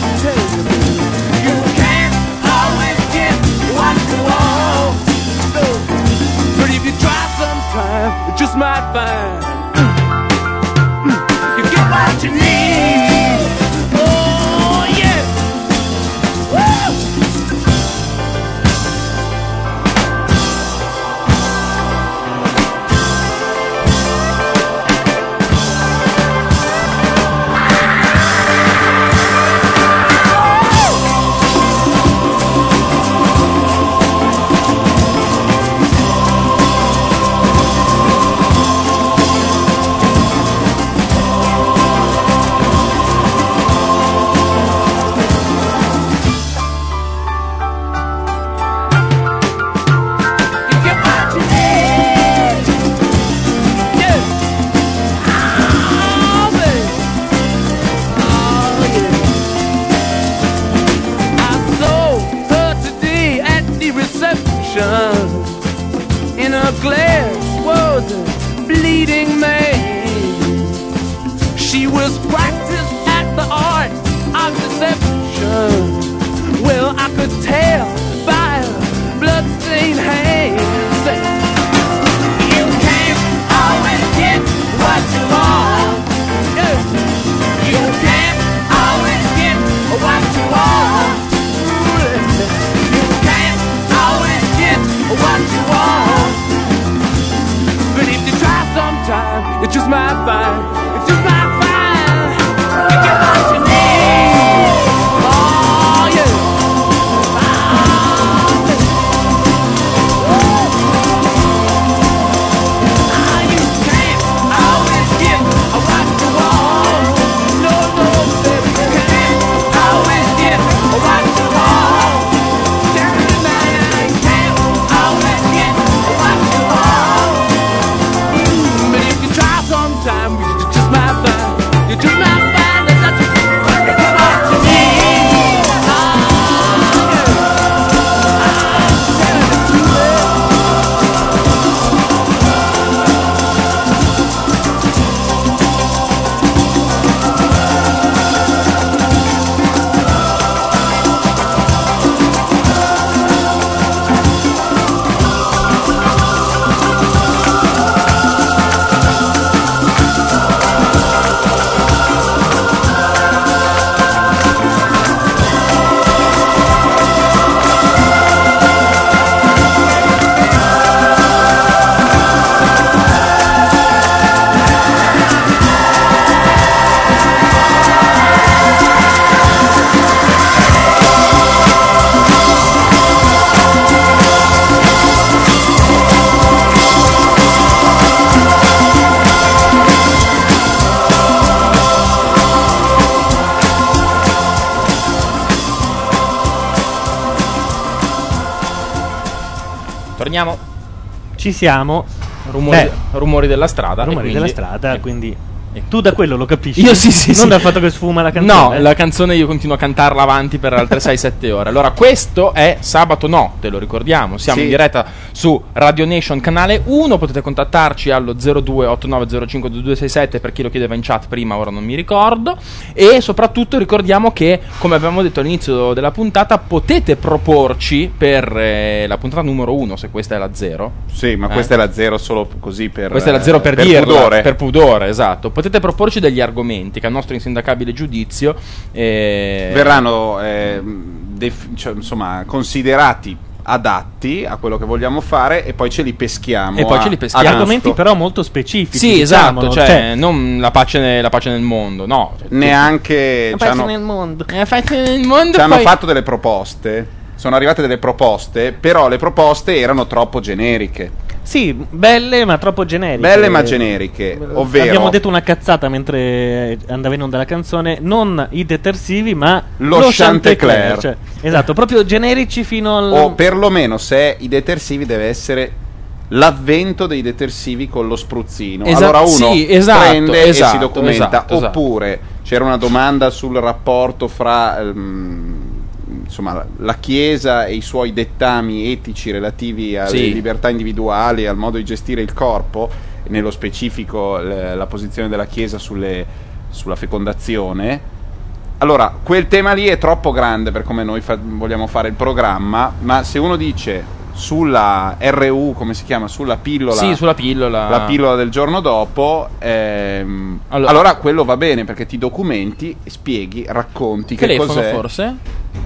Torniamo. Ci siamo. Rumori della strada. Rumori e quindi- della strada, quindi tu da quello lo capisci? Io sì. Non dal fatto che sfuma la canzone. No, la canzone io continuo a cantarla avanti per altre 6-7 ore. Allora, questo è sabato notte, lo ricordiamo. Siamo Sì. in diretta su Radio Nation canale 1. Potete contattarci allo 0289052267 per chi lo chiedeva in chat prima, ora non mi ricordo. E soprattutto ricordiamo che, come avevamo detto all'inizio della puntata, potete proporci per la puntata numero 1, se questa è la 0. Sì, ma questa è la 0 solo così per Questa è la 0 per dirla, pudore. per pudore, esatto. Potete proporci degli argomenti che a nostro insindacabile giudizio verranno cioè, insomma, considerati adatti a quello che vogliamo fare e poi ce li peschiamo. E poi ce li peschiamo. Argomenti però molto specifici. Sì, diciamolo, esatto, cioè non la pace nel mondo, no. Neanche La pace nel mondo. La pace nel mondo. ci hanno poi- fatto delle proposte. Sono arrivate delle proposte, però le proposte erano troppo generiche. Sì, belle ma troppo generiche. Belle ma generiche, ovvero abbiamo detto una cazzata mentre andava in onda la canzone, non i detersivi ma Lo Chantecler. cioè, esatto, proprio generici fino al o perlomeno se è i detersivi deve essere l'avvento dei detersivi con lo spruzzino. Allora uno sì, esatto, prende e si esatto, documenta. esatto. Oppure c'era una domanda sul rapporto fra insomma, la Chiesa e i suoi dettami etici relativi alle Sì. libertà individuali, al modo di gestire il corpo, e nello specifico la posizione della Chiesa sulla fecondazione. Allora, quel tema lì è troppo grande per come noi vogliamo fare il programma, ma se uno dice sulla RU, come si chiama, sulla pillola, Sì, sulla pillola. la pillola del giorno dopo, allora quello va bene perché ti documenti, spieghi, racconti che Telefono cos'è. forse?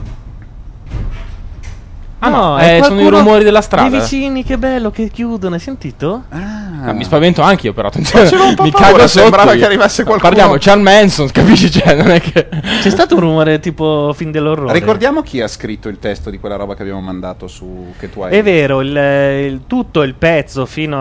Ah no, è sono i qualcuno- rumori della strada. I vicini, che bello, che chiudono, hai sentito? Ah, mi spavento anche io, però attenzione. Facevo un po' Mi paura, cago sotto. sembrava io. che arrivasse qualcuno. Parliamo, Charles Manson, capisci? Cioè, non è che. C'è stato un rumore tipo film dell'orrore. Ricordiamo chi ha scritto il testo di quella roba che abbiamo mandato su che tu hai. È vero, tutto il pezzo fino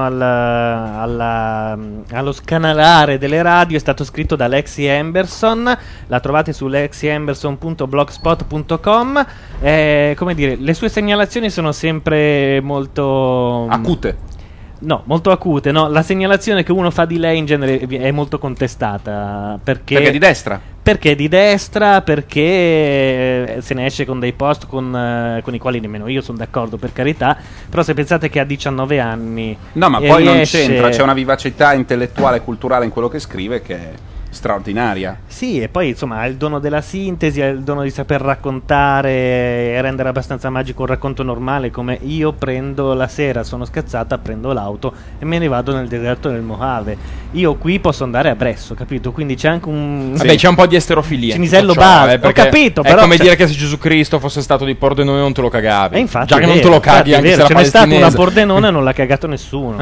allo scanalare delle radio è stato scritto da Lexi Emberson. La trovate su lexiemberson.blogspot.com. Come dire, le sue segnalazioni sono sempre molto acute. No, molto acute. No, la segnalazione che uno fa di lei in genere è molto contestata perché è di destra. Perché è di destra, perché se ne esce con dei post con i quali nemmeno io sono d'accordo, per carità. Però se pensate che ha 19 anni. No, ma e poi non riesce- c'entra, c'è una vivacità intellettuale e culturale in quello che scrive che è straordinaria. Sì, e poi insomma ha il dono della sintesi, ha il dono di saper raccontare e rendere abbastanza magico un racconto normale, come io prendo la sera, sono scazzata, prendo l'auto e me ne vado nel deserto del Mojave. Io qui posso andare a Bresso, capito? Quindi c'è anche un... Vabbè, c'è un po' di esterofilia. Cinisello in tutto ciò, base, ho perché capito, è però come c'è- dire che se Gesù Cristo fosse stato di Pordenone non te lo cagavi. E infatti Già è che non te vero, lo caghi infatti è anche se vero, era ce n'è stata una palestinese. Pordenone e non l'ha cagato nessuno.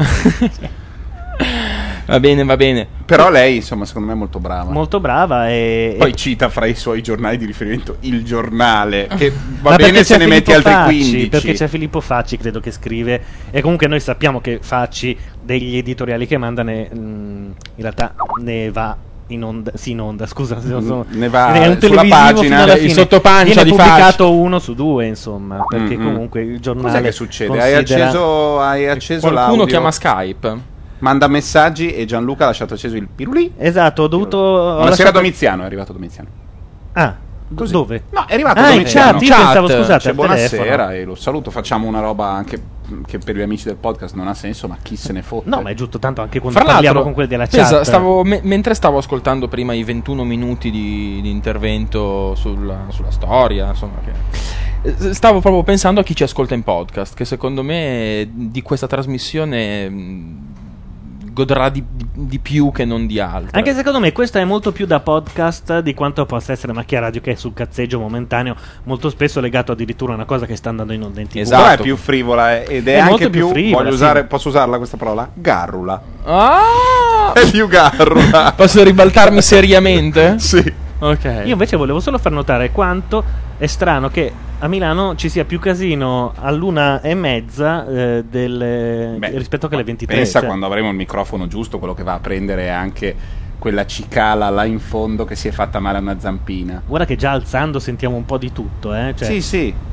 Va bene, va bene. Però lei, insomma, secondo me è molto brava. Molto brava e... Poi cita fra i suoi giornali di riferimento Il Giornale, che va Ma bene perché se c'è ne metti Filippo altri Facci, 15. perché c'è Filippo Facci, credo, che scrive, e comunque noi sappiamo che Facci degli editoriali che manda in realtà ne va in onda, scusa, ne va è un sulla televisivo pagina, fino alla il fine. sottopancia viene di pubblicato 1 su 2, insomma, perché Mm-mm. comunque il giornale Cos'è che succede? considera- Hai acceso Qualcuno l'audio? chiama Skype. Manda messaggi e Gianluca ha lasciato acceso il pirulì. Esatto, ho dovuto... ho Buonasera lasciato- Domiziano, è arrivato Domiziano. Ah, dove? No, è arrivato in Domiziano. chat, io pensavo, scusate, Cioè, al buonasera telefono. e lo saluto. Facciamo una roba anche che per gli amici del podcast non ha senso, ma chi se ne fotte. No, ma è giusto tanto anche quando Fra parliamo l'altro, con quelli della pensa, chat. mentre stavo ascoltando prima i 21 minuti di intervento sulla storia, insomma, stavo proprio pensando a chi ci ascolta in podcast, che secondo me di questa trasmissione godrà di più che non di altre. Anche secondo me questo è molto più da podcast di quanto possa essere Macchia Radio, che è sul cazzeggio momentaneo, molto spesso legato addirittura a una cosa che sta andando in onda in TV. Però è più frivola ed è molto anche più frivola, voglio sì. usare, posso usarla questa parola? Garrula. Ah! È più garrula. Posso ribaltarmi seriamente? Sì. Ok. Io invece volevo solo far notare quanto è strano che a Milano ci sia più casino all'1:30 rispetto che alle 23. Pensa cioè. quando avremo il microfono giusto, quello che va a prendere è anche quella cicala là in fondo che si è fatta male a una zampina. Guarda che già alzando sentiamo un po' di tutto, cioè, Sì, sì.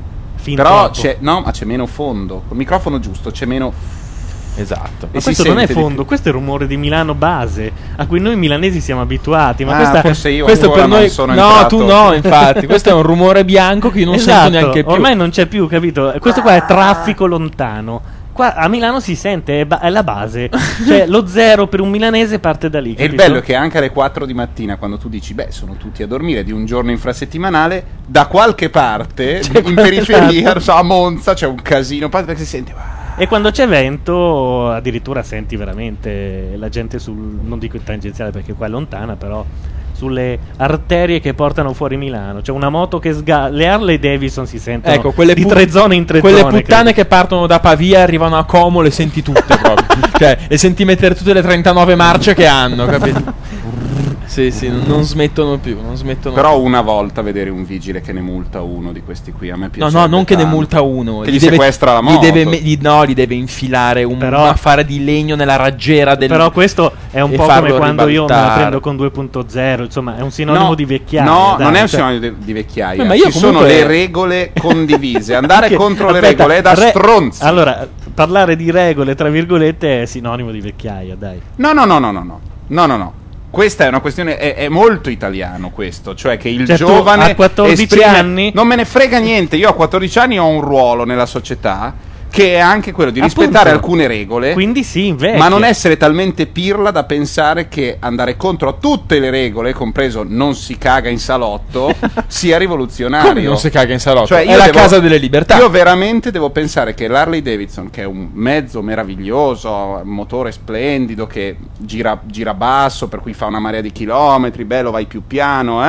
fin Però troppo. ma c'è meno fondo. Col microfono giusto c'è meno. Esatto. Ma questo non è fondo, questo è il rumore di Milano base, a cui noi milanesi siamo abituati. Ma questa, forse io questo ancora per noi non sono No, entrato. tu no, infatti. Questo è un rumore bianco che io non Esatto, sento neanche più. ormai non c'è più, capito? Questo qua è traffico lontano. Qua a Milano si sente, è la base. Cioè lo zero per un milanese parte da lì. E il capito? bello è che anche alle 4 di mattina, quando tu dici, sono tutti a dormire di un giorno infrasettimanale, da qualche parte, in periferia, non so, a Monza, c'è un casino, perché si sente. E quando c'è vento, addirittura senti veramente la gente non dico in tangenziale perché qua è lontana, però sulle arterie che portano fuori Milano. C'è una moto che le Harley Davidson si sentono di 3 zone in 3 quelle zone. puttane che partono da Pavia e arrivano a Como, le senti tutte proprio. Cioè, le senti mettere tutte le 39 marce che hanno, capito? Sì, non smettono più. Però una volta vedere un vigile che ne multa uno di questi qui a me piace. No, non che ne multa uno. Che gli sequestra la moto. Gli deve infilare un affare di legno nella raggiera del. Però questo è un e po' come farlo quando io me la ribaltare. prendo con 2.0, insomma, è un sinonimo No, di vecchiaia. No, dai, non è un cioè- sinonimo di vecchiaia. Ma io Ci sono comunque- le regole condivise. Andare Perché- contro le aspetta, regole è da stronzi. Allora, parlare di regole, tra virgolette, è sinonimo di vecchiaia, dai. No. Questa è una questione, è molto italiano questo, cioè che il Cioè, tu giovane a 14 esprime- anni- non me ne frega niente, io a 14 anni ho un ruolo nella società che è anche quello di rispettare Appunto. alcune regole, Quindi sì, invecchia. ma non essere talmente pirla da pensare che andare contro a tutte le regole, compreso non si caga in salotto, sia rivoluzionario. Come non si caga in salotto? Cioè, È io la devo- casa delle libertà. Io veramente devo pensare che l'Harley Davidson, che è un mezzo meraviglioso, un motore splendido che gira basso, per cui fa una marea di chilometri, bello, vai più piano,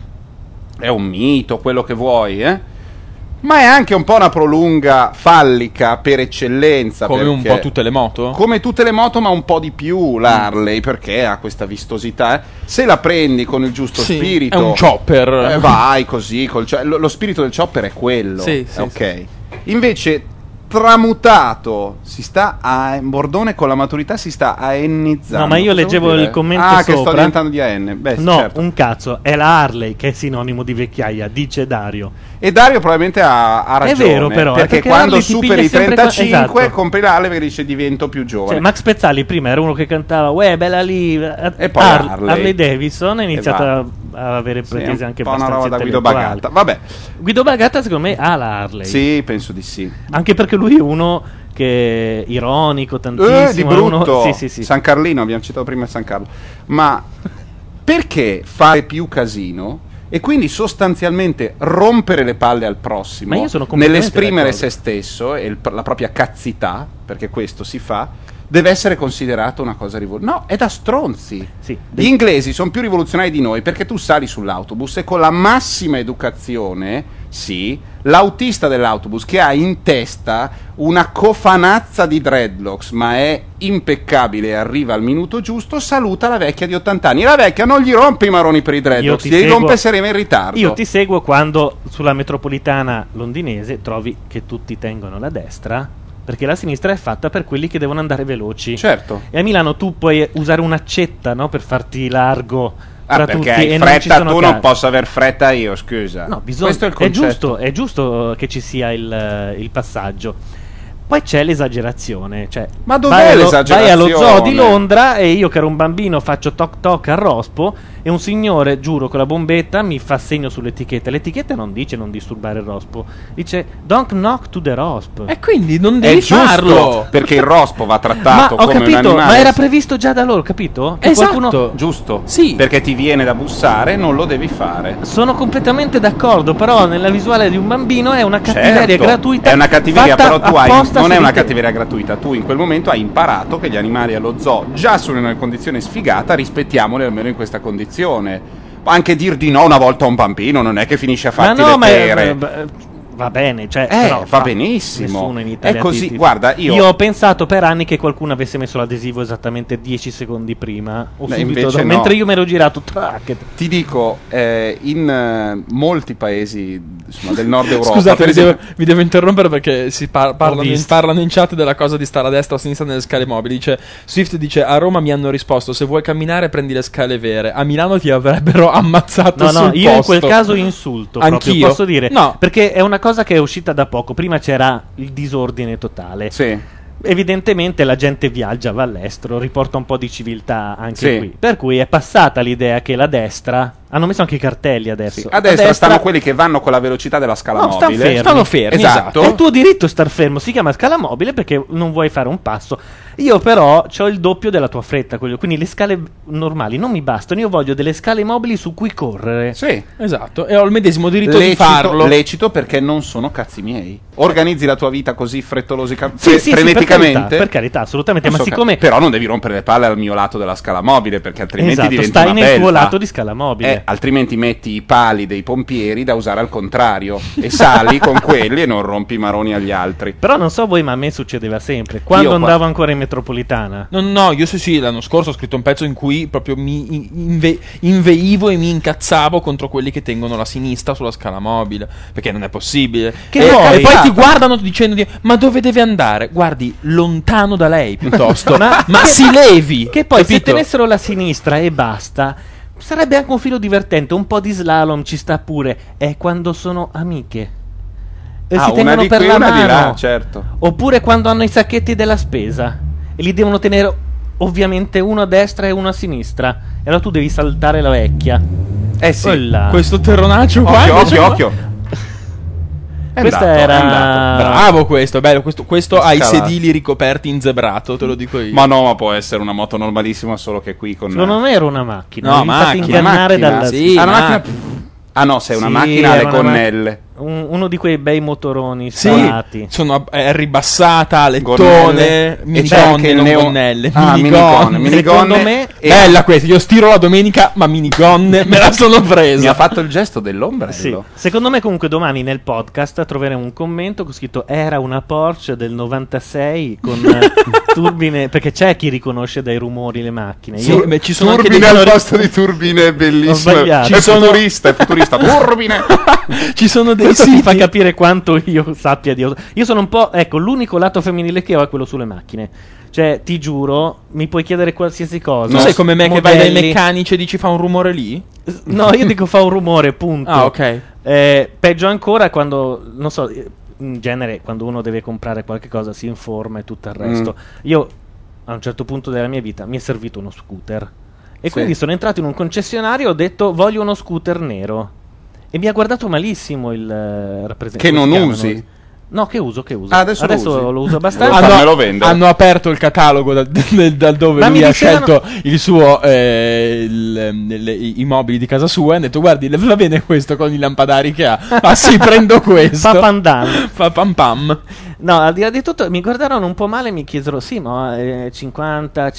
è un mito, quello che vuoi, ma è anche un po' una prolunga fallica per eccellenza. Come un perché- po' tutte le moto? Come tutte le moto, ma un po' di più l'Harley, perché ha questa vistosità. Se la prendi con il giusto Sì, spirito, è un chopper. vai così. Lo spirito del chopper è quello. Sì, ok. Invece, tramutato, Bordone con la maturità si sta aennizzando. No, ma io Cosa leggevo vuol dire? il commento che sopra. sto diventando di AN. Beh, No, certo. un cazzo, è la Harley che è sinonimo di vecchiaia, dice Dario. E Dario probabilmente ha ragione. È vero, però, perché perché quando Harley ti superi i piglia sempre 35 esatto. compri l'Harley perché dice divento più giovane. Cioè, Max Pezzali prima era uno che cantava uè bella lì, E poi Harley Davidson ha iniziato va. a avere Sì, pretese un anche po' una abbastanza roba da Guido intellettuali. Bagatta. Vabbè. Guido Bagatta secondo me ha la Harley. Sì, penso di sì. Anche perché lui è uno che è ironico tantissimo. Di è brutto. uno- sì. San Carlino, abbiamo citato prima San Carlo. Ma perché fare più casino e quindi sostanzialmente rompere le palle al prossimo Ma io sono completamente nell'esprimere d'accordo. se stesso e la propria cazzità, perché questo si fa, deve essere considerato una cosa rivoluzionaria. No, è da stronzi. Gli inglesi sono più rivoluzionari di noi perché tu sali sull'autobus e con la massima educazione, sì, l'autista dell'autobus che ha in testa una cofanazza di dreadlocks, ma è impeccabile e arriva al minuto giusto, saluta la vecchia di 80 anni. E la vecchia non gli rompe i maroni per i dreadlocks, ti li seguo- rompe se arriva in ritardo. Io ti seguo quando sulla metropolitana londinese trovi che tutti tengono la destra, perché la sinistra è fatta per quelli che devono andare veloci. Certo. E a Milano tu puoi usare un'accetta, no, per farti largo tra tutti perché hai e non ci fretta sono tu, non casi. posso aver fretta io, scusa. No, bisogna, Questo è il concetto. è giusto che ci sia il passaggio. Poi c'è l'esagerazione, cioè Ma dov'è vai l'esagerazione? allo zoo di Londra e io che ero un bambino faccio toc toc al rospo e un signore, giuro, con la bombetta mi fa segno sull'etichetta. L'etichetta non dice non disturbare il rospo, dice don't knock to the rosp. E quindi non È devi giusto, farlo. perché il rospo va Ma trattato ho come un capito, animale. ma era previsto già da loro, capito? Che Esatto. qualcuno... Giusto, Sì. perché ti viene da bussare, non lo devi fare. Sono completamente d'accordo, però nella visuale di un bambino è una cattiveria Certo, gratuita. è una cattiveria, fatta però tu hai, apposta non su è una di te. cattiveria gratuita. Tu in quel momento hai imparato che gli animali allo zoo già sono in una condizione sfigata, rispettiamoli almeno in questa condizione. Anche dir di no una volta a un bambino non è che finisce a farti le pere. Va bene, cioè, però va benissimo. nessuno in Italia È così, ti- guarda, io ho pensato per anni che qualcuno avesse messo l'adesivo esattamente 10 secondi prima o Beh, subito invece dopo, no. mentre io mi ero girato track. ti dico, in molti paesi insomma, del nord Europa, Scusate, per esempio, vi devo interrompere perché si parlano visto. parlano in chat della cosa di stare a destra o a sinistra nelle scale mobili. Dice Swift dice a Roma mi hanno risposto se vuoi camminare prendi le scale vere. A Milano ti avrebbero ammazzato No, sul io in posto. quel caso insulto Anch'io. proprio, posso dire, No. perché è una cosa cosa che è uscita da poco. Prima c'era il disordine totale. Sì. Evidentemente la gente viaggia, va all'estero, riporta un po' di civiltà anche Sì. qui. Per cui è passata l'idea che la destra. Hanno messo anche i cartelli adesso. Sì, a destra stanno quelli che vanno con la velocità della scala No, mobile. stanno fermi. Esatto. È il tuo diritto star fermo, si chiama scala mobile perché non vuoi fare un passo. Io però ho il doppio della tua fretta, quindi le scale normali non mi bastano, io voglio delle scale mobili su cui correre. Sì. Esatto, e ho il medesimo diritto di Lecito, farlo. lecito perché non sono cazzi miei. Organizzi la tua vita così Sì, freneticamente. per carità, assolutamente, Non ma so siccome però non devi rompere le palle al mio lato della scala mobile perché altrimenti Esatto, diventa stai una nel tuo belva. lato di scala mobile. Altrimenti metti i pali dei pompieri da usare al contrario e sali con quelli e non rompi i maroni agli altri. Però non so voi, ma a me succedeva sempre. Quando Io andavo ancora in metropolitana. No, io sì, l'anno scorso ho scritto un pezzo in cui proprio mi inveivo e mi incazzavo contro quelli che tengono la sinistra sulla scala mobile, perché non è possibile. E poi ti guardano dicendo ma dove deve andare? Guardi, lontano da lei piuttosto. ma si levi. Che poi se capito? tenessero la sinistra e basta, sarebbe anche un filo divertente, un po' di slalom ci sta pure. È quando sono amiche. E si una tengono di per qui la una mano. di là, certo. Oppure quando hanno i sacchetti della spesa e li devono tenere ovviamente uno a destra e uno a sinistra. E allora tu devi saltare la vecchia. Sì. Quella. Questo terronaccio qua invece- Occhio. Questa era Bravo questo, bello, questo ha i Scala. sedili ricoperti in zebrato, te lo dico io. Ma no, ma può essere una moto normalissima, solo che qui con Non era una macchina. No, mi fate macchina, ingannare macchina, dal sì, una macchina. Ah no, sei una Sì, macchina alle era una gonnelle. uno di quei bei motoroni Sì, scalati. è ribassata, Gonnelle. lettone, E c'è anche minigonne, il non neo- gonnelle, Ah, minigonne. Secondo me Bella questa, io stiro la domenica, ma minigonne me la sono presa. Mi ha fatto il gesto dell'ombrello. Sì. Secondo me comunque domani nel podcast troveremo un commento con scritto era una Porsche del 96 con turbine, perché c'è chi riconosce dai rumori le macchine. Sì, beh, ci sono anche Turbine dei al posto di turbine è bellissimo. Ho sbagliato. È futurista, turbine. Ci sono dei Questo ti siti fa capire quanto io sappia di auto. Io sono un po', ecco, l'unico lato femminile che ho è quello sulle macchine. Cioè, ti giuro, mi puoi chiedere qualsiasi cosa. Non sei come me che vai dai Modelli. meccanici e dici fa un rumore lì? No, io dico fa un rumore, punto. Ah, ok. Peggio ancora quando, non so, in genere quando uno deve comprare qualche cosa si informa e tutto il resto. Io, a un certo punto della mia vita, mi è servito uno scooter. E Sì. quindi sono entrato in un concessionario e ho detto voglio uno scooter nero. E mi ha guardato malissimo il rappresentante. Che non come si usi? chiamano? No, che uso. Ah, adesso lo usi? lo uso abbastanza. Fammelo vendere. Hanno aperto il catalogo da dove Ma lui mi ha dicevano- scelto il suo i mobili di casa sua e ha detto guardi va bene questo con i lampadari che ha. Ah sì, prendo questo. Fa pandan. Fa pam pam. No, al di là di tutto mi guardarono un po' male e mi chiesero sì, ma 50,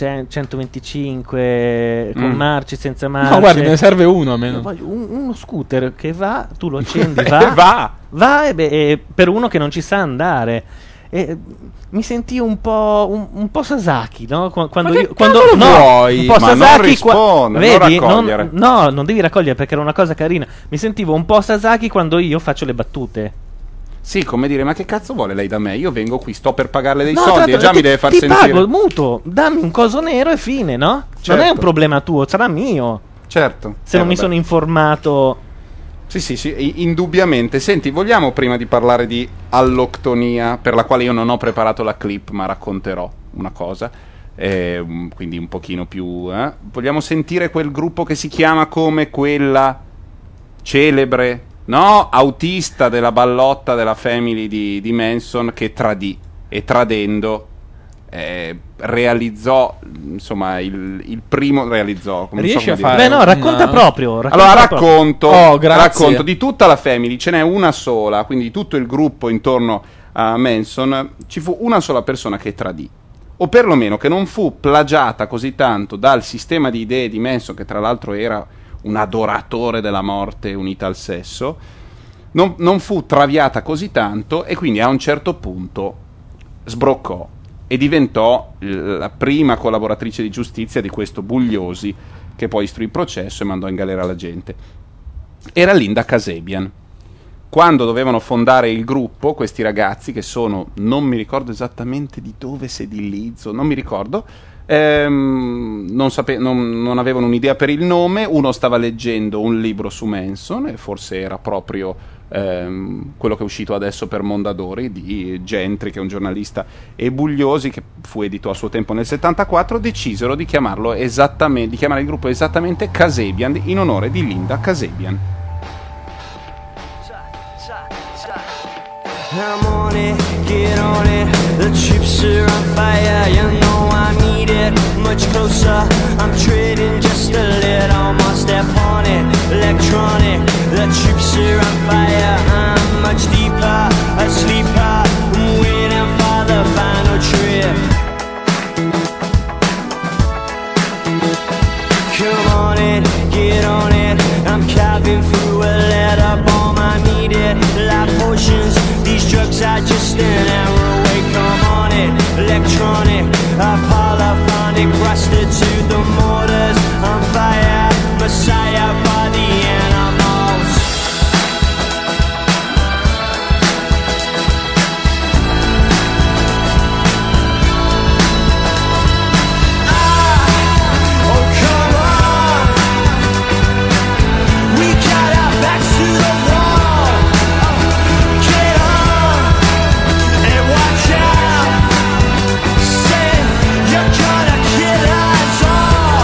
125 con marce, senza marce. No, guardi, me ne serve uno Io almeno. voglio uno scooter che va, tu lo accendi, va e per uno che non ci sa andare. E mi sentii un po' Sasaki, no? Quando Ma che io quando cavolo no, vuoi? un po' Ma non Sasaki rispondere, vedi, non raccogliere. no, non devi raccogliere perché era una cosa carina. Mi sentivo un po' Sasaki quando io faccio le battute. Sì, come dire, ma che cazzo vuole lei da me? Io vengo qui, sto per pagarle dei No, soldi tra e l'altro già mi deve far ti sentire. pago il mutuo, dammi un coso nero e fine, no? Non Certo. è un problema tuo, sarà mio. Certo. Se non mi vabbè. sono informato. Sì, indubbiamente. Senti, vogliamo prima di parlare di alloctonia, per la quale io non ho preparato la clip, ma racconterò una cosa, quindi un pochino più... Vogliamo sentire quel gruppo che si chiama come quella celebre, no? Autista della ballotta della family di Manson che tradì, e tradendo realizzò, insomma, il primo realizzò. Come non so Riesci come a dire. fare Beh no, racconta proprio. Allora proprio. racconto, Oh, grazie. racconto di tutta la family, ce n'è una sola, quindi di tutto il gruppo intorno a Manson ci fu una sola persona che tradì, o perlomeno che non fu plagiata così tanto dal sistema di idee di Manson, che tra l'altro era un adoratore della morte unita al sesso, non fu traviata così tanto e quindi a un certo punto sbroccò e diventò la prima collaboratrice di giustizia di questo Bugliosi, che poi istruì il processo e mandò in galera la gente. Era Linda Kasabian. Quando dovevano fondare il gruppo, questi ragazzi che sono, non mi ricordo esattamente di dove, se di Leeds, non mi ricordo, non avevano un'idea per il nome. Uno stava leggendo un libro su Manson e forse era proprio quello che è uscito adesso per Mondadori di Gentry, che è un giornalista, e Bugliosi, che fu edito a suo tempo nel 74, decisero di chiamarlo esattamente, di chiamare il gruppo esattamente Kasabian, in onore di Linda Kasabian. I'm on it, get on it. The chips are on fire, you know I need it. Much closer, I'm trading just a little more. Step on it, electronic. The chips are on fire, I'm much deeper, a sleeper. I'm waiting for the final trip. Come on it, get on it. I'm carving through a letter bomb. I need it, life potions. These drugs are just an arrow away. Come on it, electronic, polyphonic, rusted to the mortars. On fire, messiah for the animals. Oh come on, we got our backs to the wall. Get on and watch out. Say you're gonna kill us all.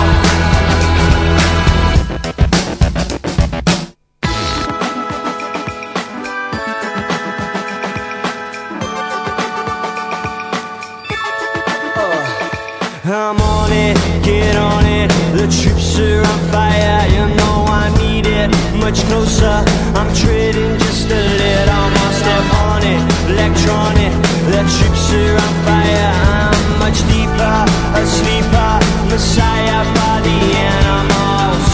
I'm on it, get on it. The troops are on fire, you know I need it. Much closer, I'm trading just a little more. Step on it, electronic. The troops are on fire, I'm much deeper, a sleeper, messiah for the animals.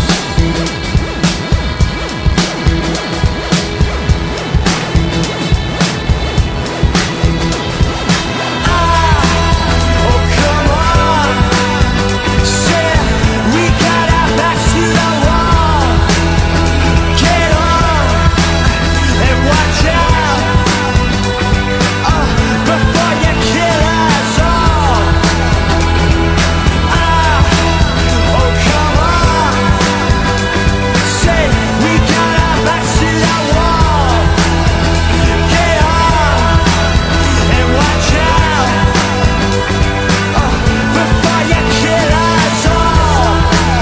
Oh come on, say we got our backs to the wall. Get on and watch out before you kill us all. Oh come on, say we got our backs to the wall. Get on and watch out before you kill us all.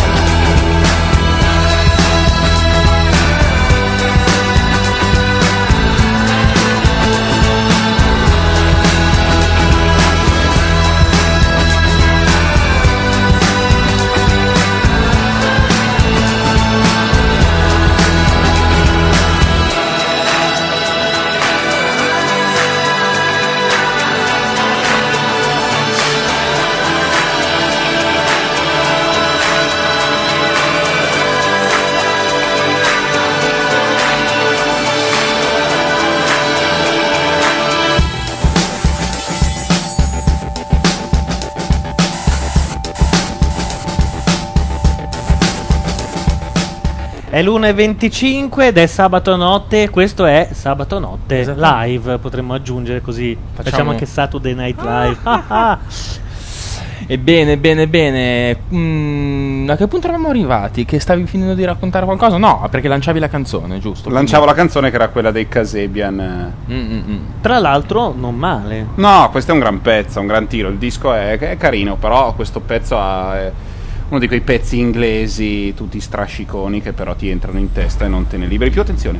È l'1:25 ed è sabato notte. Questo è sabato notte live. Potremmo aggiungere così. Facciamo anche Saturday Night Live. Ebbene, bene, bene. A che punto eravamo arrivati? Che stavi finendo di raccontare qualcosa? No, perché lanciavi la canzone, giusto? Lanciavo la canzone che era quella dei Kasabian. Tra l'altro, non male. No, questo è un gran pezzo, un gran tiro. Il disco è carino, però questo pezzo è uno di quei pezzi inglesi tutti strasciconi che però ti entrano in testa e non te ne liberi più. Attenzione,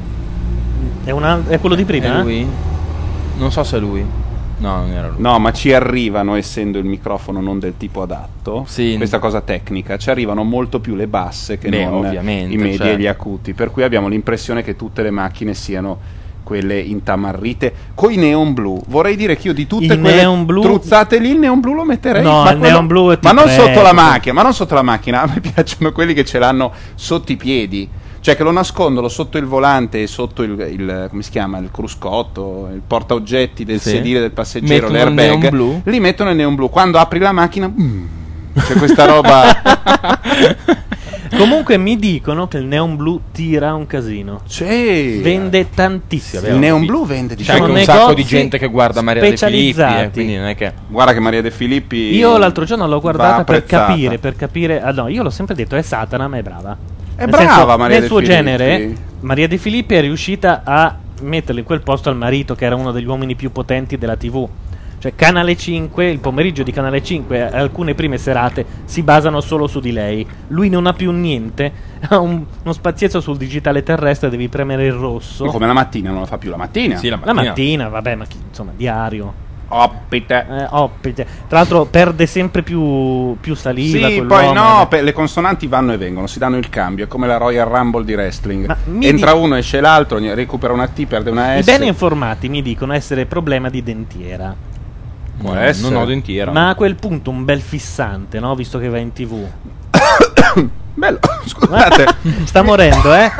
è quello di prima? È lui? Non so se è lui. No, non era lui. No, ma ci arrivano, essendo il microfono non del tipo adatto, questa cosa tecnica, ci arrivano molto più le basse che non ovviamente, i medi certo. e gli acuti, per cui abbiamo l'impressione che tutte le macchine siano quelle intamarrite coi neon blu. Vorrei dire che io di tutte quelle neon blu truzzate lì, il neon blu lo metterei. No, il neon blu ma non sotto la macchina, ma non sotto la macchina. A me piacciono quelli che ce l'hanno sotto i piedi, cioè che lo nascondono sotto il volante e sotto il come si chiama, il cruscotto, il portaoggetti del sedile del passeggero, mettono l'airbag. il neon blu? Li mettono il neon blu. Quando apri la macchina c'è questa roba. Comunque mi dicono che il neon blu tira un casino. Sì. Vende tantissimo. Il neon blu vende, c'è anche un sacco di gente che guarda Maria De Filippi, quindi non è che guarda che Maria De Filippi io l'altro giorno l'ho guardata per apprezzata. capire. Ah no, io l'ho sempre detto, è Satana, ma è brava. È Nel brava senso, Maria nel De suo Filippi. genere, Maria De Filippi è riuscita a metterle in quel posto al marito, che era uno degli uomini più potenti della TV. Cioè Canale 5, il pomeriggio di Canale 5, alcune prime serate si basano solo su di lei. Lui non ha più niente, ha uno spazietto sul digitale terrestre, devi premere il rosso. Come la mattina, non la fa più la mattina. Sì, la mattina, vabbè, ma insomma, diario. Oppite. Oppite. Tra l'altro perde sempre più saliva. Sì, poi no, le consonanti vanno e vengono, si danno il cambio, è come la Royal Rumble di wrestling. Entra uno, esce l'altro, recupera una T, perde una I S. bene informati mi dicono essere problema di dentiera. Può essere. Non ho dentiera. Ma a quel punto un bel fissante, no? Visto che va in TV. Bello, scusate. Sta morendo, eh?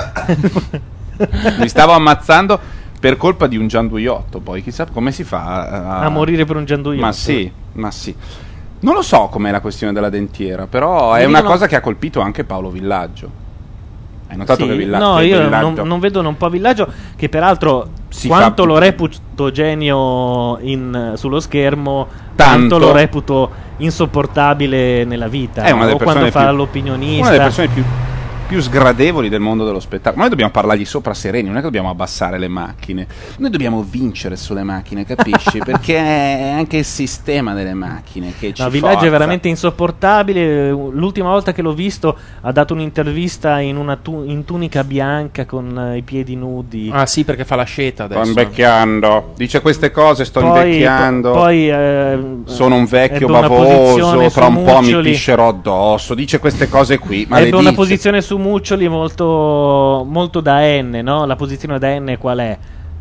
Mi stavo ammazzando per colpa di un gianduiotto. Poi chissà come si fa A morire per un gianduiotto. Ma sì. Non lo so com'è la questione della dentiera, però è Mi una dicono- cosa che ha colpito anche Paolo Villaggio. Hai notato Sì, che Villaggio? no, che io Villaggio- non vedo un po' Villaggio, che peraltro Si quanto fa- lo reputo genio sullo schermo, Tanto. quanto lo reputo insopportabile nella vita. È una delle o quando persone fa più- l'opinionista. Una delle persone più sgradevoli del mondo dello spettacolo. Noi dobbiamo parlargli sopra sereni, non è che dobbiamo abbassare le macchine. Noi dobbiamo vincere sulle macchine, capisci? Perché è anche il sistema delle macchine che ci No, Villaggio forza. è veramente insopportabile. L'ultima volta che l'ho visto ha dato un'intervista in una in tunica bianca con i piedi nudi. Ah sì, perché fa la sceta Sto adesso. invecchiando. Dice queste cose, sto Poi- invecchiando. poi, sono un vecchio ebbe una bavoso, posizione tra un su po' mi Muccioli. piscerò addosso. Dice queste cose qui, ma Ebbe le una dice. posizione su Muccioli molto, molto da N, no? La posizione da N qual è?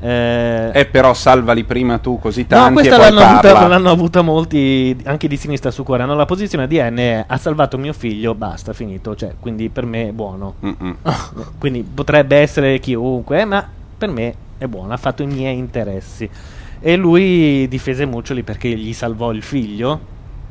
Però salvali prima tu così No, tanti questa e poi parla. l'hanno avuta molti anche di sinistra su cuore. No, la posizione di N è: ha salvato mio figlio, basta, finito. Cioè, quindi per me è buono. Quindi potrebbe essere chiunque, ma per me è buono, ha fatto i miei interessi. E lui difese Muccioli perché gli salvò il figlio.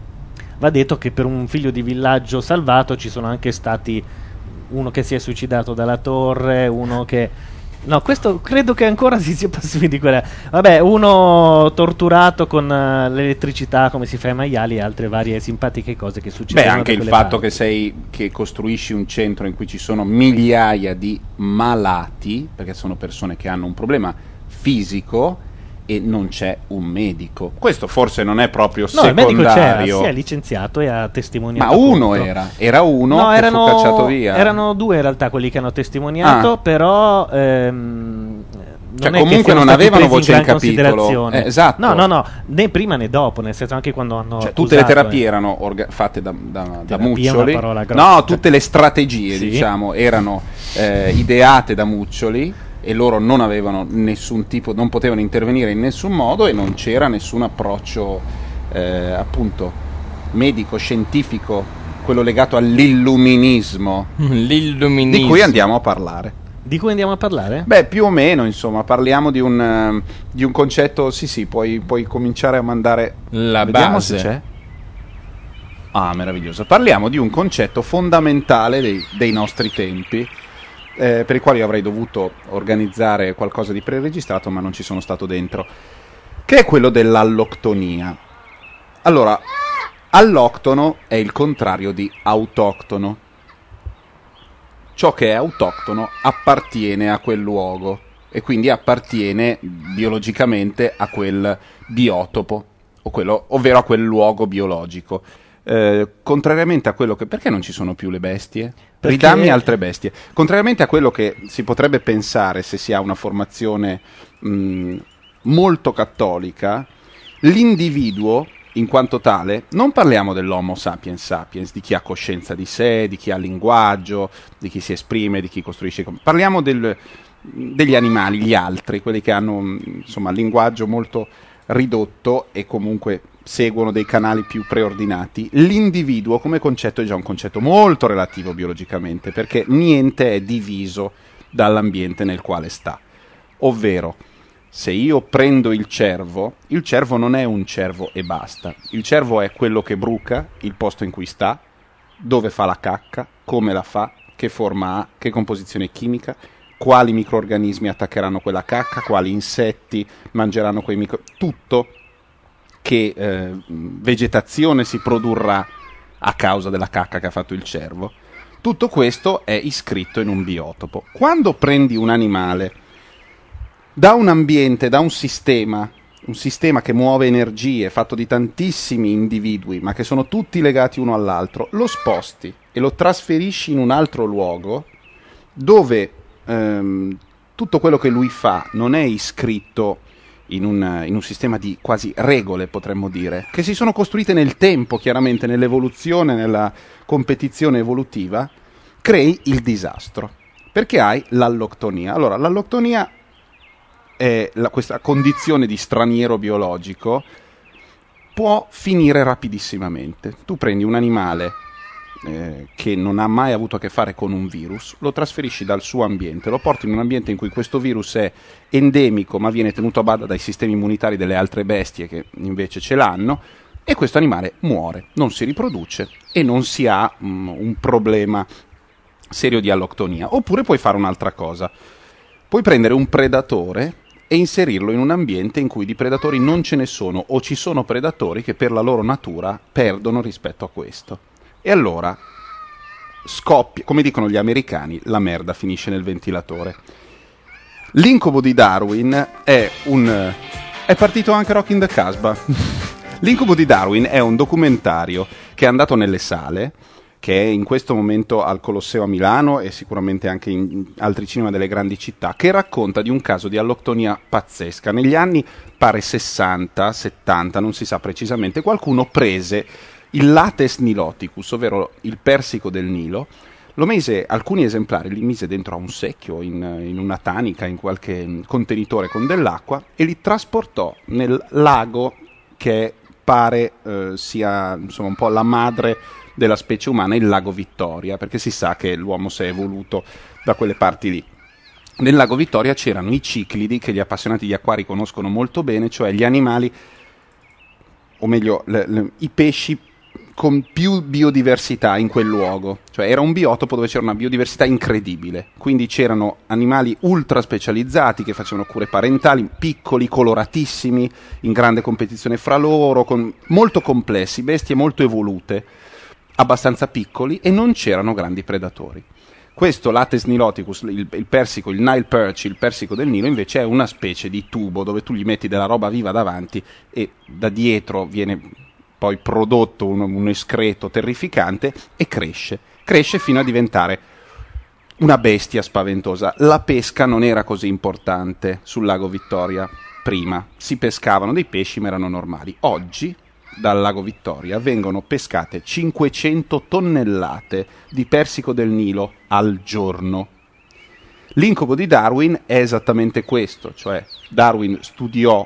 Va detto che per un figlio di Villaggio salvato ci sono anche stati uno che si è suicidato dalla torre, uno che... No, questo credo che ancora si sia passivi di quella. Vabbè, uno torturato con l'elettricità come si fa ai maiali e altre varie simpatiche cose che succedono. Beh, anche da il quelle fatto che costruisci un centro in cui ci sono migliaia di malati, perché sono persone che hanno un problema fisico e non c'è un medico. Questo forse non è proprio No, il medico c'era, secondario. si è licenziato e ha testimoniato. Ma uno contro. era uno No, che fu cacciato via. Erano due in realtà quelli che hanno testimoniato, Ah. però Cioè, non è che comunque siano non stati avevano presi voce in in gran capitolo. considerazione. Esatto. No, né prima né dopo, nel senso anche quando hanno Cioè, tutte le accusato, terapie erano fatte da Terapia è una Muccioli. parola grossa. No, tutte le strategie, Sì. diciamo, erano ideate da Muccioli e loro non avevano nessun tipo, non potevano intervenire in nessun modo e non c'era nessun approccio appunto medico, scientifico, quello legato all'illuminismo. L'illuminismo. Di cui andiamo a parlare. Di cui andiamo a parlare? Beh, più o meno, insomma, parliamo di un concetto. Sì, puoi cominciare a mandare la Vediamo base. se c'è. Ah, meraviglioso. Parliamo di un concetto fondamentale dei nostri tempi, per i quali avrei dovuto organizzare qualcosa di preregistrato, ma non ci sono stato dentro, che è quello dell'alloctonia. Allora, alloctono è il contrario di autoctono. Ciò che è autoctono appartiene a quel luogo e quindi appartiene biologicamente a quel biotopo, ovvero a quel luogo biologico. Contrariamente a quello che... Perché non ci sono più le bestie? Perché- Ridammi altre bestie. Contrariamente a quello che si potrebbe pensare se si ha una formazione molto cattolica, l'individuo in quanto tale, non parliamo dell'homo sapiens sapiens, di chi ha coscienza di sé, di chi ha linguaggio, di chi si esprime, di chi costruisce. Parliamo degli animali, gli altri, quelli che hanno insomma linguaggio molto ridotto e comunque seguono dei canali più preordinati. L'individuo come concetto è già un concetto molto relativo biologicamente, perché niente è diviso dall'ambiente nel quale sta. Ovvero, se io prendo il cervo non è un cervo e basta. Il cervo è quello che bruca, il posto in cui sta, dove fa la cacca, come la fa, che forma ha, che composizione chimica, quali microrganismi attaccheranno quella cacca, quali insetti mangeranno quei tutto, che vegetazione si produrrà a causa della cacca che ha fatto il cervo. Tutto questo è iscritto in un biotopo. Quando prendi un animale da un ambiente, da un sistema che muove energie, fatto di tantissimi individui, ma che sono tutti legati uno all'altro, lo sposti e lo trasferisci in un altro luogo dove tutto quello che lui fa non è iscritto in un sistema di quasi regole, potremmo dire, che si sono costruite nel tempo, chiaramente, nell'evoluzione, nella competizione evolutiva, crei il disastro, perché hai l'alloctonia. Allora, l'alloctonia è questa condizione di straniero biologico, può finire rapidissimamente. Tu prendi un animale che non ha mai avuto a che fare con un virus, lo trasferisci dal suo ambiente, lo porti in un ambiente in cui questo virus è endemico ma viene tenuto a bada dai sistemi immunitari delle altre bestie che invece ce l'hanno, e questo animale muore, non si riproduce e non si ha un problema serio di alloctonia. Oppure puoi fare un'altra cosa, puoi prendere un predatore e inserirlo in un ambiente in cui di predatori non ce ne sono, o ci sono predatori che per la loro natura perdono rispetto a questo. E allora scoppia, come dicono gli americani, la merda finisce nel ventilatore. L'incubo di Darwin è partito anche Rock in the Casbah. L'incubo di Darwin è un documentario che è andato nelle sale, che è in questo momento al Colosseo a Milano e sicuramente anche in altri cinema delle grandi città, che racconta di un caso di alloctonia pazzesca. Negli anni, pare 60, 70, non si sa precisamente, qualcuno prese il Lates niloticus, ovvero il persico del Nilo, lo mise, alcuni esemplari li mise dentro a un secchio, in una tanica, in qualche contenitore con dell'acqua, e li trasportò nel lago che pare sia insomma un po' la madre della specie umana, il lago Vittoria, perché si sa che l'uomo si è evoluto da quelle parti lì. Nel lago Vittoria c'erano i ciclidi, che gli appassionati di acquari conoscono molto bene, cioè gli animali, o meglio i pesci con più biodiversità in quel luogo. Cioè era un biotopo dove c'era una biodiversità incredibile, quindi c'erano animali ultra specializzati che facevano cure parentali, piccoli, coloratissimi, in grande competizione fra loro, molto complessi, bestie molto evolute, abbastanza piccoli, e non c'erano grandi predatori. Questo Lates niloticus, il persico, il Nile perch, il persico del Nilo, invece è una specie di tubo dove tu gli metti della roba viva davanti e da dietro viene poi prodotto un escreto terrificante e cresce fino a diventare una bestia spaventosa. La pesca non era così importante sul lago Vittoria prima, si pescavano dei pesci ma erano normali. Oggi dal lago Vittoria vengono pescate 500 tonnellate di persico del Nilo al giorno. L'incubo di Darwin è esattamente questo, cioè Darwin studiò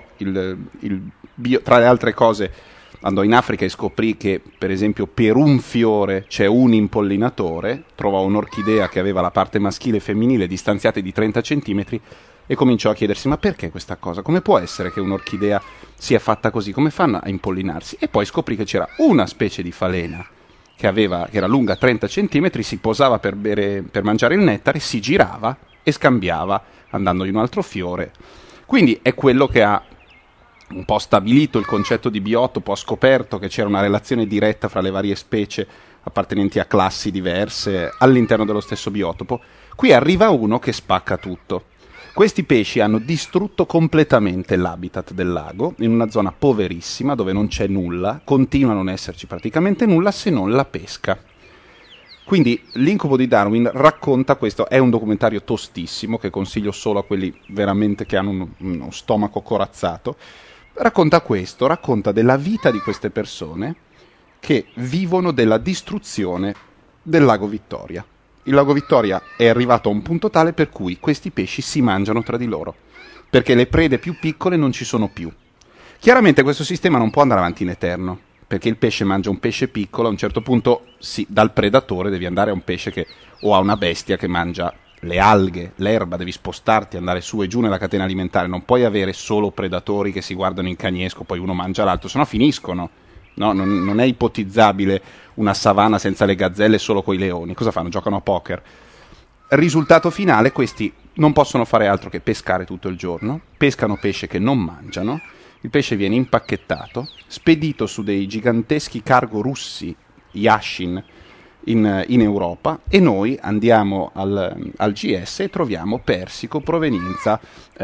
tra le altre cose, andò in Africa e scoprì che, per esempio, per un fiore c'è un impollinatore, trovò un'orchidea che aveva la parte maschile e femminile distanziate di 30 centimetri e cominciò a chiedersi: ma perché questa cosa? Come può essere che un'orchidea sia fatta così? Come fanno a impollinarsi? E poi scoprì che c'era una specie di falena che era lunga 30 centimetri, si posava per mangiare il nettare, si girava e scambiava andando in un altro fiore. Quindi è quello che ha un po' stabilito il concetto di biotopo, ha scoperto che c'era una relazione diretta fra le varie specie appartenenti a classi diverse all'interno dello stesso biotopo. Qui arriva uno che spacca tutto. Questi pesci hanno distrutto completamente l'habitat del lago, in una zona poverissima dove non c'è nulla, continua a non esserci praticamente nulla se non la pesca. Quindi l'incubo di Darwin racconta questo, è un documentario tostissimo che consiglio solo a quelli veramente che hanno uno stomaco corazzato. Racconta questo, racconta della vita di queste persone che vivono della distruzione del lago Vittoria. Il lago Vittoria è arrivato a un punto tale per cui questi pesci si mangiano tra di loro, perché le prede più piccole non ci sono più. Chiaramente questo sistema non può andare avanti in eterno, perché il pesce mangia un pesce piccolo, a un certo punto dal predatore devi andare a un pesce o a una bestia che mangia le alghe, l'erba, devi spostarti, andare su e giù nella catena alimentare, non puoi avere solo predatori che si guardano in cagnesco, poi uno mangia l'altro, sennò finiscono. No, non è ipotizzabile una savana senza le gazzelle, solo coi leoni. Cosa fanno? Giocano a poker. Risultato finale, questi non possono fare altro che pescare tutto il giorno, pescano pesce che non mangiano, il pesce viene impacchettato, spedito su dei giganteschi cargo russi, Yashin, in Europa, e noi andiamo al GS e troviamo persico provenienza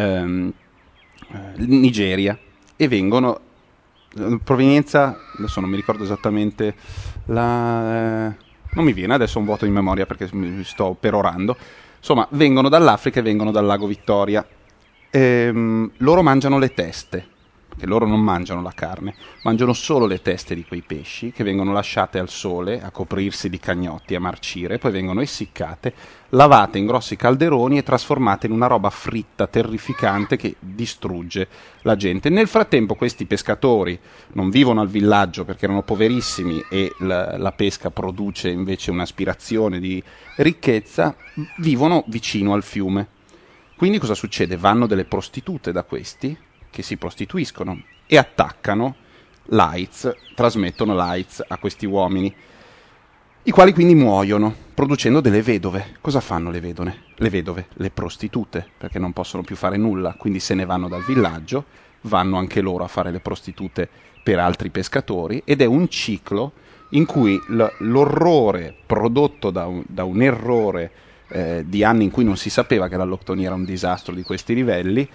Nigeria, e vengono provenienza, adesso non mi ricordo esattamente non mi viene adesso un vuoto di memoria perché mi sto perorando, insomma vengono dall'Africa e vengono dal lago Vittoria. Loro mangiano le teste, perché loro non mangiano la carne, mangiano solo le teste di quei pesci, che vengono lasciate al sole a coprirsi di cagnotti, a marcire, poi vengono essiccate, lavate in grossi calderoni e trasformate in una roba fritta terrificante che distrugge la gente. Nel frattempo questi pescatori non vivono al villaggio perché erano poverissimi e la pesca produce invece un'aspirazione di ricchezza, vivono vicino al fiume. Quindi cosa succede? Vanno delle prostitute da questi, che si prostituiscono e attaccano l'AIDS, trasmettono l'AIDS a questi uomini, i quali quindi muoiono producendo delle vedove. Cosa fanno le vedove? Le prostitute, perché non possono più fare nulla, quindi se ne vanno dal villaggio, vanno anche loro a fare le prostitute per altri pescatori, ed è un ciclo in cui l'orrore prodotto da un errore di anni in cui non si sapeva che l'alloctonia era un disastro di questi livelli,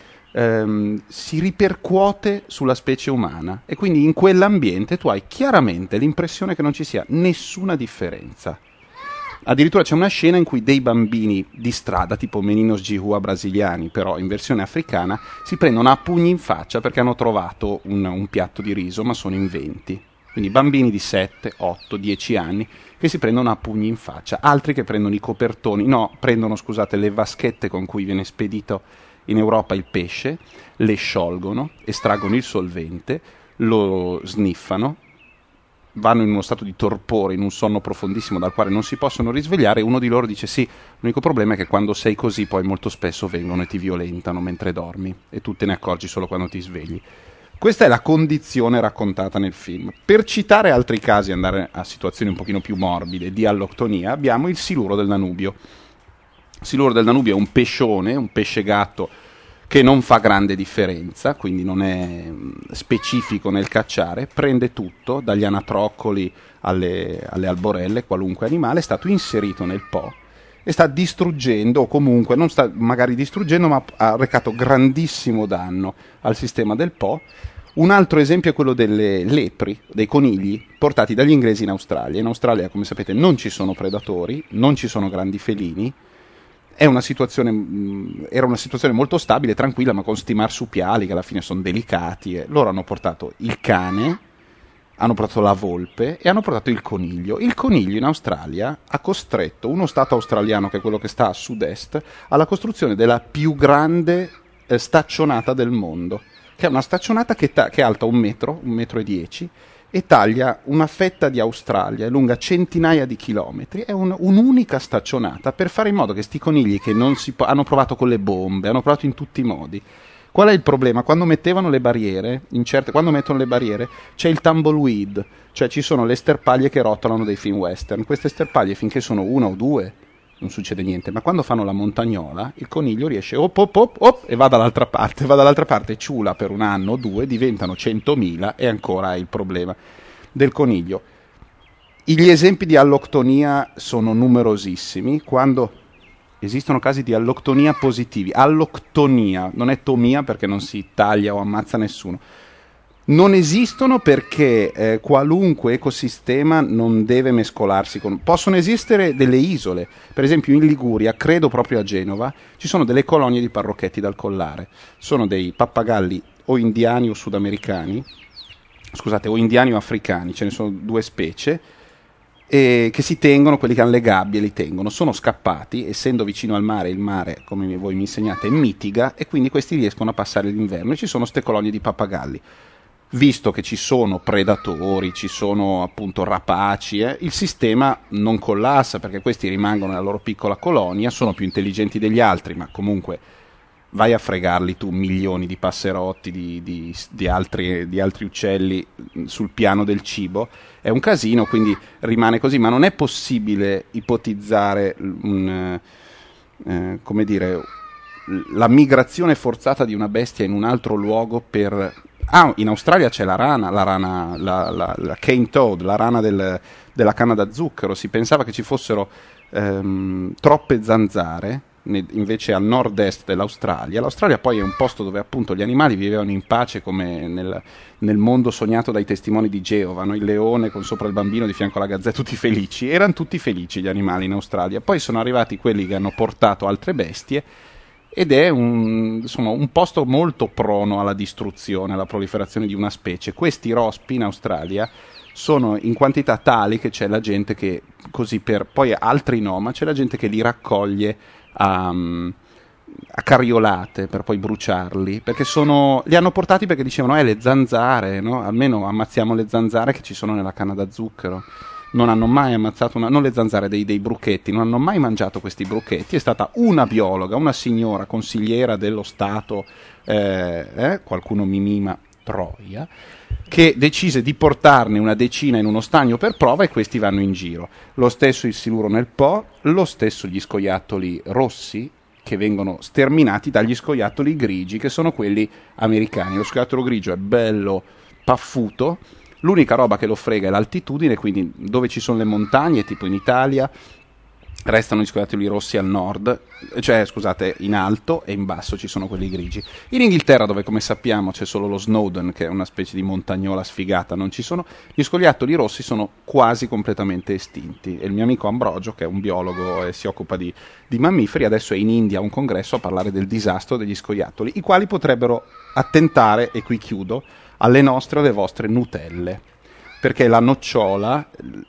si ripercuote sulla specie umana, e quindi in quell'ambiente tu hai chiaramente l'impressione che non ci sia nessuna differenza. Addirittura c'è una scena in cui dei bambini di strada, tipo meninos Jihua brasiliani, però in versione africana, si prendono a pugni in faccia perché hanno trovato un piatto di riso, ma sono in 20. Quindi bambini di 7, 8, 10 anni che si prendono a pugni in faccia, altri che prendono i copertoni, prendono le vaschette con cui viene spedito in Europa il pesce, le sciolgono, estraggono il solvente, lo sniffano, vanno in uno stato di torpore, in un sonno profondissimo dal quale non si possono risvegliare, e uno di loro dice sì, l'unico problema è che quando sei così poi molto spesso vengono e ti violentano mentre dormi e tu te ne accorgi solo quando ti svegli. Questa è la condizione raccontata nel film. Per citare altri casi, andare a situazioni un pochino più morbide di alloctonia, abbiamo il siluro del Danubio. Il siluro del Danubio è un pescione, un pesce gatto che non fa grande differenza, quindi non è specifico nel cacciare, prende tutto, dagli anatroccoli alle alborelle, qualunque animale, è stato inserito nel Po e sta distruggendo, o comunque non sta magari distruggendo, ma ha recato grandissimo danno al sistema del Po. Un altro esempio è quello delle lepri, dei conigli, portati dagli inglesi in Australia. In Australia, come sapete, non ci sono predatori, non ci sono grandi felini. Era una situazione molto stabile, tranquilla, ma con sti marsupiali che alla fine sono delicati. Loro hanno portato il cane, hanno portato la volpe e hanno portato il coniglio. Il coniglio in Australia ha costretto uno stato australiano, che è quello che sta a sud-est, alla costruzione della più grande staccionata del mondo, che è una staccionata che è alta 1 metro, 1,10 m, e taglia una fetta di Australia, è lunga centinaia di chilometri, è un'unica staccionata per fare in modo che sti conigli, che hanno provato con le bombe, hanno provato in tutti i modi. Qual è il problema? Quando mettevano le barriere, quando mettono le barriere, c'è il tumbleweed, cioè ci sono le sterpaglie che rotolano dei film western. Queste sterpaglie, finché sono 1 o 2, non succede niente, ma quando fanno la montagnola, il coniglio riesce e va dall'altra parte, ciula per 1 anno o 2, diventano 100.000 e ancora hai il problema del coniglio. Gli esempi di alloctonia sono numerosissimi. Quando esistono casi di alloctonia positivi, alloctonia, non è tomia perché non si taglia o ammazza nessuno, non esistono perché qualunque ecosistema non deve mescolarsi con... Possono esistere delle isole, per esempio in Liguria, credo proprio a Genova, ci sono delle colonie di parrocchetti dal collare, sono dei pappagalli o indiani o sudamericani, scusate, o indiani o africani, ce ne sono 2 specie, che si tengono, quelli che hanno le gabbie li tengono, sono scappati, essendo vicino al mare, il mare, come voi mi insegnate, mitiga, e quindi questi riescono a passare l'inverno, e ci sono ste colonie di pappagalli. Visto che ci sono predatori, ci sono appunto rapaci, il sistema non collassa perché questi rimangono nella loro piccola colonia, sono più intelligenti degli altri, ma comunque vai a fregarli tu milioni di passerotti, di altri uccelli sul piano del cibo, è un casino, quindi rimane così, ma non è possibile ipotizzare la migrazione forzata di una bestia in un altro luogo per in Australia c'è la cane toad, la rana della canna da zucchero. Si pensava che ci fossero troppe zanzare, invece al nord-est dell'Australia. L'Australia poi è un posto dove appunto gli animali vivevano in pace, come nel mondo sognato dai testimoni di Geova, no? Il leone con sopra il bambino di fianco alla gazzetta, tutti felici. Erano tutti felici gli animali in Australia. Poi sono arrivati quelli che hanno portato altre bestie, ed è un posto molto prono alla distruzione, alla proliferazione di una specie. Questi rospi in Australia sono in quantità tali che c'è la gente che, così poi altri no, ma c'è la gente che li raccoglie a carriolate per poi bruciarli, perché li hanno portati perché dicevano le zanzare, no? Almeno ammazziamo le zanzare che ci sono nella canna da zucchero. Non hanno mai ammazzato non le zanzare, dei bruchetti, non hanno mai mangiato questi bruchetti. È stata una biologa, una signora consigliera dello Stato, qualcuno mi mima Troia, che decise di portarne una decina in uno stagno per prova, e questi vanno in giro. Lo stesso il siluro nel Po, lo stesso gli scoiattoli rossi, che vengono sterminati dagli scoiattoli grigi, che sono quelli americani. Lo scoiattolo grigio è bello paffuto, l'unica roba che lo frega è l'altitudine, quindi dove ci sono le montagne, tipo in Italia, restano gli scoiattoli rossi al nord, cioè scusate, in alto, e in basso ci sono quelli grigi. In Inghilterra, dove come sappiamo c'è solo lo Snowdon, che è una specie di montagnola sfigata, non ci sono, gli scoiattoli rossi sono quasi completamente estinti. E il mio amico Ambrogio, che è un biologo e si occupa di mammiferi, adesso è in India a un congresso a parlare del disastro degli scoiattoli, i quali potrebbero attentare, e qui chiudo, alle nostre o alle vostre Nutelle, perché la nocciola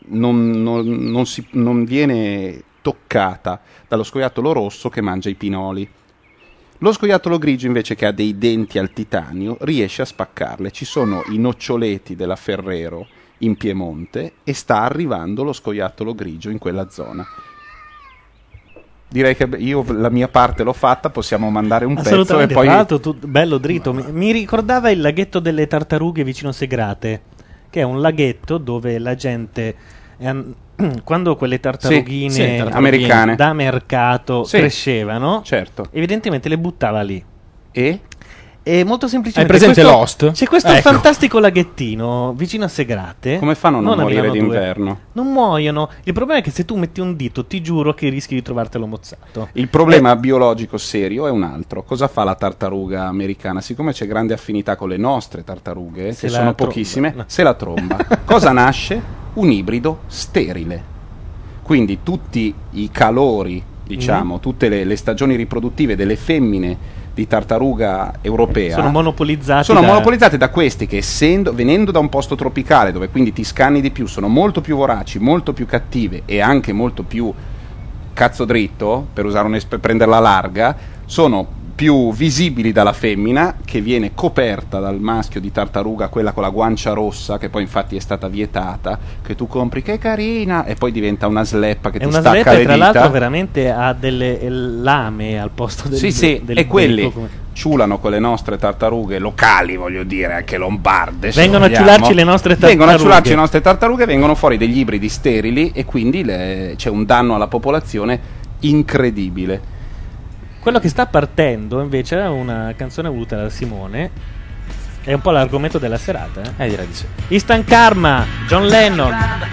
non viene toccata dallo scoiattolo rosso che mangia i pinoli. Lo scoiattolo grigio, invece, che ha dei denti al titanio, riesce a spaccarle. Ci sono i noccioleti della Ferrero in Piemonte e sta arrivando lo scoiattolo grigio in quella zona. Direi che io la mia parte l'ho fatta, possiamo mandare un pezzo e poi... Tra l'altro, bello dritto. Mi ricordava il laghetto delle tartarughe vicino Segrate, che è un laghetto dove la gente... quando quelle tartarughine americane da mercato crescevano, certo, evidentemente le buttava lì. E molto semplicemente hai presente Lost? C'è questo fantastico laghettino vicino a Segrate. Come fanno a non morire Milano d'inverno? Non muoiono. Il problema è che se tu metti un dito, ti giuro che rischi di trovartelo mozzato. Il problema biologico serio è un altro. Cosa fa la tartaruga americana? Siccome c'è grande affinità con le nostre tartarughe, che sono pochissime, se la tromba. Cosa nasce? Un ibrido sterile. Quindi tutti i calori, diciamo, tutte le stagioni riproduttive delle femmine di tartaruga europea sono monopolizzate da questi che, venendo da un posto tropicale dove quindi ti scanni di più, sono molto più voraci, molto più cattive e anche molto più cazzo dritto, per usare prenderla larga, sono più visibili dalla femmina, che viene coperta dal maschio di tartaruga, quella con la guancia rossa, che poi infatti è stata vietata, che tu compri, che carina, e poi diventa una sleppa che ti stacca le dita. E tra l'altro veramente ha delle lame al posto del del e quelli ciulano con le nostre tartarughe locali, voglio dire, anche lombarde. Vengono a ciularci le nostre tartarughe, vengono fuori degli ibridi sterili, e quindi c'è un danno alla popolazione incredibile. Quello che sta partendo invece è una canzone voluta da Simone. È un po' l'argomento della serata, direi di sì. Instant Karma, John Lennon.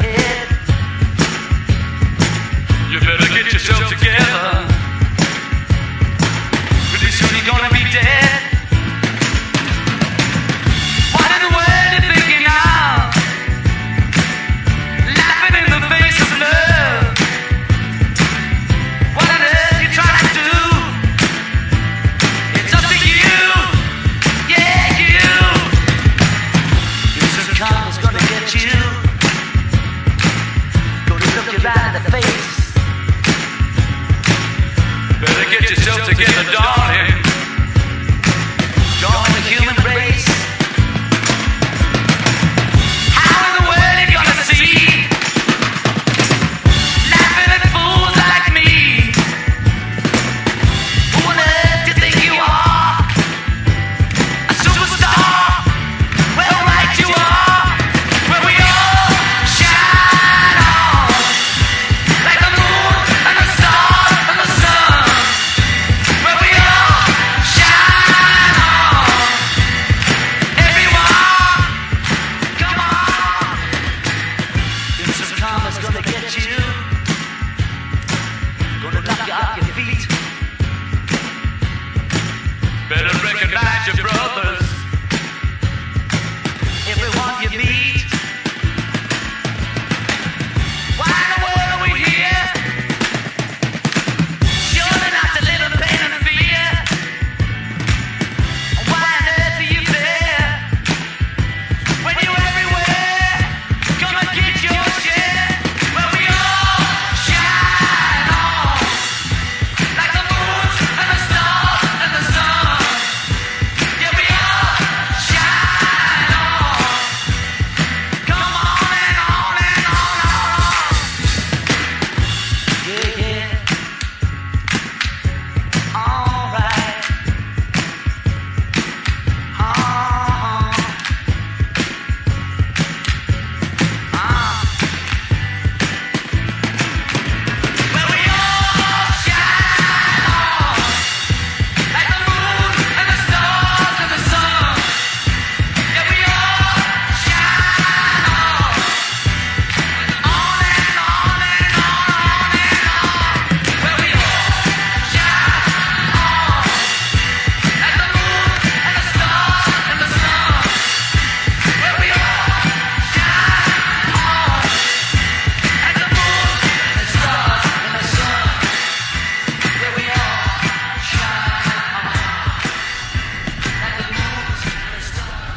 You better get yourself together. Pretty soon you're gonna be dead. What in the world you thinking of? Laughing in the face of love. What on earth you trying to do? It's up to you. Yeah, you. Instant Karma's gonna get you.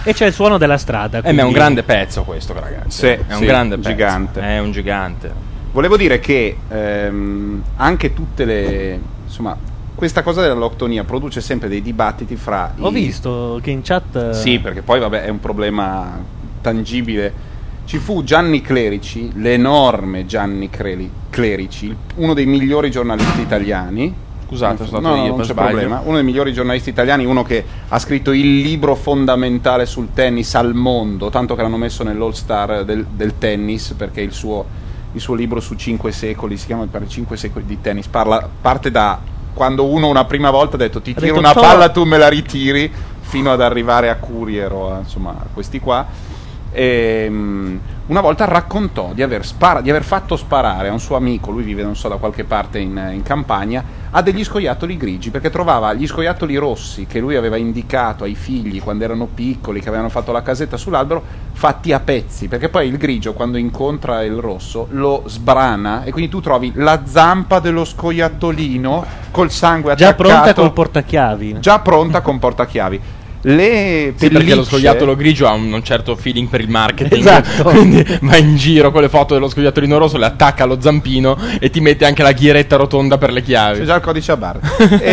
e c'è il suono della strada. Ma è un grande pezzo questo, ragazzi. Sì, è un sì, grande pezzo. gigante. È un gigante. Volevo dire che anche tutte le... insomma, questa cosa della locktonia produce sempre dei dibattiti fra Ho visto che in chat... Sì, perché poi vabbè è un problema tangibile. Ci fu Gianni Clerici, l'enorme Gianni Clerici, uno dei migliori giornalisti italiani. Scusate, sono stato no, io non per c'è sbaglio. problema. Uno dei migliori giornalisti italiani, uno che ha scritto il libro fondamentale sul tennis al mondo, tanto che l'hanno messo nell'All Star del tennis, perché il suo libro su 5 secoli, si chiama per 5 secoli di tennis, parte da quando uno una prima volta ha detto ti tiro una palla, tu me la ritiri, fino ad arrivare a Courier o a questi qua. Una volta raccontò di aver fatto sparare a un suo amico, lui vive non so da qualche parte in campagna, a degli scoiattoli grigi, perché trovava gli scoiattoli rossi che lui aveva indicato ai figli quando erano piccoli, che avevano fatto la casetta sull'albero, fatti a pezzi, perché poi il grigio quando incontra il rosso lo sbrana e quindi tu trovi la zampa dello scoiattolino col sangue attaccato, già pronta col portachiavi, già pronta con portachiavi. Le sì, perché lo scoiattolo grigio ha un certo feeling per il marketing, esatto. Quindi va in giro con le foto dello scoiattolino rosso, le attacca allo zampino e ti mette anche la ghiretta rotonda per le chiavi. C'è già il codice a barra.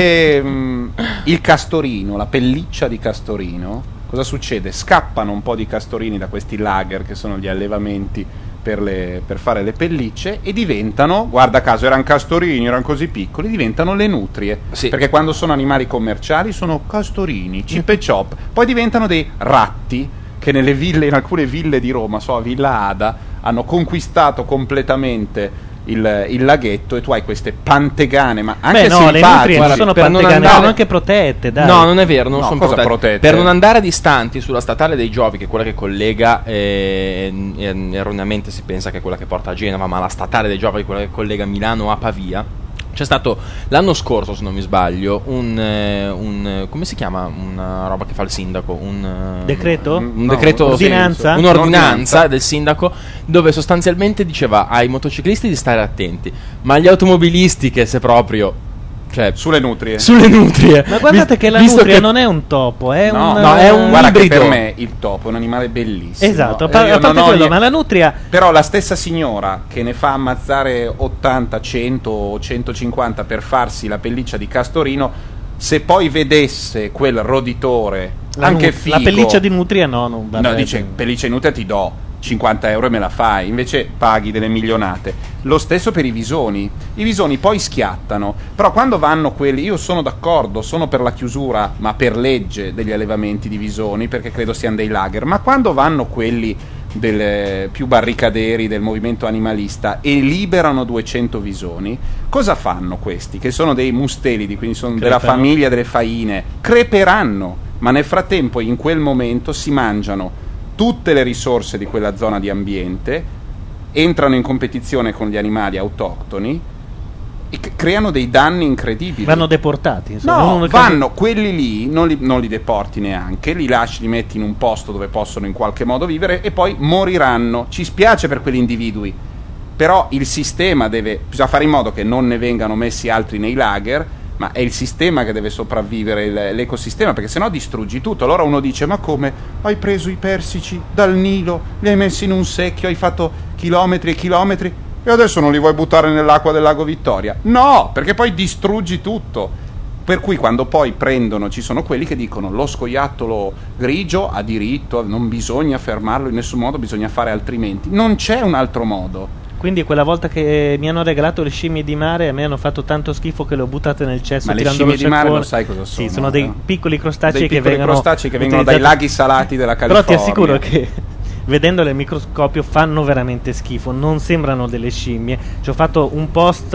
Il castorino, la pelliccia di castorino, cosa succede? Scappano un po' di castorini da questi lager che sono gli allevamenti per fare le pellicce e diventano, guarda caso erano castorini, erano così piccoli, diventano le nutrie, sì. Perché quando sono animali commerciali sono castorini, chip e chop, poi diventano dei ratti che in alcune ville di Roma, a Villa Ada, hanno conquistato completamente il laghetto e tu hai queste pantegane, ma anche no, le nutrie non sono per pantegane, non andare... sono anche protette, dai. No, non è vero, non No, sono cosa protette. Per non andare distanti sulla statale dei Giovi, che è quella che collega, erroneamente si pensa che è quella che porta a Genova, ma la statale dei Giovi è quella che collega Milano a Pavia. C'è stato l'anno scorso, se non mi sbaglio, un come si chiama una roba che fa il sindaco? Un decreto? Un decreto, ordinanza? Un'ordinanza del sindaco dove sostanzialmente diceva ai motociclisti di stare attenti, ma agli automobilisti che se proprio sulle nutrie. Ma guardate che la nutria non è un topo, è è un guarda ibrido. Che per me il topo è un animale bellissimo. Esatto, a parte quello, ma la nutria... Però la stessa signora che ne fa ammazzare 80, 100 o 150 per farsi la pelliccia di castorino, se poi vedesse quel roditore anche figo... La pelliccia di nutria non va bene. Dice, pelliccia di nutria ti do 50 euro e me la fai, invece paghi delle milionate. Lo stesso per i visoni poi schiattano, però quando vanno quelli, io sono d'accordo, sono per la chiusura, ma per legge, degli allevamenti di visoni, perché credo siano dei lager, ma quando vanno quelli più barricaderi del movimento animalista e liberano 200 visoni, cosa fanno questi? Che sono dei mustelidi, quindi sono della famiglia delle faine, creperanno, ma nel frattempo in quel momento si mangiano tutte le risorse di quella zona di ambiente, entrano in competizione con gli animali autoctoni e creano dei danni incredibili. Vanno deportati, insomma. No, vanno quelli lì, non li deporti neanche, li metti in un posto dove possono in qualche modo vivere e poi moriranno. Ci spiace per quegli individui, però il sistema bisogna fare in modo che non ne vengano messi altri nei lager, ma è il sistema che deve sopravvivere, l'ecosistema, perché sennò distruggi tutto. Allora uno dice: ma come? Hai preso i persici dal Nilo, li hai messi in un secchio, hai fatto chilometri e chilometri e adesso non li vuoi buttare nell'acqua del lago Vittoria? No, perché poi distruggi tutto. Per cui quando poi ci sono quelli che dicono lo scoiattolo grigio ha diritto, non bisogna fermarlo in nessun modo, bisogna fare altrimenti. Non c'è un altro modo. Quindi quella volta che mi hanno regalato le scimmie di mare, a me hanno fatto tanto schifo che le ho buttate nel cesso. Ma le scimmie di mare lo sai cosa sono? Sì, sono dei piccoli crostacei che vengono dai laghi salati della California. Però ti assicuro che vedendole al microscopio fanno veramente schifo, non sembrano delle scimmie. Ci ho fatto un post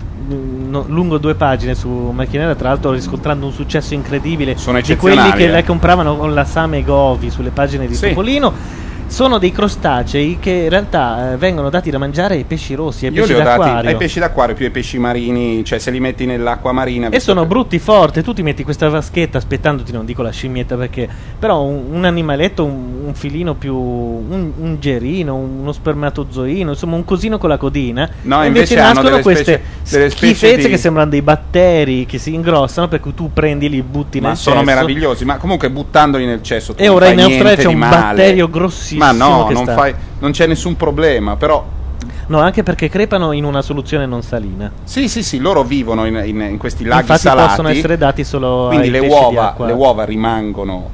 lungo 2 pagine su Macchinera, tra l'altro riscontrando un successo incredibile di quelli che le compravano con la Same Govi sulle pagine di Topolino. Sono dei crostacei che in realtà vengono dati da mangiare ai pesci rossi, ai pesci d'acquario. Ai pesci d'acquario più ai pesci marini, cioè se li metti nell'acqua marina. E sono brutti forti, tu ti metti questa vaschetta aspettandoti, non dico la scimmietta perché, però un animaletto, un filino più, un gerino, uno spermatozoino, insomma un cosino con la codina. No, e invece nascono hanno delle queste specie, delle specie schifezze di... che sembrano dei batteri che si ingrossano, per cui tu prendi li butti nel Ma cesso. sono meravigliosi, ma comunque buttandoli nel cesso tu E non ora fai in Australia niente c'è di un male. batterio grossissimo Ma no, che non c'è nessun problema, però No, anche perché crepano in una soluzione non salina. Sì, loro vivono in questi laghi Infatti salati. possono essere dati solo quindi ai le pesci di uova, acqua. le uova rimangono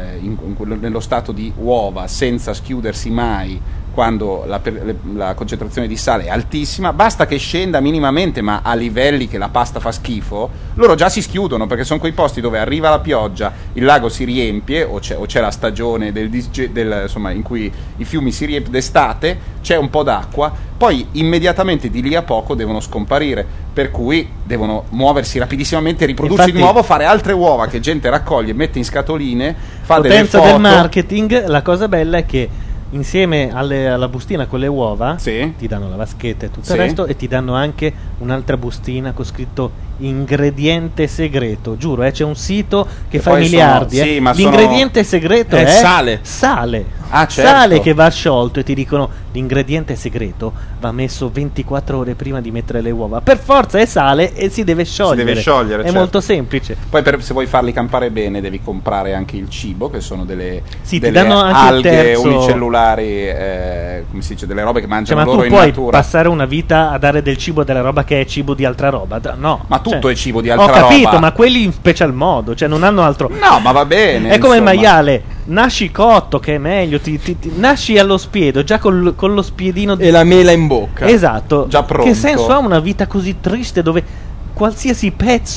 nello stato di uova senza schiudersi mai quando la concentrazione di sale è altissima. Basta che scenda minimamente, ma a livelli che la pasta fa schifo, loro già si schiudono, perché sono quei posti dove arriva la pioggia, il lago si riempie o c'è la stagione insomma, in cui i fiumi si riempiono d'estate, c'è un po' d'acqua, poi immediatamente di lì a poco devono scomparire, per cui devono muoversi rapidissimamente, riprodursi di Infatti- nuovo, fare altre uova che gente raccoglie, mette in scatoline, fa delle Potenza foto. del marketing, la cosa bella è che insieme alla bustina con le uova ti danno la vaschetta e tutto il Sì. resto, e ti danno anche un'altra bustina con scritto ingrediente segreto. Giuro, c'è un sito che E fa poi miliardi. sono- sì, ma l'ingrediente segreto È è sale. Sale. Ah, certo. Sale che va sciolto, e ti dicono l'ingrediente segreto va messo 24 ore prima di mettere le uova. Per forza è sale e si deve sciogliere. deve sciogliere, È certo. molto semplice. Poi se vuoi farli campare bene devi comprare anche il cibo, che sono delle Sì, ti delle danno anche il alghe terzo. unicellulari, come si dice, delle robe che Cioè, mangiano ma loro tu in puoi natura. passare una vita a dare del cibo della roba che è cibo di altra roba? No. Ma tutto Cioè, è cibo di altra ho capito, roba. ma quelli in special modo, cioè non hanno altro. No, ma va bene. È come il insomma. maiale, nasci cotto che è meglio, nasci allo spiedo, già con lo spiedino E la mela in bocca. Esatto. Già pronto. Che senso ha una vita così triste dove qualsiasi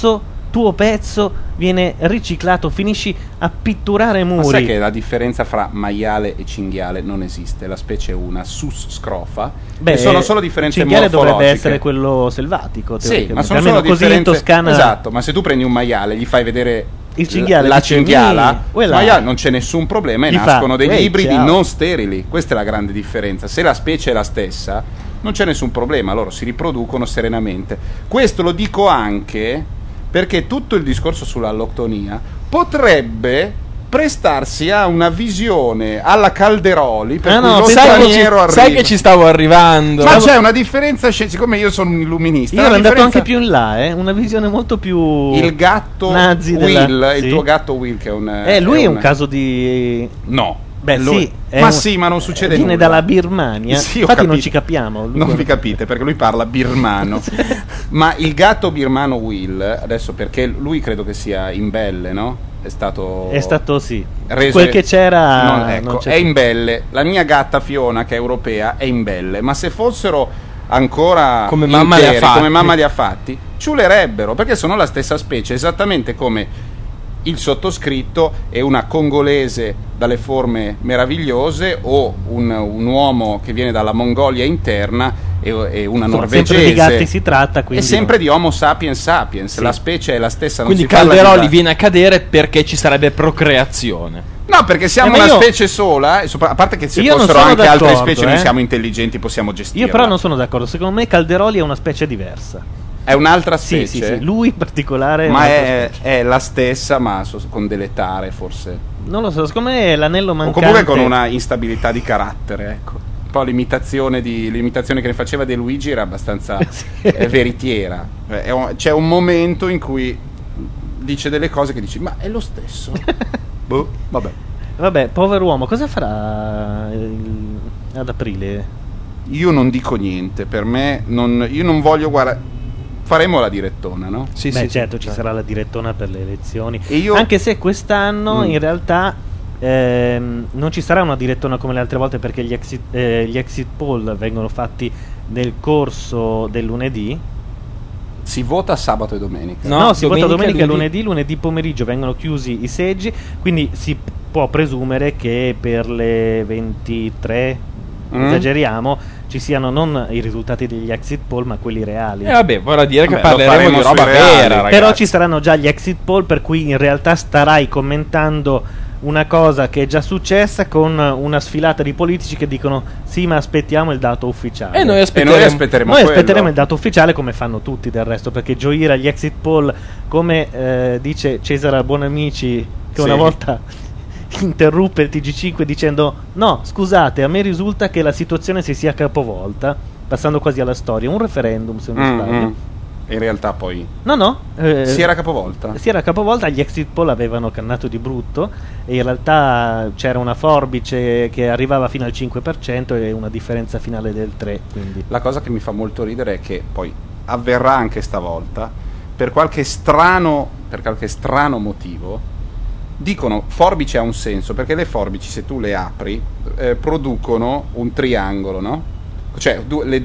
tuo pezzo viene riciclato, finisci a pitturare Ma muri? sai che la differenza fra maiale e cinghiale non esiste, la specie è una, sus scrofa, Beh, e sono solo differenze il cinghiale dovrebbe morfologiche. essere quello selvatico, Sì, teoricamente. ma sono almeno solo così in differenze. Toscana. Esatto, ma se tu prendi un maiale, gli fai vedere Il cinghiale la dice, cinghiala, "Mi, quella". maiale, non c'è nessun problema e Gli fa, nascono degli "Uè, ibridi ciao". non sterili. Questa è la grande differenza. Se la specie è la stessa, non c'è nessun problema, loro si riproducono serenamente. Questo lo dico anche perché tutto il discorso sull'alloctonia potrebbe prestarsi a una visione alla Calderoli, per cui lo straniero arriva. sai che ci stavo arrivando. Ma c'è una differenza, siccome io sono un illuminista, Io la ero andato differenza- anche più in là, una visione molto più il gatto nazi Will, della- il sì. tuo gatto Will, che è un lui è un caso di no. Beh, Lui- sì, è ma un- sì, ma non succede viene nulla. dalla Birmania. Sì, ho Infatti non capito. ci capiamo. Non vi capite perché lui parla birmano. Ma il gatto birmano Will, adesso, perché lui credo che sia imbelle, no? È stato sì. reso- Quel che c'era Non, ecco, non c'è è più. imbelle. La mia gatta Fiona, che è europea, è imbelle. Ma se fossero ancora Come mamma li ha interi, fatti. come mamma li ha fatti, ciulerebbero, perché sono la stessa specie, esattamente come il sottoscritto è una congolese dalle forme meravigliose o un uomo che viene dalla Mongolia interna e una Insomma, norvegese. sempre di gatti si tratta, quindi è sempre di Homo sapiens sapiens, Sì. la specie è la stessa. Non Quindi si parla Calderoli di- viene a cadere perché ci sarebbe procreazione. No, perché siamo ma una io- specie sola, e a parte che se Io non fossero sono anche altre d'accordo, specie noi eh. siamo intelligenti, possiamo gestirla. Io però non sono d'accordo. Secondo me Calderoli è una specie diversa. È un'altra Sì, specie. sì, sì. Lui in particolare Ma un'altra è, specie. è la stessa, ma con delle tare forse. Non lo so, secondo me è l'anello O mancante. comunque con una instabilità di carattere, ecco. Un po' l'imitazione che ne faceva De Luigi era abbastanza veritiera. C'è un momento in cui dice delle cose che dici, ma è lo stesso. Boh, vabbè. Vabbè, povero uomo, cosa farà ad aprile? Io non dico niente, per me io non voglio guardare. Faremo la direttona, no? Sì, certo, ci sarà la direttona per le elezioni. E io- Anche se quest'anno in realtà non ci sarà una direttona come le altre volte, perché gli exit poll vengono fatti nel corso del lunedì. Si vota sabato e domenica. No, si vota domenica e lunedì pomeriggio vengono chiusi i seggi, quindi si può presumere che per le 23, esageriamo, ci siano non i risultati degli exit poll ma quelli reali. Vabbè, vorrà dire che Vabbè, parleremo lo di faremo roba sui reali. vera, ragazzi. Però ci saranno già gli exit poll, per cui in realtà starai commentando una cosa che è già successa con una sfilata di politici che dicono sì, ma aspettiamo il dato ufficiale. E noi aspetteremo Noi quello. aspetteremo il dato ufficiale, come fanno tutti del resto, perché gioire agli exit poll, come dice Cesare Buonamici, che una Sì. volta interruppe il TG5 dicendo no, scusate, a me risulta che la situazione si sia capovolta, passando quasi alla storia, un referendum se non sbaglio. in realtà poi No. si era capovolta. Si era capovolta, gli exit poll avevano cannato di brutto e in realtà c'era una forbice che arrivava fino al 5% e una differenza finale del 3%. Quindi. La cosa che mi fa molto ridere è che poi avverrà anche stavolta, per qualche strano motivo, dicono forbice ha un senso, perché le forbici, se tu le apri, producono un triangolo, no? Cioè i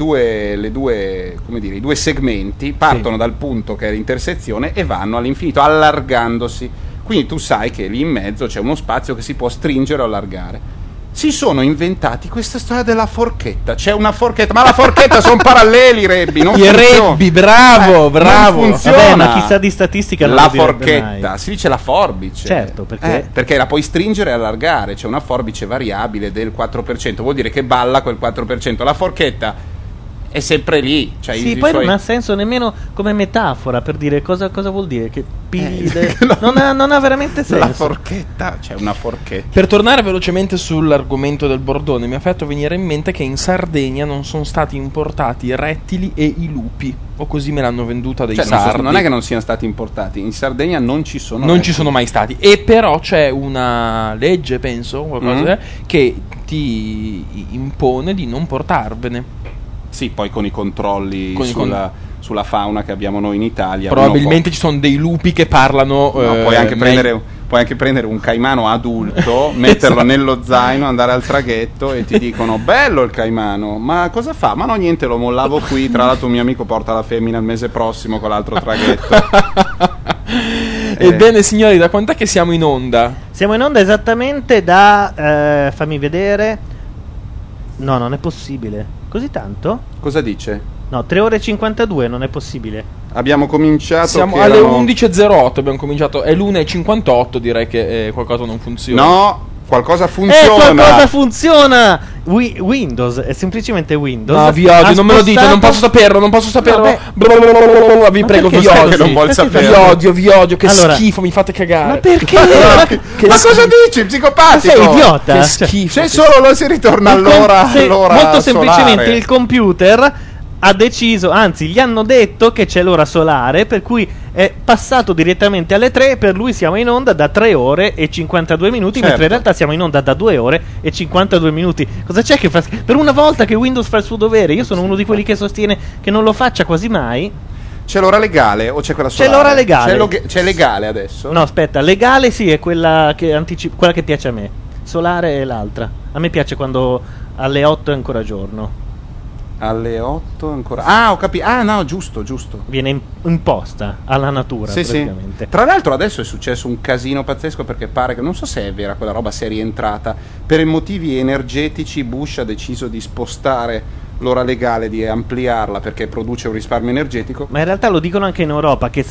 due segmenti partono dal punto che è l'intersezione e vanno all'infinito allargandosi, quindi tu sai che lì in mezzo c'è uno spazio che si può stringere o allargare. Si sono inventati questa storia della forchetta, c'è una forchetta, ma la forchetta sono paralleli, Rebbi, non I funziona. Rebbi, bravo. Non funziona. Vabbè, ma chissà di statistica non la lo direbbe forchetta, mai. si dice la forbice. Certo, perché la puoi stringere e allargare, c'è una forbice variabile del 4%, vuol dire che balla quel 4%. La forchetta è sempre lì, cioè sì, poi non ha senso nemmeno come metafora per dire cosa vuol dire che non ha veramente senso. La forchetta, c'è una forchetta. Per tornare velocemente sull'argomento del bordone, mi ha fatto venire in mente che in Sardegna non sono stati importati i rettili e i lupi, o così me l'hanno venduta dei sardi. Non è che non siano stati importati, in Sardegna non ci sono non ci sono mai stati, e però c'è una legge, penso, qualcosa che ti impone di non portarvene. Sì, poi con i controlli sulla fauna che abbiamo noi in Italia. Probabilmente ci sono dei lupi che parlano. Puoi anche prendere un caimano adulto, metterlo nello zaino, andare al traghetto e ti dicono bello il caimano, ma cosa fa? Ma no, niente, lo mollavo qui, tra l'altro un mio amico porta la femmina il mese prossimo con l'altro traghetto. Ebbene signori, da quant'è che siamo in onda? Siamo in onda esattamente da fammi vedere. No, non è possibile. Così tanto? Cosa dice? No, 3 ore e 52, non è possibile. Abbiamo cominciato. Siamo alle 11.08, abbiamo cominciato. È l'1.58, direi che qualcosa non funziona. No, qualcosa funziona. Qualcosa funziona! Windows, è semplicemente Windows. No, vi odio, non me lo dite, non posso saperlo. Vi prego, vi odio, che schifo, mi fate cagare. Ma perché? Ma cosa dici, psicopatico? Ma sei idiota? Che schifo. Se solo lo si ritorna all'ora molto semplicemente solare. il computer ha deciso, anzi gli hanno detto che c'è l'ora solare, per cui è passato direttamente alle 3, per lui siamo in onda da 3 ore e 52 minuti, mentre in realtà siamo in onda da 2 ore e 52 minuti. Cosa c'è che fa? Per una volta che Windows fa il suo dovere, io sono uno di quelli che sostiene che non lo faccia quasi mai. C'è l'ora legale o c'è quella solare? C'è l'ora legale. C'è legale adesso? No, aspetta, legale sì, è quella che quella che piace a me. Solare è l'altra. A me piace quando alle 8 è ancora giorno. Alle 8 ancora. Ah, ho capito. Ah, no, giusto. Viene imposta alla natura, sì, praticamente. Sì. Tra l'altro adesso è successo un casino pazzesco, perché pare che, non so se è vera quella roba, se è rientrata. Per motivi energetici Bush ha deciso di spostare l'ora legale, di ampliarla perché produce un risparmio energetico. Ma in realtà lo dicono anche in Europa, che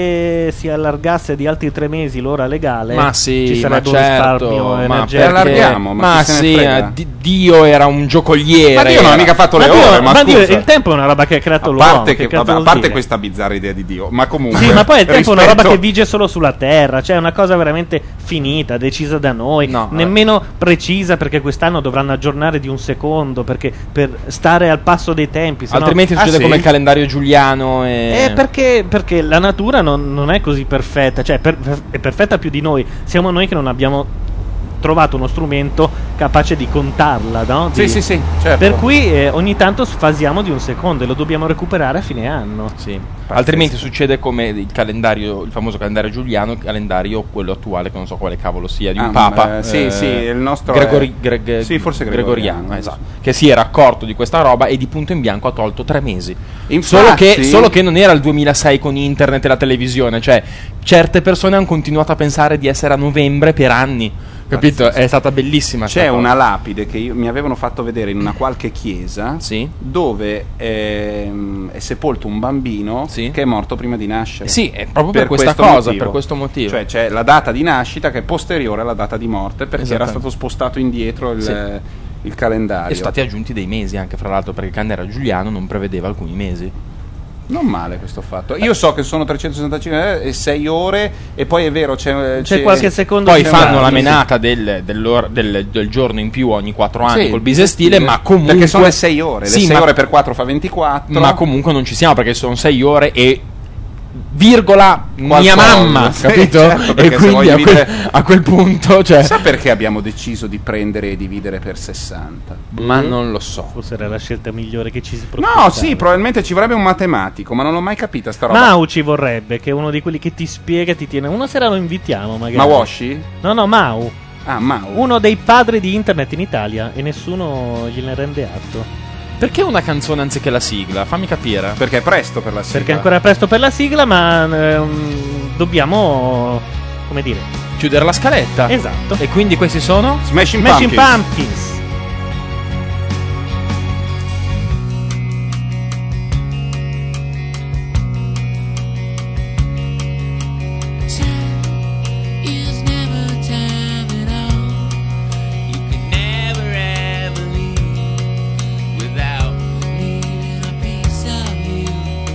se si allargasse di altri 3 mesi l'ora legale, ma sì, ci sarebbe un risparmio energetico. Allarghiamo, ma sì, Dio era un giocoliere. Ma Dio non ha mica fatto le ore, ma Dio, scusa. Il tempo è una roba che ha creato l'uomo. A parte questa bizzarra idea di Dio, ma comunque. Sì, ma poi il tempo è una roba che vige solo sulla Terra, cioè è una cosa veramente finita, decisa da noi, nemmeno precisa, perché quest'anno dovranno aggiornare di un secondo, perché per stare al passo dei tempi, altrimenti succede come il calendario giuliano perché la natura non è così perfetta, cioè è perfetta più di noi, siamo noi che non abbiamo trovato uno strumento capace di contarla, no? Sì, certo. Per cui ogni tanto sfasiamo di un secondo e lo dobbiamo recuperare a fine anno. Sì. Altrimenti succede come il calendario, il famoso calendario giuliano, il calendario quello attuale, che non so quale cavolo sia, di un papa. Sì, il nostro sì, forse gregoriano, esatto, che si era accorto di questa roba e di punto in bianco ha tolto 3 mesi. Infatti, solo che non era il 2006 con internet e la televisione, cioè certe persone hanno continuato a pensare di essere a novembre per anni. Capito? È stata bellissima. C'è una lapide che mi avevano fatto vedere in una qualche chiesa, dove è sepolto un bambino che è morto prima di nascere. Sì, è proprio per questa cosa, per questo motivo. Cioè c'è la data di nascita che è posteriore alla data di morte, perché era stato spostato indietro il calendario. E sono stati aggiunti dei mesi anche, fra l'altro, perché il calendario giuliano non prevedeva alcuni mesi. Non male questo fatto. Io so che sono 365 e 6 ore e poi è vero c'è qualche secondo. Poi c'è fanno la sì. menata del giorno in più ogni 4 anni Sì, col bisestile, ma comunque perché sono le 6 ore, Sì, le 6 ma- ore per 4 fa 24. Ma comunque non ci siamo perché sono 6 ore e virgola mia Qualcosa. mamma, Sì, capito? certo, E perché se quindi voglio a quel punto, cioè, Sa perché abbiamo deciso di prendere e dividere per 60? ma non lo so. Forse era la scelta migliore che ci si No, prospettava. sì, probabilmente ci vorrebbe un matematico, ma non l'ho mai capita sta roba. Mau ci vorrebbe, che è uno di quelli che ti spiega, ti tiene. Una sera lo invitiamo, magari. Mawashi? No, Mau. Ah, Mau. Uno dei padri di internet in Italia e nessuno gliene rende atto. Perché una canzone anziché la sigla? Fammi capire. Perché è presto per la sigla. Perché è ancora presto per la sigla, ma dobbiamo, come dire, chiudere la scaletta. Esatto. E quindi questi sono? Smashing Pumpkins. Is never time at all. You can never ever leave without leaving a piece of you.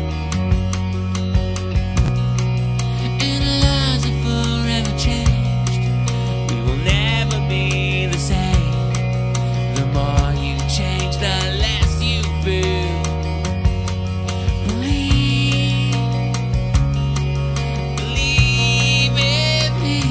And our lives are forever changed. We will never be the same. The more you change, the less you feel. Believe in me.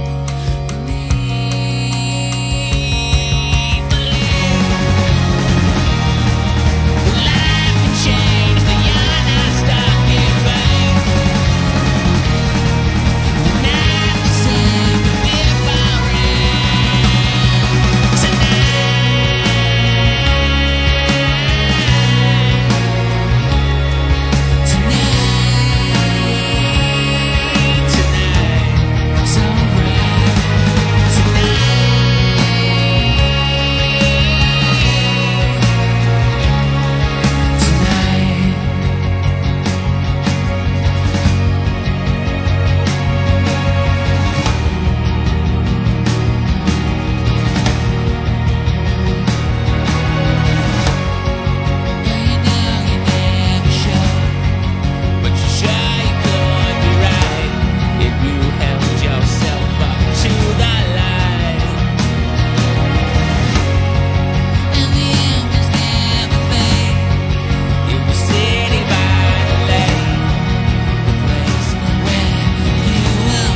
But you sure you could be right if you held yourself up to the light. And the embers never fade in the city by the lake, the place where you will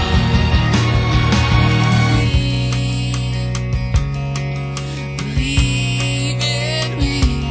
go. Believe in me.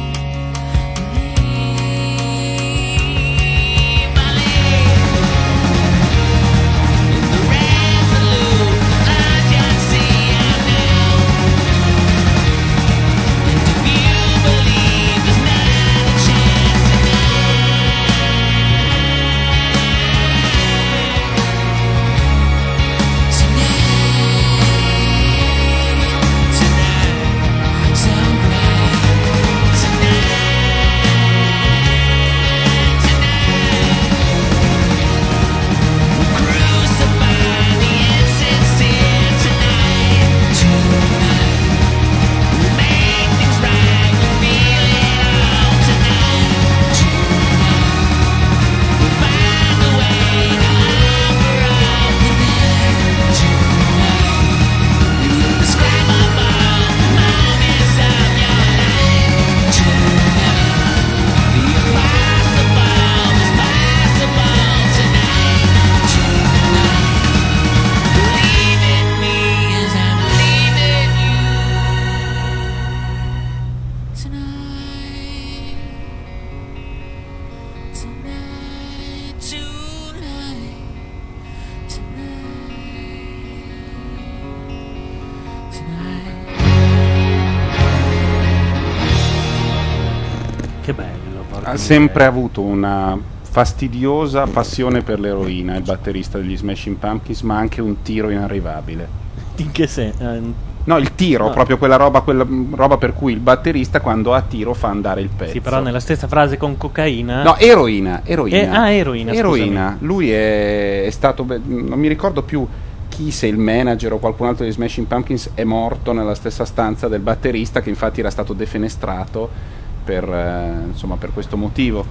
Che bello. porca Ha sempre avuto una fastidiosa passione per l'eroina, il batterista degli Smashing Pumpkins, ma anche un tiro inarrivabile. In che senso? No, il tiro, No. proprio quella roba per cui il batterista quando ha tiro fa andare il pezzo. Sì, però nella stessa frase con cocaina. No, eroina. Eroina. Eroina. Lui è stato, non mi ricordo più chi, se il manager o qualcun altro degli Smashing Pumpkins è morto nella stessa stanza del batterista, che infatti era stato defenestrato per, insomma, per questo motivo.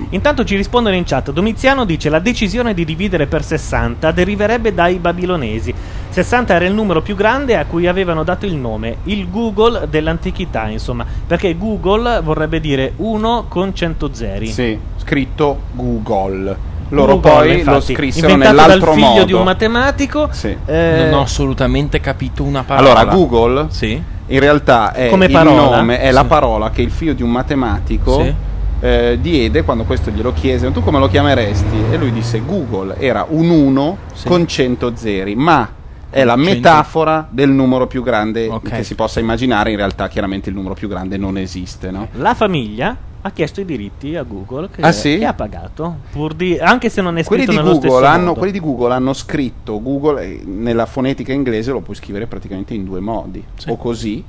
Intanto ci rispondono in chat. Domiziano dice: la decisione di dividere per 60 deriverebbe dai babilonesi. 60 era il numero più grande a cui avevano dato il nome, il Google dell'antichità, insomma, perché Google vorrebbe dire 1 con 100 zeri. Sì, scritto Google. Loro Google, poi infatti, lo scrissero inventato nell'altro dal figlio modo. di un matematico. Sì. Non ho assolutamente capito una parola. Allora, Google in realtà è Come il parola? nome, è la parola che il figlio di un matematico Sì. diede quando questo glielo chiese: tu come lo chiameresti? E lui disse Google, era un 1 con 100 zeri, ma è la 100. metafora del numero più grande Ok. che si possa immaginare. In realtà chiaramente il numero più grande non esiste, no? La famiglia ha chiesto i diritti a Google che, Ah, sì? che ha pagato, pur di, anche se non è Quelli scritto di, nello stesso Google hanno, modo. quelli di Google hanno scritto Google nella fonetica inglese lo puoi scrivere praticamente in due modi, o così,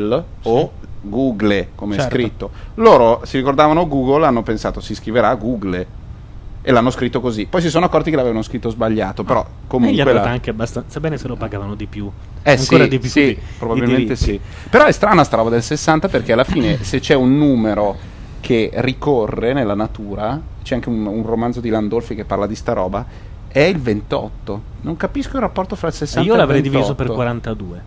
o Google come è Certo. scritto. Loro si ricordavano Google, hanno pensato si scriverà Google e l'hanno scritto così. Poi si sono accorti che l'avevano scritto sbagliato, però E gli comunque hanno dato la- anche abbastanza, sebbene se lo pagavano di più. Ancora sì, di più sì, i probabilmente diritti. sì. Però è strana sta roba del 60 perché alla fine se c'è un numero che ricorre nella natura, c'è anche un romanzo di Landolfi che parla di sta roba, è il 28. Non capisco il rapporto fra il 60 Io e il l'avrei 28. diviso per 42.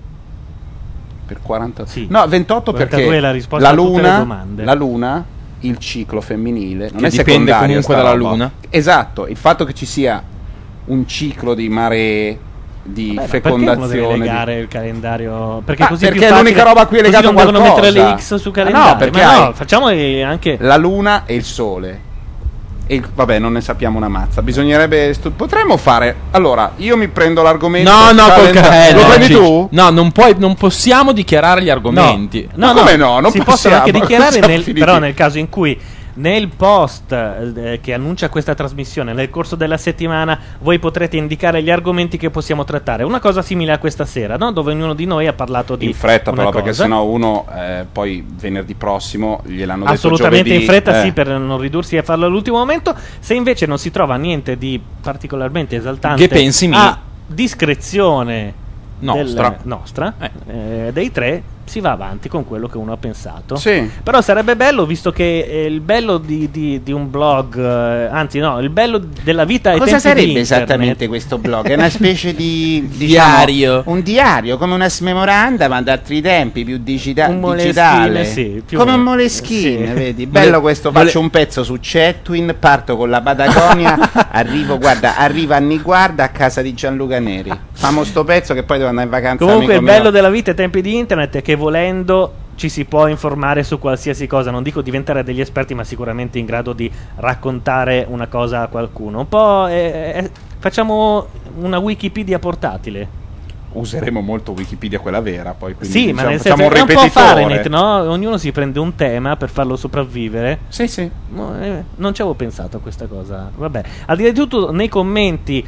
Per 40? Sì. No, 28 42 perché è la risposta a tutte le domande. la luna, il ciclo femminile, non Che è dipende secondario comunque sta dalla roba. luna. Esatto, il fatto che ci sia un ciclo di maree, di Vabbè, ma perché uno deve fecondazione, legare il calendario? Perché Ah, così è perché più è facile, l'unica roba a cui è così legato non devono qualcosa. mettere le X sul Ah, calendario. no, perché Ma no, hai facciamo anche la luna e il sole. Vabbè, non ne sappiamo una mazza. Bisognerebbe potremmo fare. Allora, io mi prendo l'argomento. No, no, col Lo prendi tu? No, non possiamo dichiarare gli argomenti. No, come no? Non si possono anche possiamo. dichiarare, Siamo nel, finiti. però nel caso in cui nel post che annuncia questa trasmissione nel corso della settimana voi potrete indicare gli argomenti che possiamo trattare. Una cosa simile a questa sera, no? Dove ognuno di noi ha parlato di In fretta, una però, perché cosa. sennò uno poi venerdì prossimo gliel'hanno detto Assolutamente giovedì. in fretta, sì, per non ridursi a farlo all'ultimo momento. Se invece non si trova niente di particolarmente esaltante, Che pensi mi? a discrezione Nostra. nostra dei tre, si va avanti con quello che uno ha pensato. Sì. Però sarebbe bello, visto che il bello di un blog, anzi no, il bello della vita ai Cosa tempi di sarebbe internet. esattamente questo blog? È una specie di Diario. un diario, come una smemoranda, ma ad altri tempi, più Un digitale. Moleskine, sì, più come o un meno. Moleskine, Sì. vedi? Bello questo, faccio un pezzo su Chatwin, parto con la Patagonia, arriva a Niguarda a casa di Gianluca Neri. Famo sto pezzo che poi devo andare in vacanza. Comunque il amico bello mio. della vita ai tempi di internet è che volendo ci si può informare su qualsiasi cosa, non dico diventare degli esperti, ma sicuramente in grado di raccontare una cosa a qualcuno. Un po' facciamo una Wikipedia portatile. Useremo molto Wikipedia quella vera, poi quindi Sì, ma diciamo, nel facciamo senso un è un po' ripetitore. Fahrenheit, no? Ognuno si prende un tema per farlo sopravvivere. Sì, sì. Non ci avevo pensato a questa cosa. Vabbè, al di là di tutto, nei commenti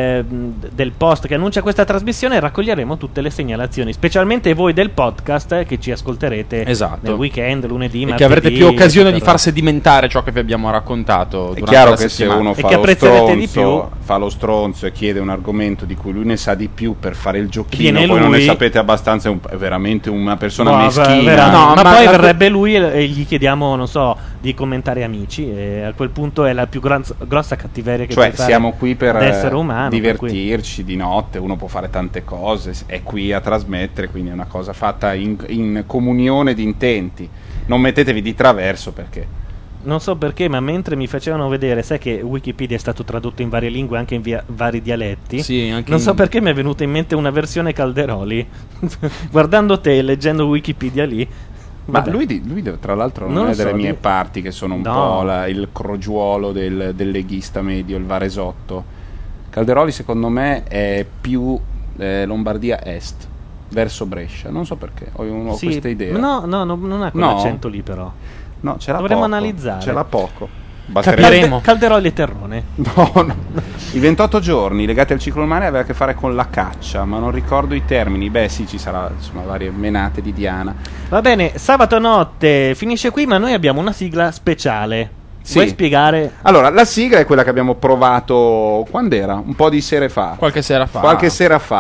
del post che annuncia questa trasmissione raccoglieremo tutte le segnalazioni, specialmente voi del podcast che ci ascolterete nel weekend, lunedì, E martedì, che avrete più occasione di eccetera. far sedimentare ciò che vi abbiamo raccontato. È durante chiaro la che se settimana. uno E fa che lo, apprezzerete di stronzo, fa lo stronzo e chiede un argomento di cui lui ne sa di più per fare il giochino, Viene poi non ne lui. sapete abbastanza, è veramente una persona No, meschina. no, ma poi verrebbe lui e gli chiediamo, non so, di commentare Amici, e a quel punto è la più grossa cattiveria che Cioè puoi fare siamo qui per l'essere umano, per cui- divertirci di notte, uno può fare tante cose, è qui a trasmettere, quindi è una cosa fatta in comunione di intenti. Non mettetevi di traverso perché Non so perché, ma mentre mi facevano vedere, sai che Wikipedia è stato tradotto in varie lingue, anche in vari dialetti. Sì, anche non so in- perché mi è venuta in mente una versione Calderoli. Guardando te e leggendo Wikipedia lì. Ma vabbè. lui tra l'altro non, Non è lo so, delle mie di- parti che sono un No. po' il crogiuolo del leghista medio, il Varesotto. Calderoli secondo me è più Lombardia Est, verso Brescia, non so perché, ho Sì, questa idea. No, non ha quell'accento lì però. No, c'era Dovremmo poco, analizzare. c'era poco. Calderoli e Terrone. No. I 28 giorni legati al ciclo umano aveva a che fare con la caccia, ma non ricordo i termini. Beh sì, ci sarà insomma varie menate di Diana. Va bene, sabato notte finisce qui, ma noi abbiamo una sigla speciale. Sì. Vuoi spiegare? Allora, la sigla è quella che abbiamo provato quando era? Un po' di sere fa. Qualche sera fa. Qualche sera fa.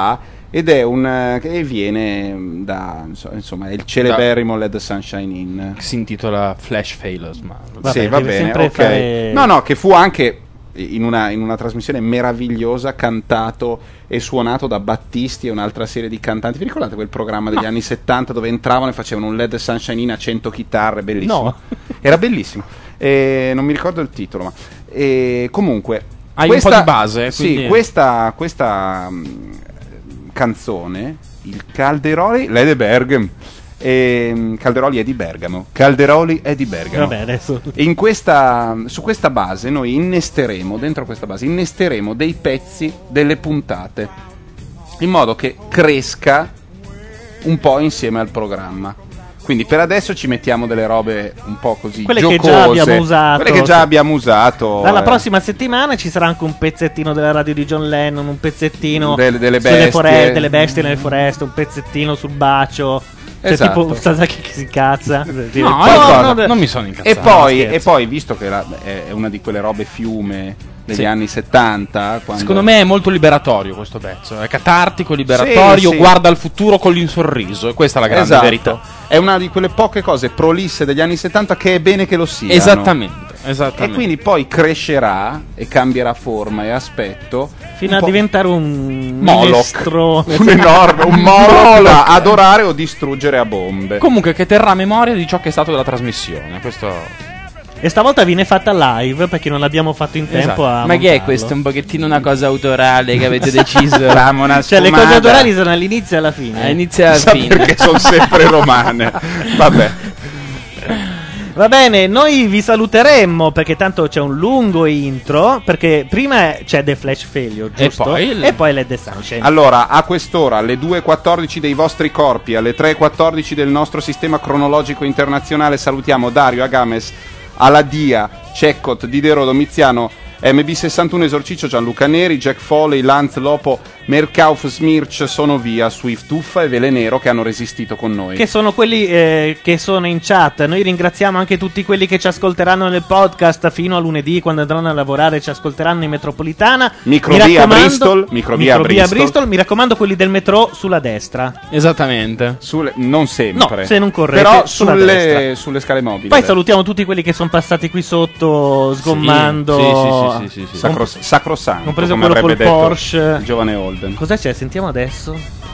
ed è che viene da insomma è il celeberrimo Let the Sunshine In, si intitola Flash Failures, ma sì, va bene, ok. No, che fu anche in una trasmissione meravigliosa cantato e suonato da Battisti e un'altra serie di cantanti. Vi ricordate quel programma degli anni 70 dove entravano e facevano un Let the Sunshine In a 100 chitarre? Bellissimo. No. Era bellissimo. Non mi ricordo il titolo, ma comunque hai un po' di base, quindi... sì, questa canzone, il Calderoli, lei è Bergamo. Calderoli è di Bergamo. Calderoli è di Bergamo. Vabbè, adesso. E su questa base noi dentro questa base innesteremo dei pezzi delle puntate, in modo che cresca un po' insieme al programma. Quindi per adesso ci mettiamo delle robe un po' così quelle giocose, che già abbiamo usato. Quelle che già abbiamo usato. Dalla prossima settimana ci sarà anche un pezzettino della radio di John Lennon, un pezzettino delle bestie. Delle bestie nelle foreste, un pezzettino sul bacio. Cioè, Esatto. tipo Sasaki che si incazza. No, non mi sono incazzato. E poi visto che è una di quelle robe fiume degli anni 70, secondo me è molto liberatorio questo pezzo, è catartico, liberatorio, sì. guarda al futuro con l'insorriso, e questa è la grande verità. È una di quelle poche cose prolisse degli anni 70 che è bene che lo siano. Esattamente. E quindi poi crescerà e cambierà forma e aspetto fino a diventare un Moloch, un enorme, un Moloch da adorare o distruggere a bombe. Comunque che terrà memoria di ciò che è stato della trasmissione. Questo... E stavolta viene fatta live perché non l'abbiamo fatto in tempo a Ma che è montarlo. questo? Un pochettino una cosa autorale che avete deciso? Cioè le cose autorali sono all'inizio e alla fine. All'inizio e alla fine. Perché sono sempre romane. Vabbè. Va bene, noi vi saluteremmo perché tanto c'è un lungo intro, perché prima c'è The Flash Failure, giusto? E poi Let the Sunshine. Allora, a quest'ora, alle 2.14 dei vostri corpi, alle 3.14 del nostro sistema cronologico internazionale, salutiamo Dario Agames, Aladia, Ceccot, Didero Domiziano, MB61, Esorciccio, Gianluca Neri, Jack Foley, Lanz, Lopo, Merkauf, Smirch, Sono Via, Swift Uffa e Velenero che hanno resistito con noi. Che sono quelli che sono in chat. Noi ringraziamo anche tutti quelli che ci ascolteranno nel podcast fino a lunedì, quando andranno a lavorare ci ascolteranno in metropolitana. Microvia Bristol. Bristol. Mi raccomando, quelli del metro sulla destra. Esattamente. Non sempre. No, se non correte. Però sulle scale mobili. Poi salutiamo tutti quelli che sono passati qui sotto sgommando. Sì. Sacrosanto. Compreso come quello col avrebbe detto Porsche. il giovane Holden. Cosa c'è? Sentiamo adesso.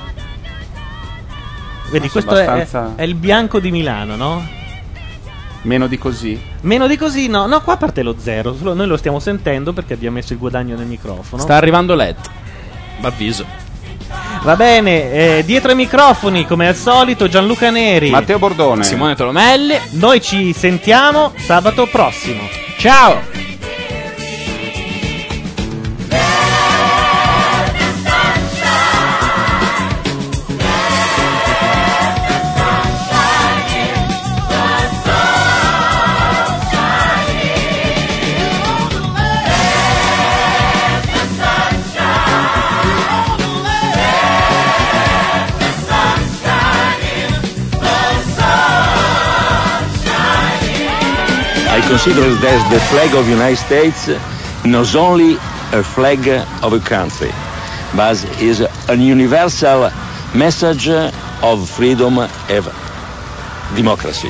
Vedi, Ma questo abbastanza... è il bianco di Milano, no? Meno di così? Meno di così, no. No, qua parte lo zero. Noi lo stiamo sentendo perché abbiamo messo il guadagno nel microfono. Sta arrivando LED. Avviso. Va bene, dietro ai microfoni, come al solito, Gianluca Neri, Matteo Bordone, Simone Tolomelli. Noi ci sentiamo sabato prossimo. Ciao! I consider that the flag of the United States not only a flag of a country, but is a universal message of freedom and democracy.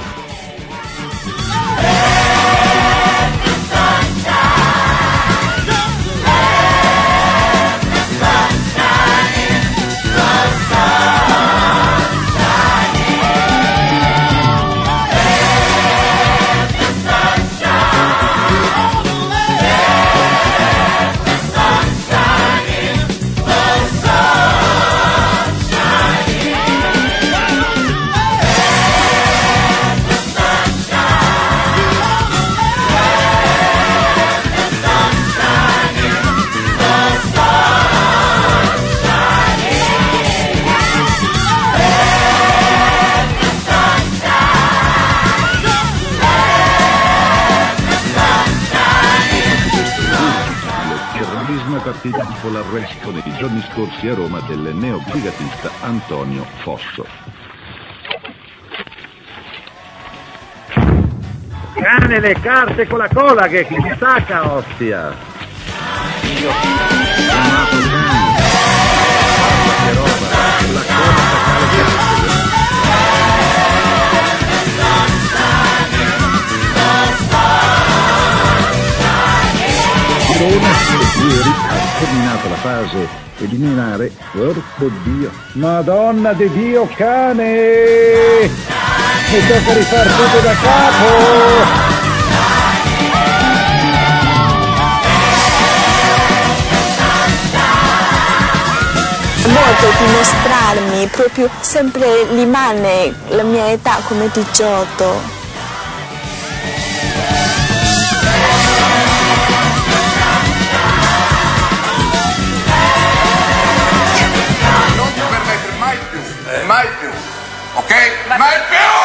Dopo l'arresto nei giorni scorsi a Roma del neobrigatista Antonio Fosso. Cane le carte con la cola che chi si stacca, ostia! Io... ieri ha terminato la fase preliminare. Porco Dio. Madonna di Dio, cane! Mi tocca rifare tutto da capo! Molto dimostrarmi, proprio sempre rimane la mia età come 18. Non ti permettere mai più, ok? Mai più!